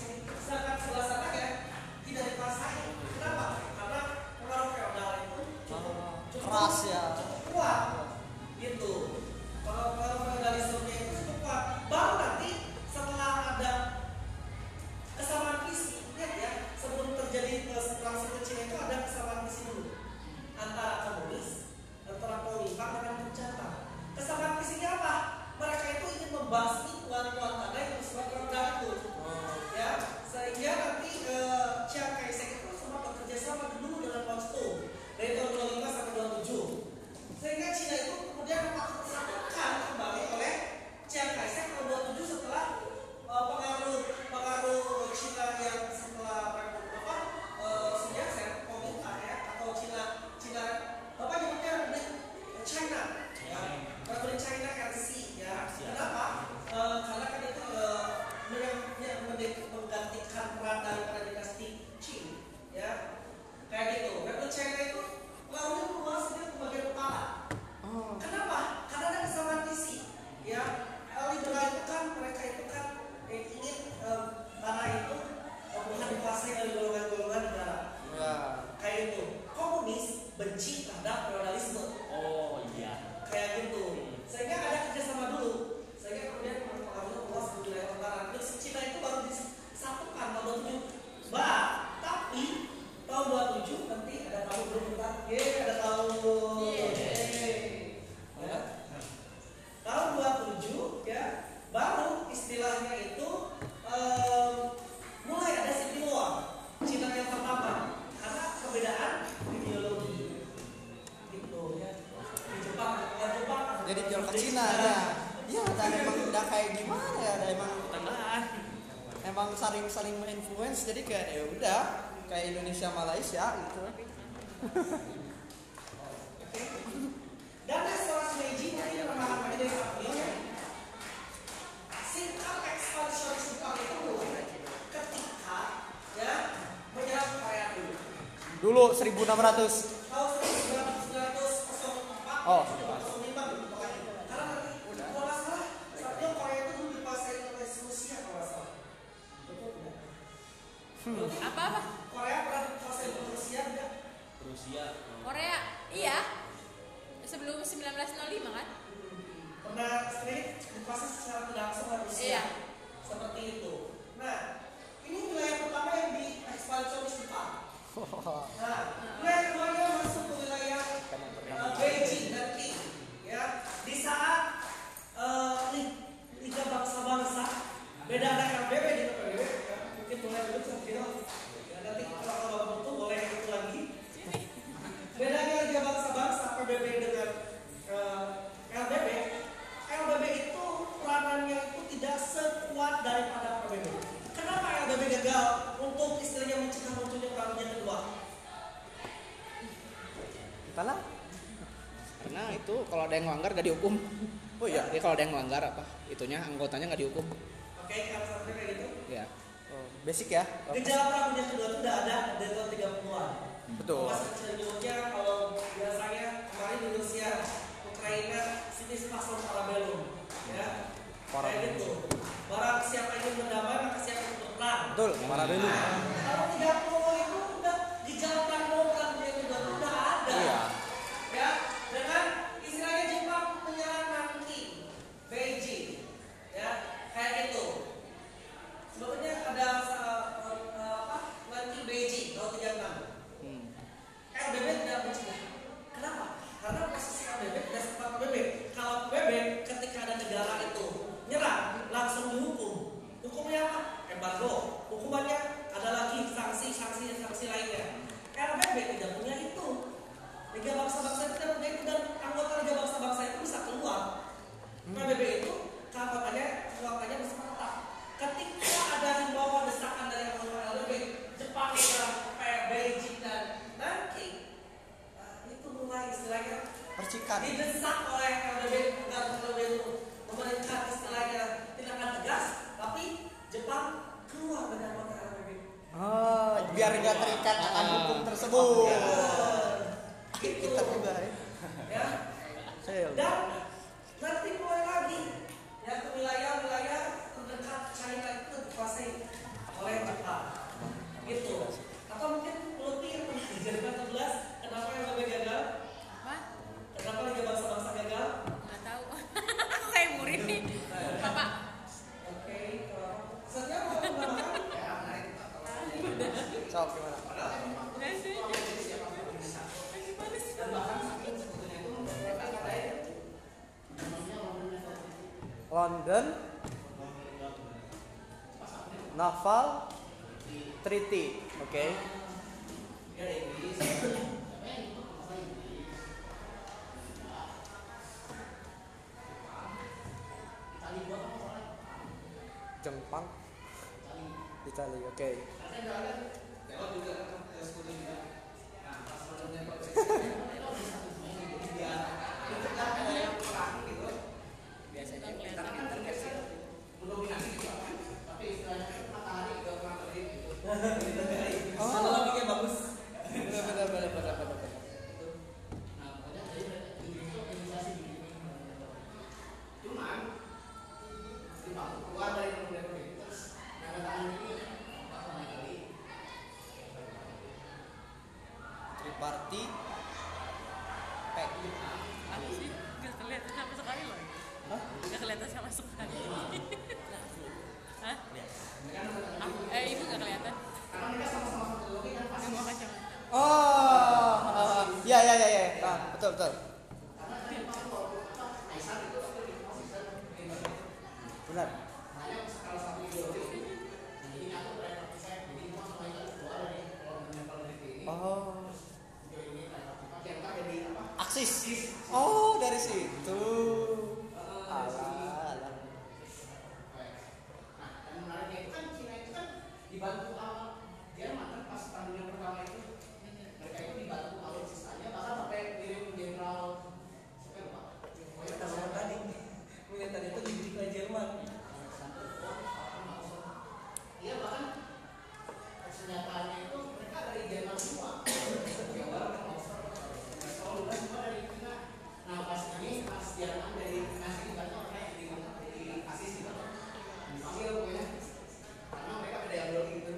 S3: saling menginfluence, jadi kayak ya udah kayak Indonesia Malaysia gitu.
S4: Dan restorasi Meiji mungkin pemahaman dari Sapio. Singkat ekspansi Jepang itu ketika ya menyerang Korea
S3: Dulu 1600.
S4: tahun 1904
S3: Oh.
S4: 05 gitu pokoknya. Karena kalau nggak salah Sapio Korea itu dulu dikuasai oleh Rusia kalau nggak salah. Betul tidak?
S1: Apa-apa?
S4: Korea pernah dikuasai oleh Rusia tidak?
S5: Rusia.
S1: Korea, iya. Sebelum 1905 kan?
S4: Pernah sendiri dikuasai secara tidak langsung oleh Rusia.
S1: Iya.
S4: Seperti itu. Nah, ini wilayah pertama yang diekspansionis Jepang. Nah, wilayah keduanya masuk ke wilayah Beijing dan Qing. Ya, di saat Liga Bangsa-Bangsa, beda ada KBB di PBB. Ya, mungkin boleh dulu sambil. Ya, nanti kalau bapak butuh boleh itu lagi. Bedanya Liga Bangsa-Bangsa PBB dengan LBB. LBB itu peranannya itu tidak sekuat daripada PBB. Kenapa LBB gagal untuk istilahnya mencegah munculnya perang dunia kedua?
S2: Karena itu kalau ada yang melanggar gak dihukum. Oh iya, jadi kalau ada yang melanggar apa? Itunya anggotanya gak dihukum.
S4: Oke, kalau sampai kayak gitu.
S2: Ya,
S3: Basic ya.
S4: Gejala perang dunia kedua itu udah ada dari tahun 30-an.
S2: betul.
S4: Masa kecil-kecilnya kalau biasanya kemarin di Rusia, Ukraina, sinis paslon parabellum, ya. Kayak gitu. Barang siapa ingin berdamai maka siapa ingin berperang.
S3: Betul, Parabellum.
S4: Kalau 30 itu udah gejala perang dunia kedua itu udah ada.
S3: Iya.
S4: Ya, dengan istilahnya Jepang menyerang Nanking, Beijing, ya, kayak gitu. Sebetulnya ada Nanking Beijing tahun 36. LBB tidak mencegah. Kenapa? Karena posisi LBB tidak seperti PBB. Kalau PBB ketika ada negara itu nyerang langsung dihukum. Hukumnya apa? Embargo. Hukumannya ada lagi sanksi lainnya. LBB tidak punya itu. Liga Bangsa-Bangsa itu tidak punya itu dan anggota Liga Bangsa-Bangsa itu bisa keluar. PBB itu kekuatannya bersama. Ketika ada himbauan desakan dari anggota LBB, Jepang menyerang Beijing dan Nanking, itu mulai istilahnya
S3: Percikan.
S4: didesak oleh LBB agar LBB itu memberikan istilahnya tindakan tegas, tapi Jepang keluar dari anggota LBB.
S3: Oh, biar nggak terikat akan hukum tersebut. Kita juga ya.
S4: Ya. Dan nanti mulai lagi ya ke wilayah-wilayah terdekat China itu dikuasai oleh Jepang. Gitu. Atau mungkin Lutfi pernah dijadikan 11 kenapa LBB gagal?
S1: Apa?
S4: Kenapa Liga Bangsa-Bangsa gagal?
S1: Nggak tahu. Aku kayak murid nih. Bapak.
S4: Oke, sebenarnya mau menambahkan?
S3: Sok gimana? London Naval Treaty, oke. Jepang, Italia, oke.
S4: Analoginya bagus.
S3: Benar. Triparty pack.
S1: Apa sih? Nggak kelihatan sama sekali loh.
S3: Hah?
S1: Nggak kelihatan sama sekali. Hah? Ibu nggak kelihatan. Nggak mau kacamata.
S3: Oh, ya. Betul. Benar. Oh. Aksis. Oh, dari situ. Alah.
S2: dibantu awal Jerman kan pas perang dunia pertama itu mereka itu dibantu alutsistanya bahkan sampai kirim jenderal siapa lupa
S4: tadi itu dididik oleh Jerman.
S2: Iya bahkan senjatanya itu mereka dari Jerman semua. Kalau semua dari Cina. Nah pas ini pas Jerman dari nasi dibantu kayak dikasih sih kan. Dipanggil pokoknya. Karena mereka beda yang belum gitu.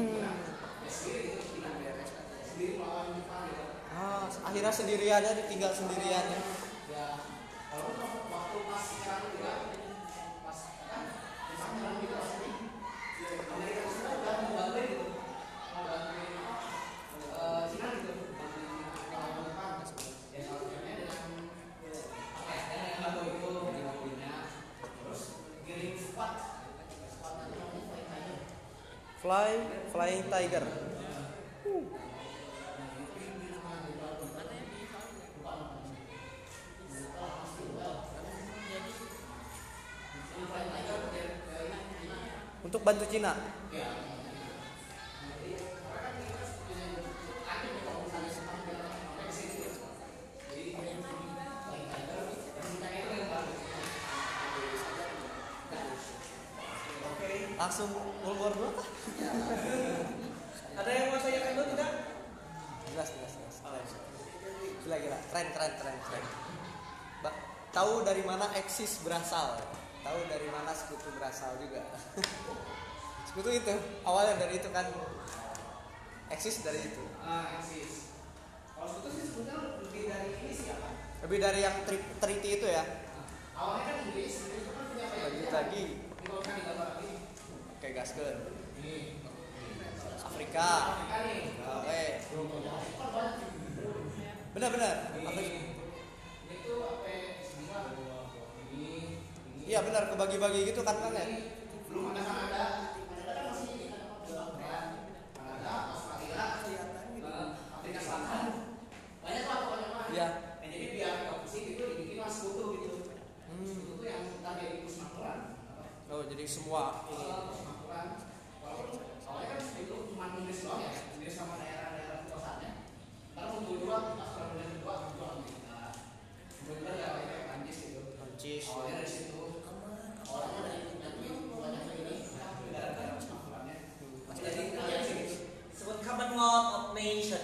S2: Sendiri melawan Jepang gitu.
S3: Akhirnya sendiriannya ditinggal sendirian.
S2: Ya kalau waktu pas sekarang juga pas kan Jepang nyerang gitu pas ini Amerika semua udah mau bantuin gitu, mau bantuin Cina gitu, bantuin melawan Jepang. Dan akhirnya dengan apa ya, dengan yang bantu itu dibantuinnya, terus giring squad nanti namanya
S3: Flying Tiger. Untuk bantu Cina. Langsung World War II.
S4: Ada yang mau saya tanyakan dulu tidak?
S3: Jelas. Gila. Keren. Tahu dari mana eksis berasal? Tahu dari mana sekutu berasal juga? Sekutu itu awalnya dari itu kan, eksis dari itu.
S2: eksis. Kalau sekutu sih sebetulnya lebih dari ini siapa?
S3: Lebih dari yang treaty itu ya.
S2: Awalnya kan Inggris itu kan punya apa ya?
S3: Lanjut lagi.
S2: Kalau kan digambar lagi.
S3: Oke, gaskeun.
S2: Nih.
S3: Afrika.
S2: Afrika nih.
S3: Oke. Benar. Afrika.
S2: Itu apa? Ini.
S3: Iya benar, kebagi-bagi gitu kan ya.
S2: Belum ada Kanada kan masih Kanada, Australia, Afrika Selatan. Banyak lah pokoknya mah.
S3: Iya.
S2: Nah, jadi biar nggak pusing gitu dibikin lah sekutu gitu. Sekutu tuh yang tadi di Pusmakmuran.
S3: Oh, jadi semua ini.
S2: Pusmakmuran. Walaupun soalnya kan itu cuma Inggris doang ya, Inggris sama daerah-daerah kekuasaannya. Karena untuk kedua, pas perang dunia kedua Amerika. Kemudian ya kayak Prancis gitu.
S3: Prancis.
S2: Awalnya dari situ. Orangnya dari nanti banyak ini. Negara-negara Pusmakmurannya. Jadi
S4: Sebut Commonwealth of Nation.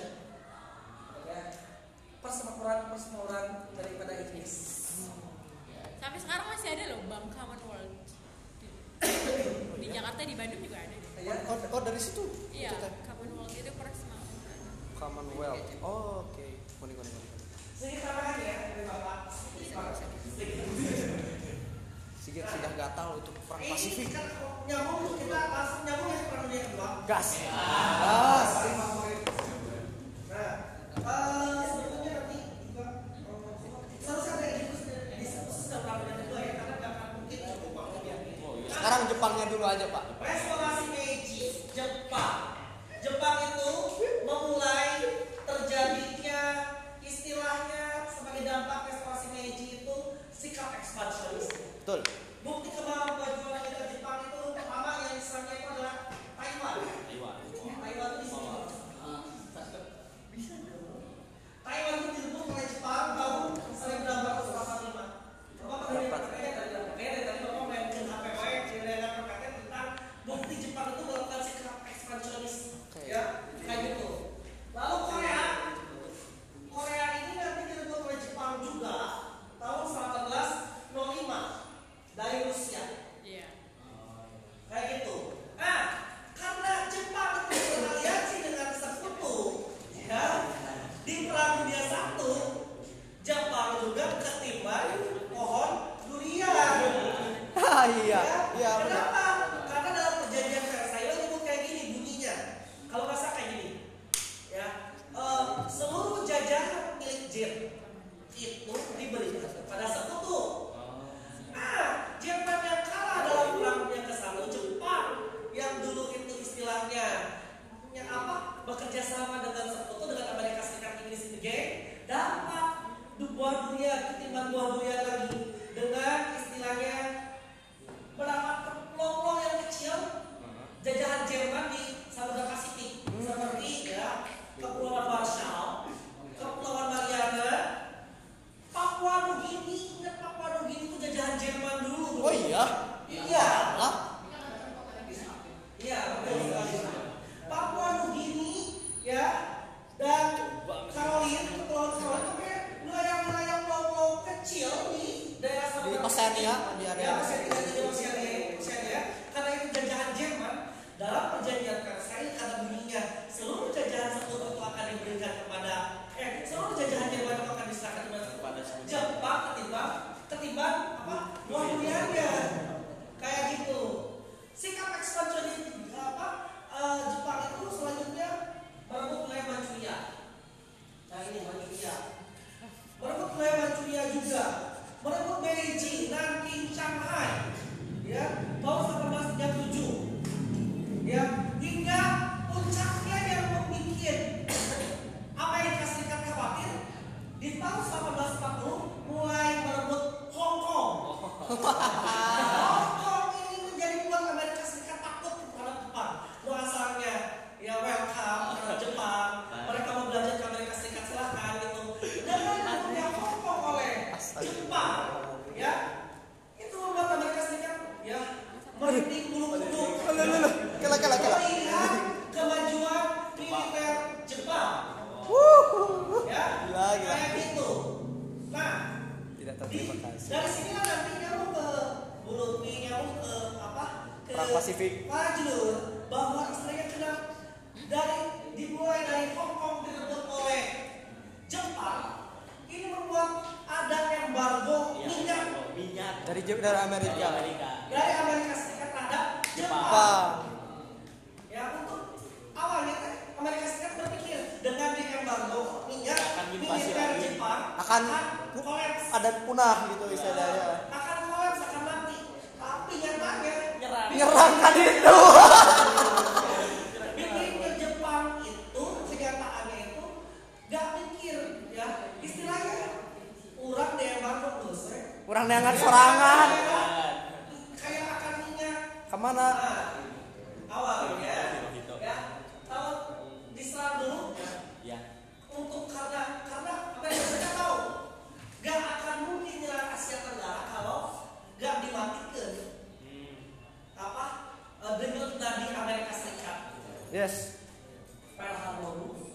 S4: Persemakmuran daripada Inggris.
S1: Sampai sekarang masih ada loh Bank Commonwealth. Di Jakarta, di Bandung juga ada.
S3: Oh dari situ?
S1: Iya, Commonwealth itu persemakmuran.
S3: Commonwealth. Oh, oke. Kuning.
S4: Sedikit tambahan ya dari Bapak.
S3: Sigit sudah gatal untuk perang Pasifik.
S4: Ini kan nyambung kita langsung nyambung ya perang dunia kedua.
S3: Gas.
S4: Nah, sebetulnya nanti juga seharusnya ada diskusi tentang perang dunia kedua ya, karena nggak akan mungkin cukup waktunya.
S3: Sekarang Jepangnya dulu aja, Pak.
S4: Restorasi Meiji Jepang. Jepang itu memulai terjadinya istilahnya sebagai dampak restorasi Meiji itu sikap ekspansionis.
S3: Betul.
S4: Bukti kemajuan militer Jepang itu pertama yang diserangnya itu adalah Taiwan. Taiwan itu di sini. Taiwan itu direbut oleh Jepang tahun 1885. Bapak dari tadi Bapak mention HPW, dengan perkataan tentang bukti Jepang itu melakukan sikap ekspansionis. Ya, kayak gitu. Lalu Korea ini nanti direbut oleh Jepang juga tahun 1805 dari Rusia.
S1: Iya.
S4: Kayak gitu. Nah, karena Jepang itu beraliansi dengan sekutu, ya, di Perang Dunia I, Jepang juga ketimbang pohon durian.
S3: Iya. Iya benar.
S4: Kenapa? Karena dalam perjanjian Versailles disebut kayak gini bunyinya. Kalau nggak salah kayak gini, ya, seluruh jajahan milik Jepang itu diberikan kepada sekutu. Nah, Jerman yang kalah dalam perang dunia ke-1, Jepang yang dulu itu istilahnya yang apa, bekerja sama dengan sekutu dengan Amerika Serikat, Inggris itu dapat buah durian ketimbang buah durian lagi dengan istilahnya mendapat pulau-pulau yang kecil jajahan Jerman di
S3: Pasifik.
S4: Fajrul bahwa istilahnya kena dimulai dari Hong Kong direbut oleh Jepang, ini membuat ada embargo minyak
S3: Dari Amerika.
S4: dari Amerika Serikat terhadap Jepang.
S3: Jepang.
S4: Ya, untuk awalnya kan Amerika Serikat berpikir dengan di embargo minyak militer Jepang
S3: Akan
S4: kolaps,
S3: ada punah gitu istilahnya.
S4: akan kolaps, akan mati. Tapi nyatanya
S3: Nyerang kan itu.
S4: bikin ke Jepang itu kenyataannya itu gak mikir ya, istilahnya orang di embargo terus
S3: Kurang neangan sorangan.
S4: kayak akan minyak.
S3: Kemana?
S4: Nah, awalnya ya tahun diserang dulu
S5: Ya.
S4: untuk karena Amerika Serikat tahu gak akan mungkin nyerang Asia Tenggara kalau gak dimatikan denyut nadi Amerika Serikat.
S3: Yes.
S4: Pearl Harbor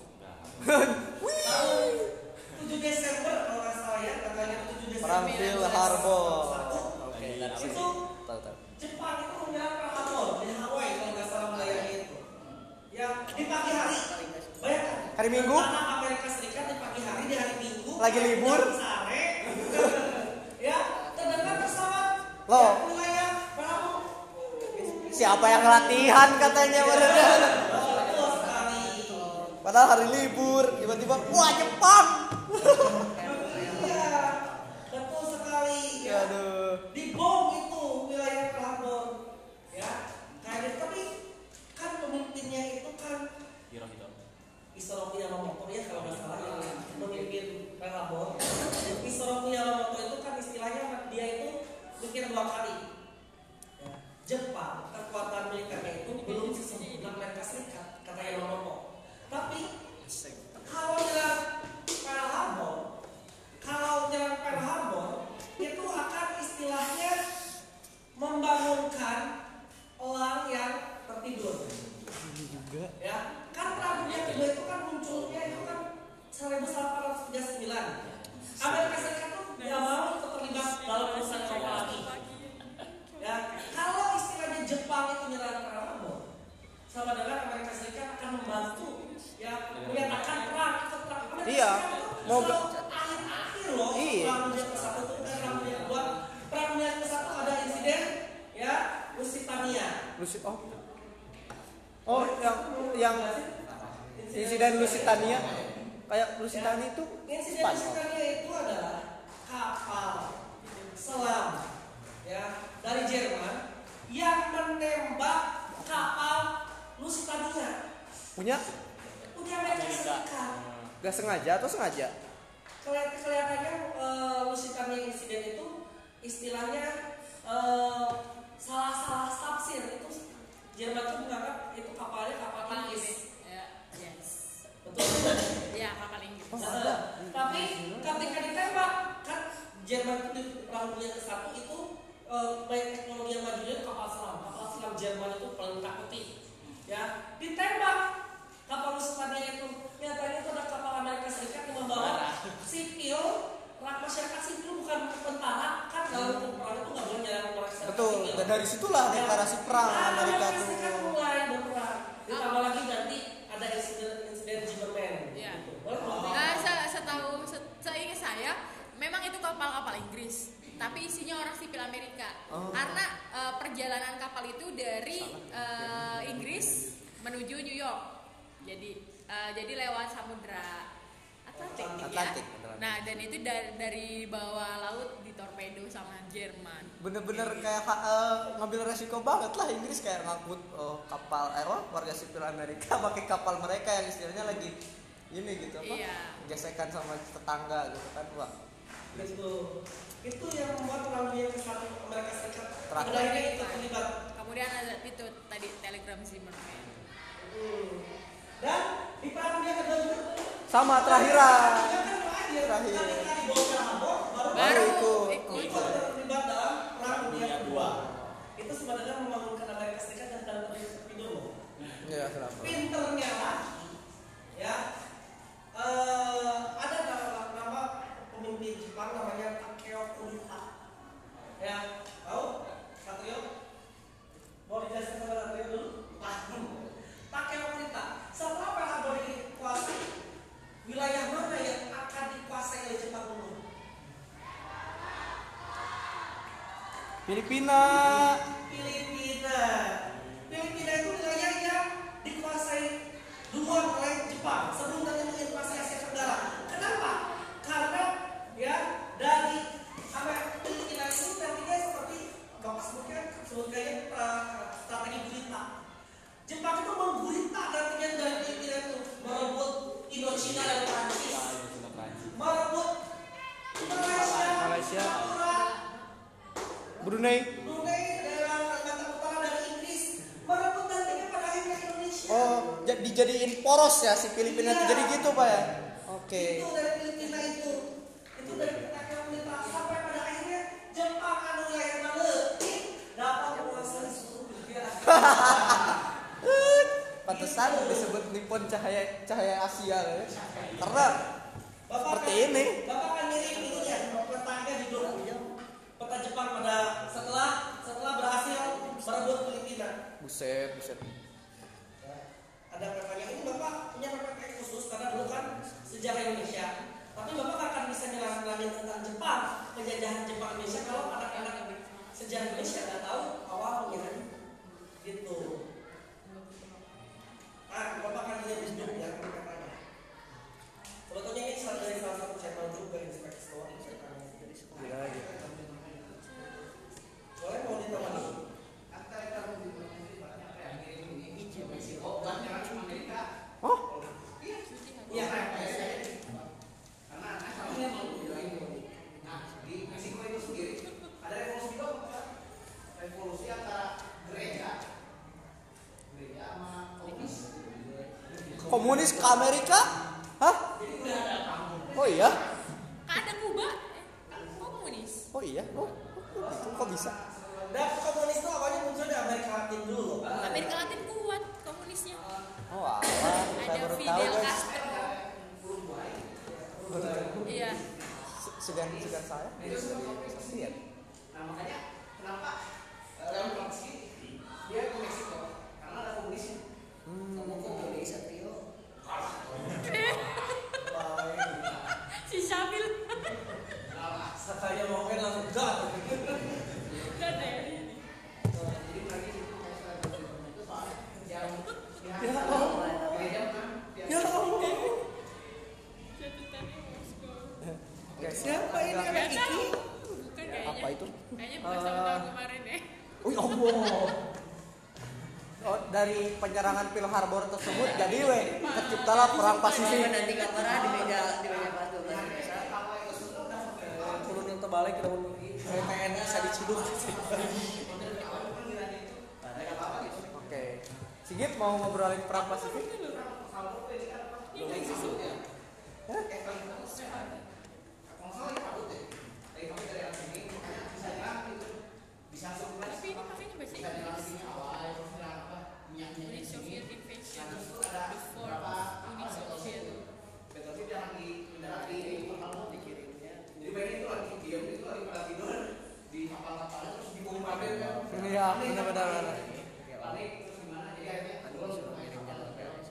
S4: tahun 7 Desember kalau nggak salah ya, katanya 7 Desember
S3: Perang Pearl Harbor.
S5: Oke,
S4: itu Jepang itu menyerang Pearl Harbor di Hawaii kalau nggak salah wilayahnya itu. Ya di pagi hari, bayangkan.
S3: Hari Minggu?
S4: Tentara Amerika Serikat di pagi hari, di hari Minggu.
S3: Lagi libur?
S4: jam sore. Ya, terdengar pesawat.
S3: Loh.
S4: Ya, wilayah Pearl Harbor.
S3: Siapa yang latihan katanya mereka?
S4: Betul sekali.
S3: Padahal hari libur, tiba-tiba wah Jepang.
S4: Iya, betul sekali. Ya.
S3: Aduh.
S4: Di bom itu wilayah Pearl Harbor. Ya, kayak gitu. Tapi kan pemimpinnya itu kan
S5: Hirohito.
S4: Isoroku Yamamoto ya kalau nggak salah yang memimpin Pearl Harbor. Isoroku Yamamoto itu kan istilahnya dia itu mikir 2 kali. Ya, Jepang kekuatan militernya itu belum sesempurna Amerika Serikat kata Yamamoto. Tapi kalau nyerang Pearl Harbor itu akan istilahnya membangunkan orang yang tertidur. Ya, kan perang dunia kedua itu kan munculnya itu kan 1839. Amerika Serikat tuh tidak mau terlibat dalam urusan Eropa lagi. Ya, kalau istilahnya Jepang itu nyerang Pearl Harbor, sama dengan Amerika Serikat akan membantu ya menyatakan perang itu perang. Amerika
S3: Iya,
S4: Serikat itu
S3: mau
S4: selalu akhir-akhir loh.
S3: Iya.
S4: Perang dunia ke-1 itu dan perang dunia kedua. Perang dunia ke-1 ada insiden ya Lusitania.
S3: Oh, yang insiden Lusitania, kayak Lusitania itu
S4: Insiden
S3: Spanyol.
S4: Lusitania itu adalah kapal selam ya dari Jerman yang menembak kapal Lusitania
S3: punya
S4: Amerika Serikat.
S3: gak sengaja atau sengaja?
S4: Kelihatannya Lusitania insiden itu istilahnya salah tafsir itu. Jerman itu menganggap itu kapalnya kapal Inggris.
S1: Ya, yes.
S4: Betul.
S1: Ya, kapal Inggris.
S4: Tapi ketika ditembak kan Jerman itu di perang dunia ke-1 itu banyak teknologi yang majunya kapal selam Jerman itu paling takuti. Ya, ditembak kapal Lusitania itu. Nyatanya itu ada kapal Amerika Serikat yang membawa sipil, masyarakat sipil bukan tentara kan dalam perang itu nggak boleh nyerang masyarakat
S3: Betul.
S4: sipil.
S3: Dan dari situlah deklarasi perang Amerika
S4: Amerika
S3: tuh.
S4: Serikat mulai berperang. Ditambah lagi nanti ada insiden Zimmerman.
S1: Ya.
S4: Boleh ngomong?
S1: Seingat saya, memang itu kapal-kapal Inggris, tapi isinya orang sipil Amerika. Karena perjalanan kapal itu dari Inggris menuju New York. Jadi lewat Samudra Atlantik.
S3: Atlantik.
S1: Nah, dan itu dari bawah laut ditorpedo sama Jerman.
S3: Bener-bener kayak ngambil resiko banget lah Inggris kayak ngangkut kapal warga sipil Amerika pakai kapal mereka yang istilahnya lagi ini gitu apa?
S1: Iya.
S3: Gesekan sama tetangga gitu kan. Wah.
S4: Itu yang membuat perang dunia ke-1 Amerika Serikat
S3: Terakhir.
S4: akhirnya itu terlibat.
S1: Kemudian ada itu tadi telegram Zimmerman.
S4: Dan di perang dunia kedua juga
S3: Sama terakhiran.
S4: terakhir ketika di bawah Pearl Harbor
S3: Baru ikut.
S4: terlibat dalam perang dunia kedua. Itu sebenarnya membangunkan Amerika Serikat dan dalam tertidur.
S3: Iya, kenapa?
S4: Pinternya lagi ya ada nama pemimpin Jepang namanya Takeo Kurita. Ya, tahu? Takeo? Mau dijelaskan
S3: Filipina.
S4: Filipina itu wilayah yang dikuasai duluan oleh Jepang sebelum terjadi invasi Asia Tenggara. Kenapa? Karena ya dari Filipina itu tadinya seperti Bapak sebutkan strategi gurita. Jepang itu menggurita artinya dari Filipina itu merebut Indochina dan Prancis, merebut Malaysia,
S3: Brunei.
S4: daerah Kalimantan Utara dari Inggris, merebut nantinya pada akhirnya Indonesia.
S3: Oh, dijadiin poros ya si Filipina itu. Jadi gitu Pak ya. Oke.
S4: Itu dari Filipina itu dari kita sampai pada akhirnya Jepang yang meletik dapat menguasai seluruh dunia.
S3: Pantesan disebut Nippon cahaya Asia ya. Karena seperti ini.
S4: Bapak akan mirip ininya petanya di peta Jepang pada setelah berhasil merebut Filipina.
S3: Buset.
S4: Ada petanya ini Bapak punya peta khusus karena dulu kan sejarah Indonesia. Tapi Bapak akan bisa nyerang tentang Jepang, penjajahan Jepang Indonesia kalau anak-anak sejarah Indonesia nggak tahu awalnya gitu. Bapak akan lihat di YouTube ya petanya. Sebetulnya ini dari salah satu channel juga Inspect Store. Boleh mau ditemani?
S3: Oh,
S4: Iya.
S2: Karena asalnya nah di Meksiko itu sendiri ada revolusi juga, revolusi antara gereja sama
S3: komunis ke Amerika? Hah? Oh iya?
S1: Ada Kuba komunis.
S3: Oh iya? Oh, gitu. Kok bisa?
S4: Dan komunis itu awalnya muncul di Amerika Latin dulu.
S1: Amerika Latin kuat komunisnya.
S3: Oh alah, saya
S1: Ada
S3: baru tahu
S1: Fidel
S3: guys.
S1: Castro. Iya.
S3: Segan saya. Iya.
S2: Nah makanya kenapa Leon Trotsky dia ke Meksiko karena ada komunisnya. Kamu kok jadi Satrio?
S1: Si Syamil.
S4: Saya mau main langsung gat.
S1: Dan ya.
S2: Jadi lagi itu soal yang
S3: Ya Allah.
S2: gereja kan
S3: Ya Allah.
S1: Catatannya Moskow.
S3: Siapa ini anak iki?
S1: Bukan kayaknya.
S3: Apa itu?
S1: Kayaknya bukan sama tahun kemarin ya.
S3: Oh ya Allah. Oh, dari penyerangan Pearl Harbor tersebut jadi terciptalah perang Pasifik.
S7: Nanti kamera di meja batu biasa.
S4: Turun yang terbalik kita mau pergi. TNI bisa diciduk.
S3: Oke. Sigit mau ngobrolin perang Pasifik?
S1: Tapi ini kafenya bahasa Inggris. Jadi Soviet invasion.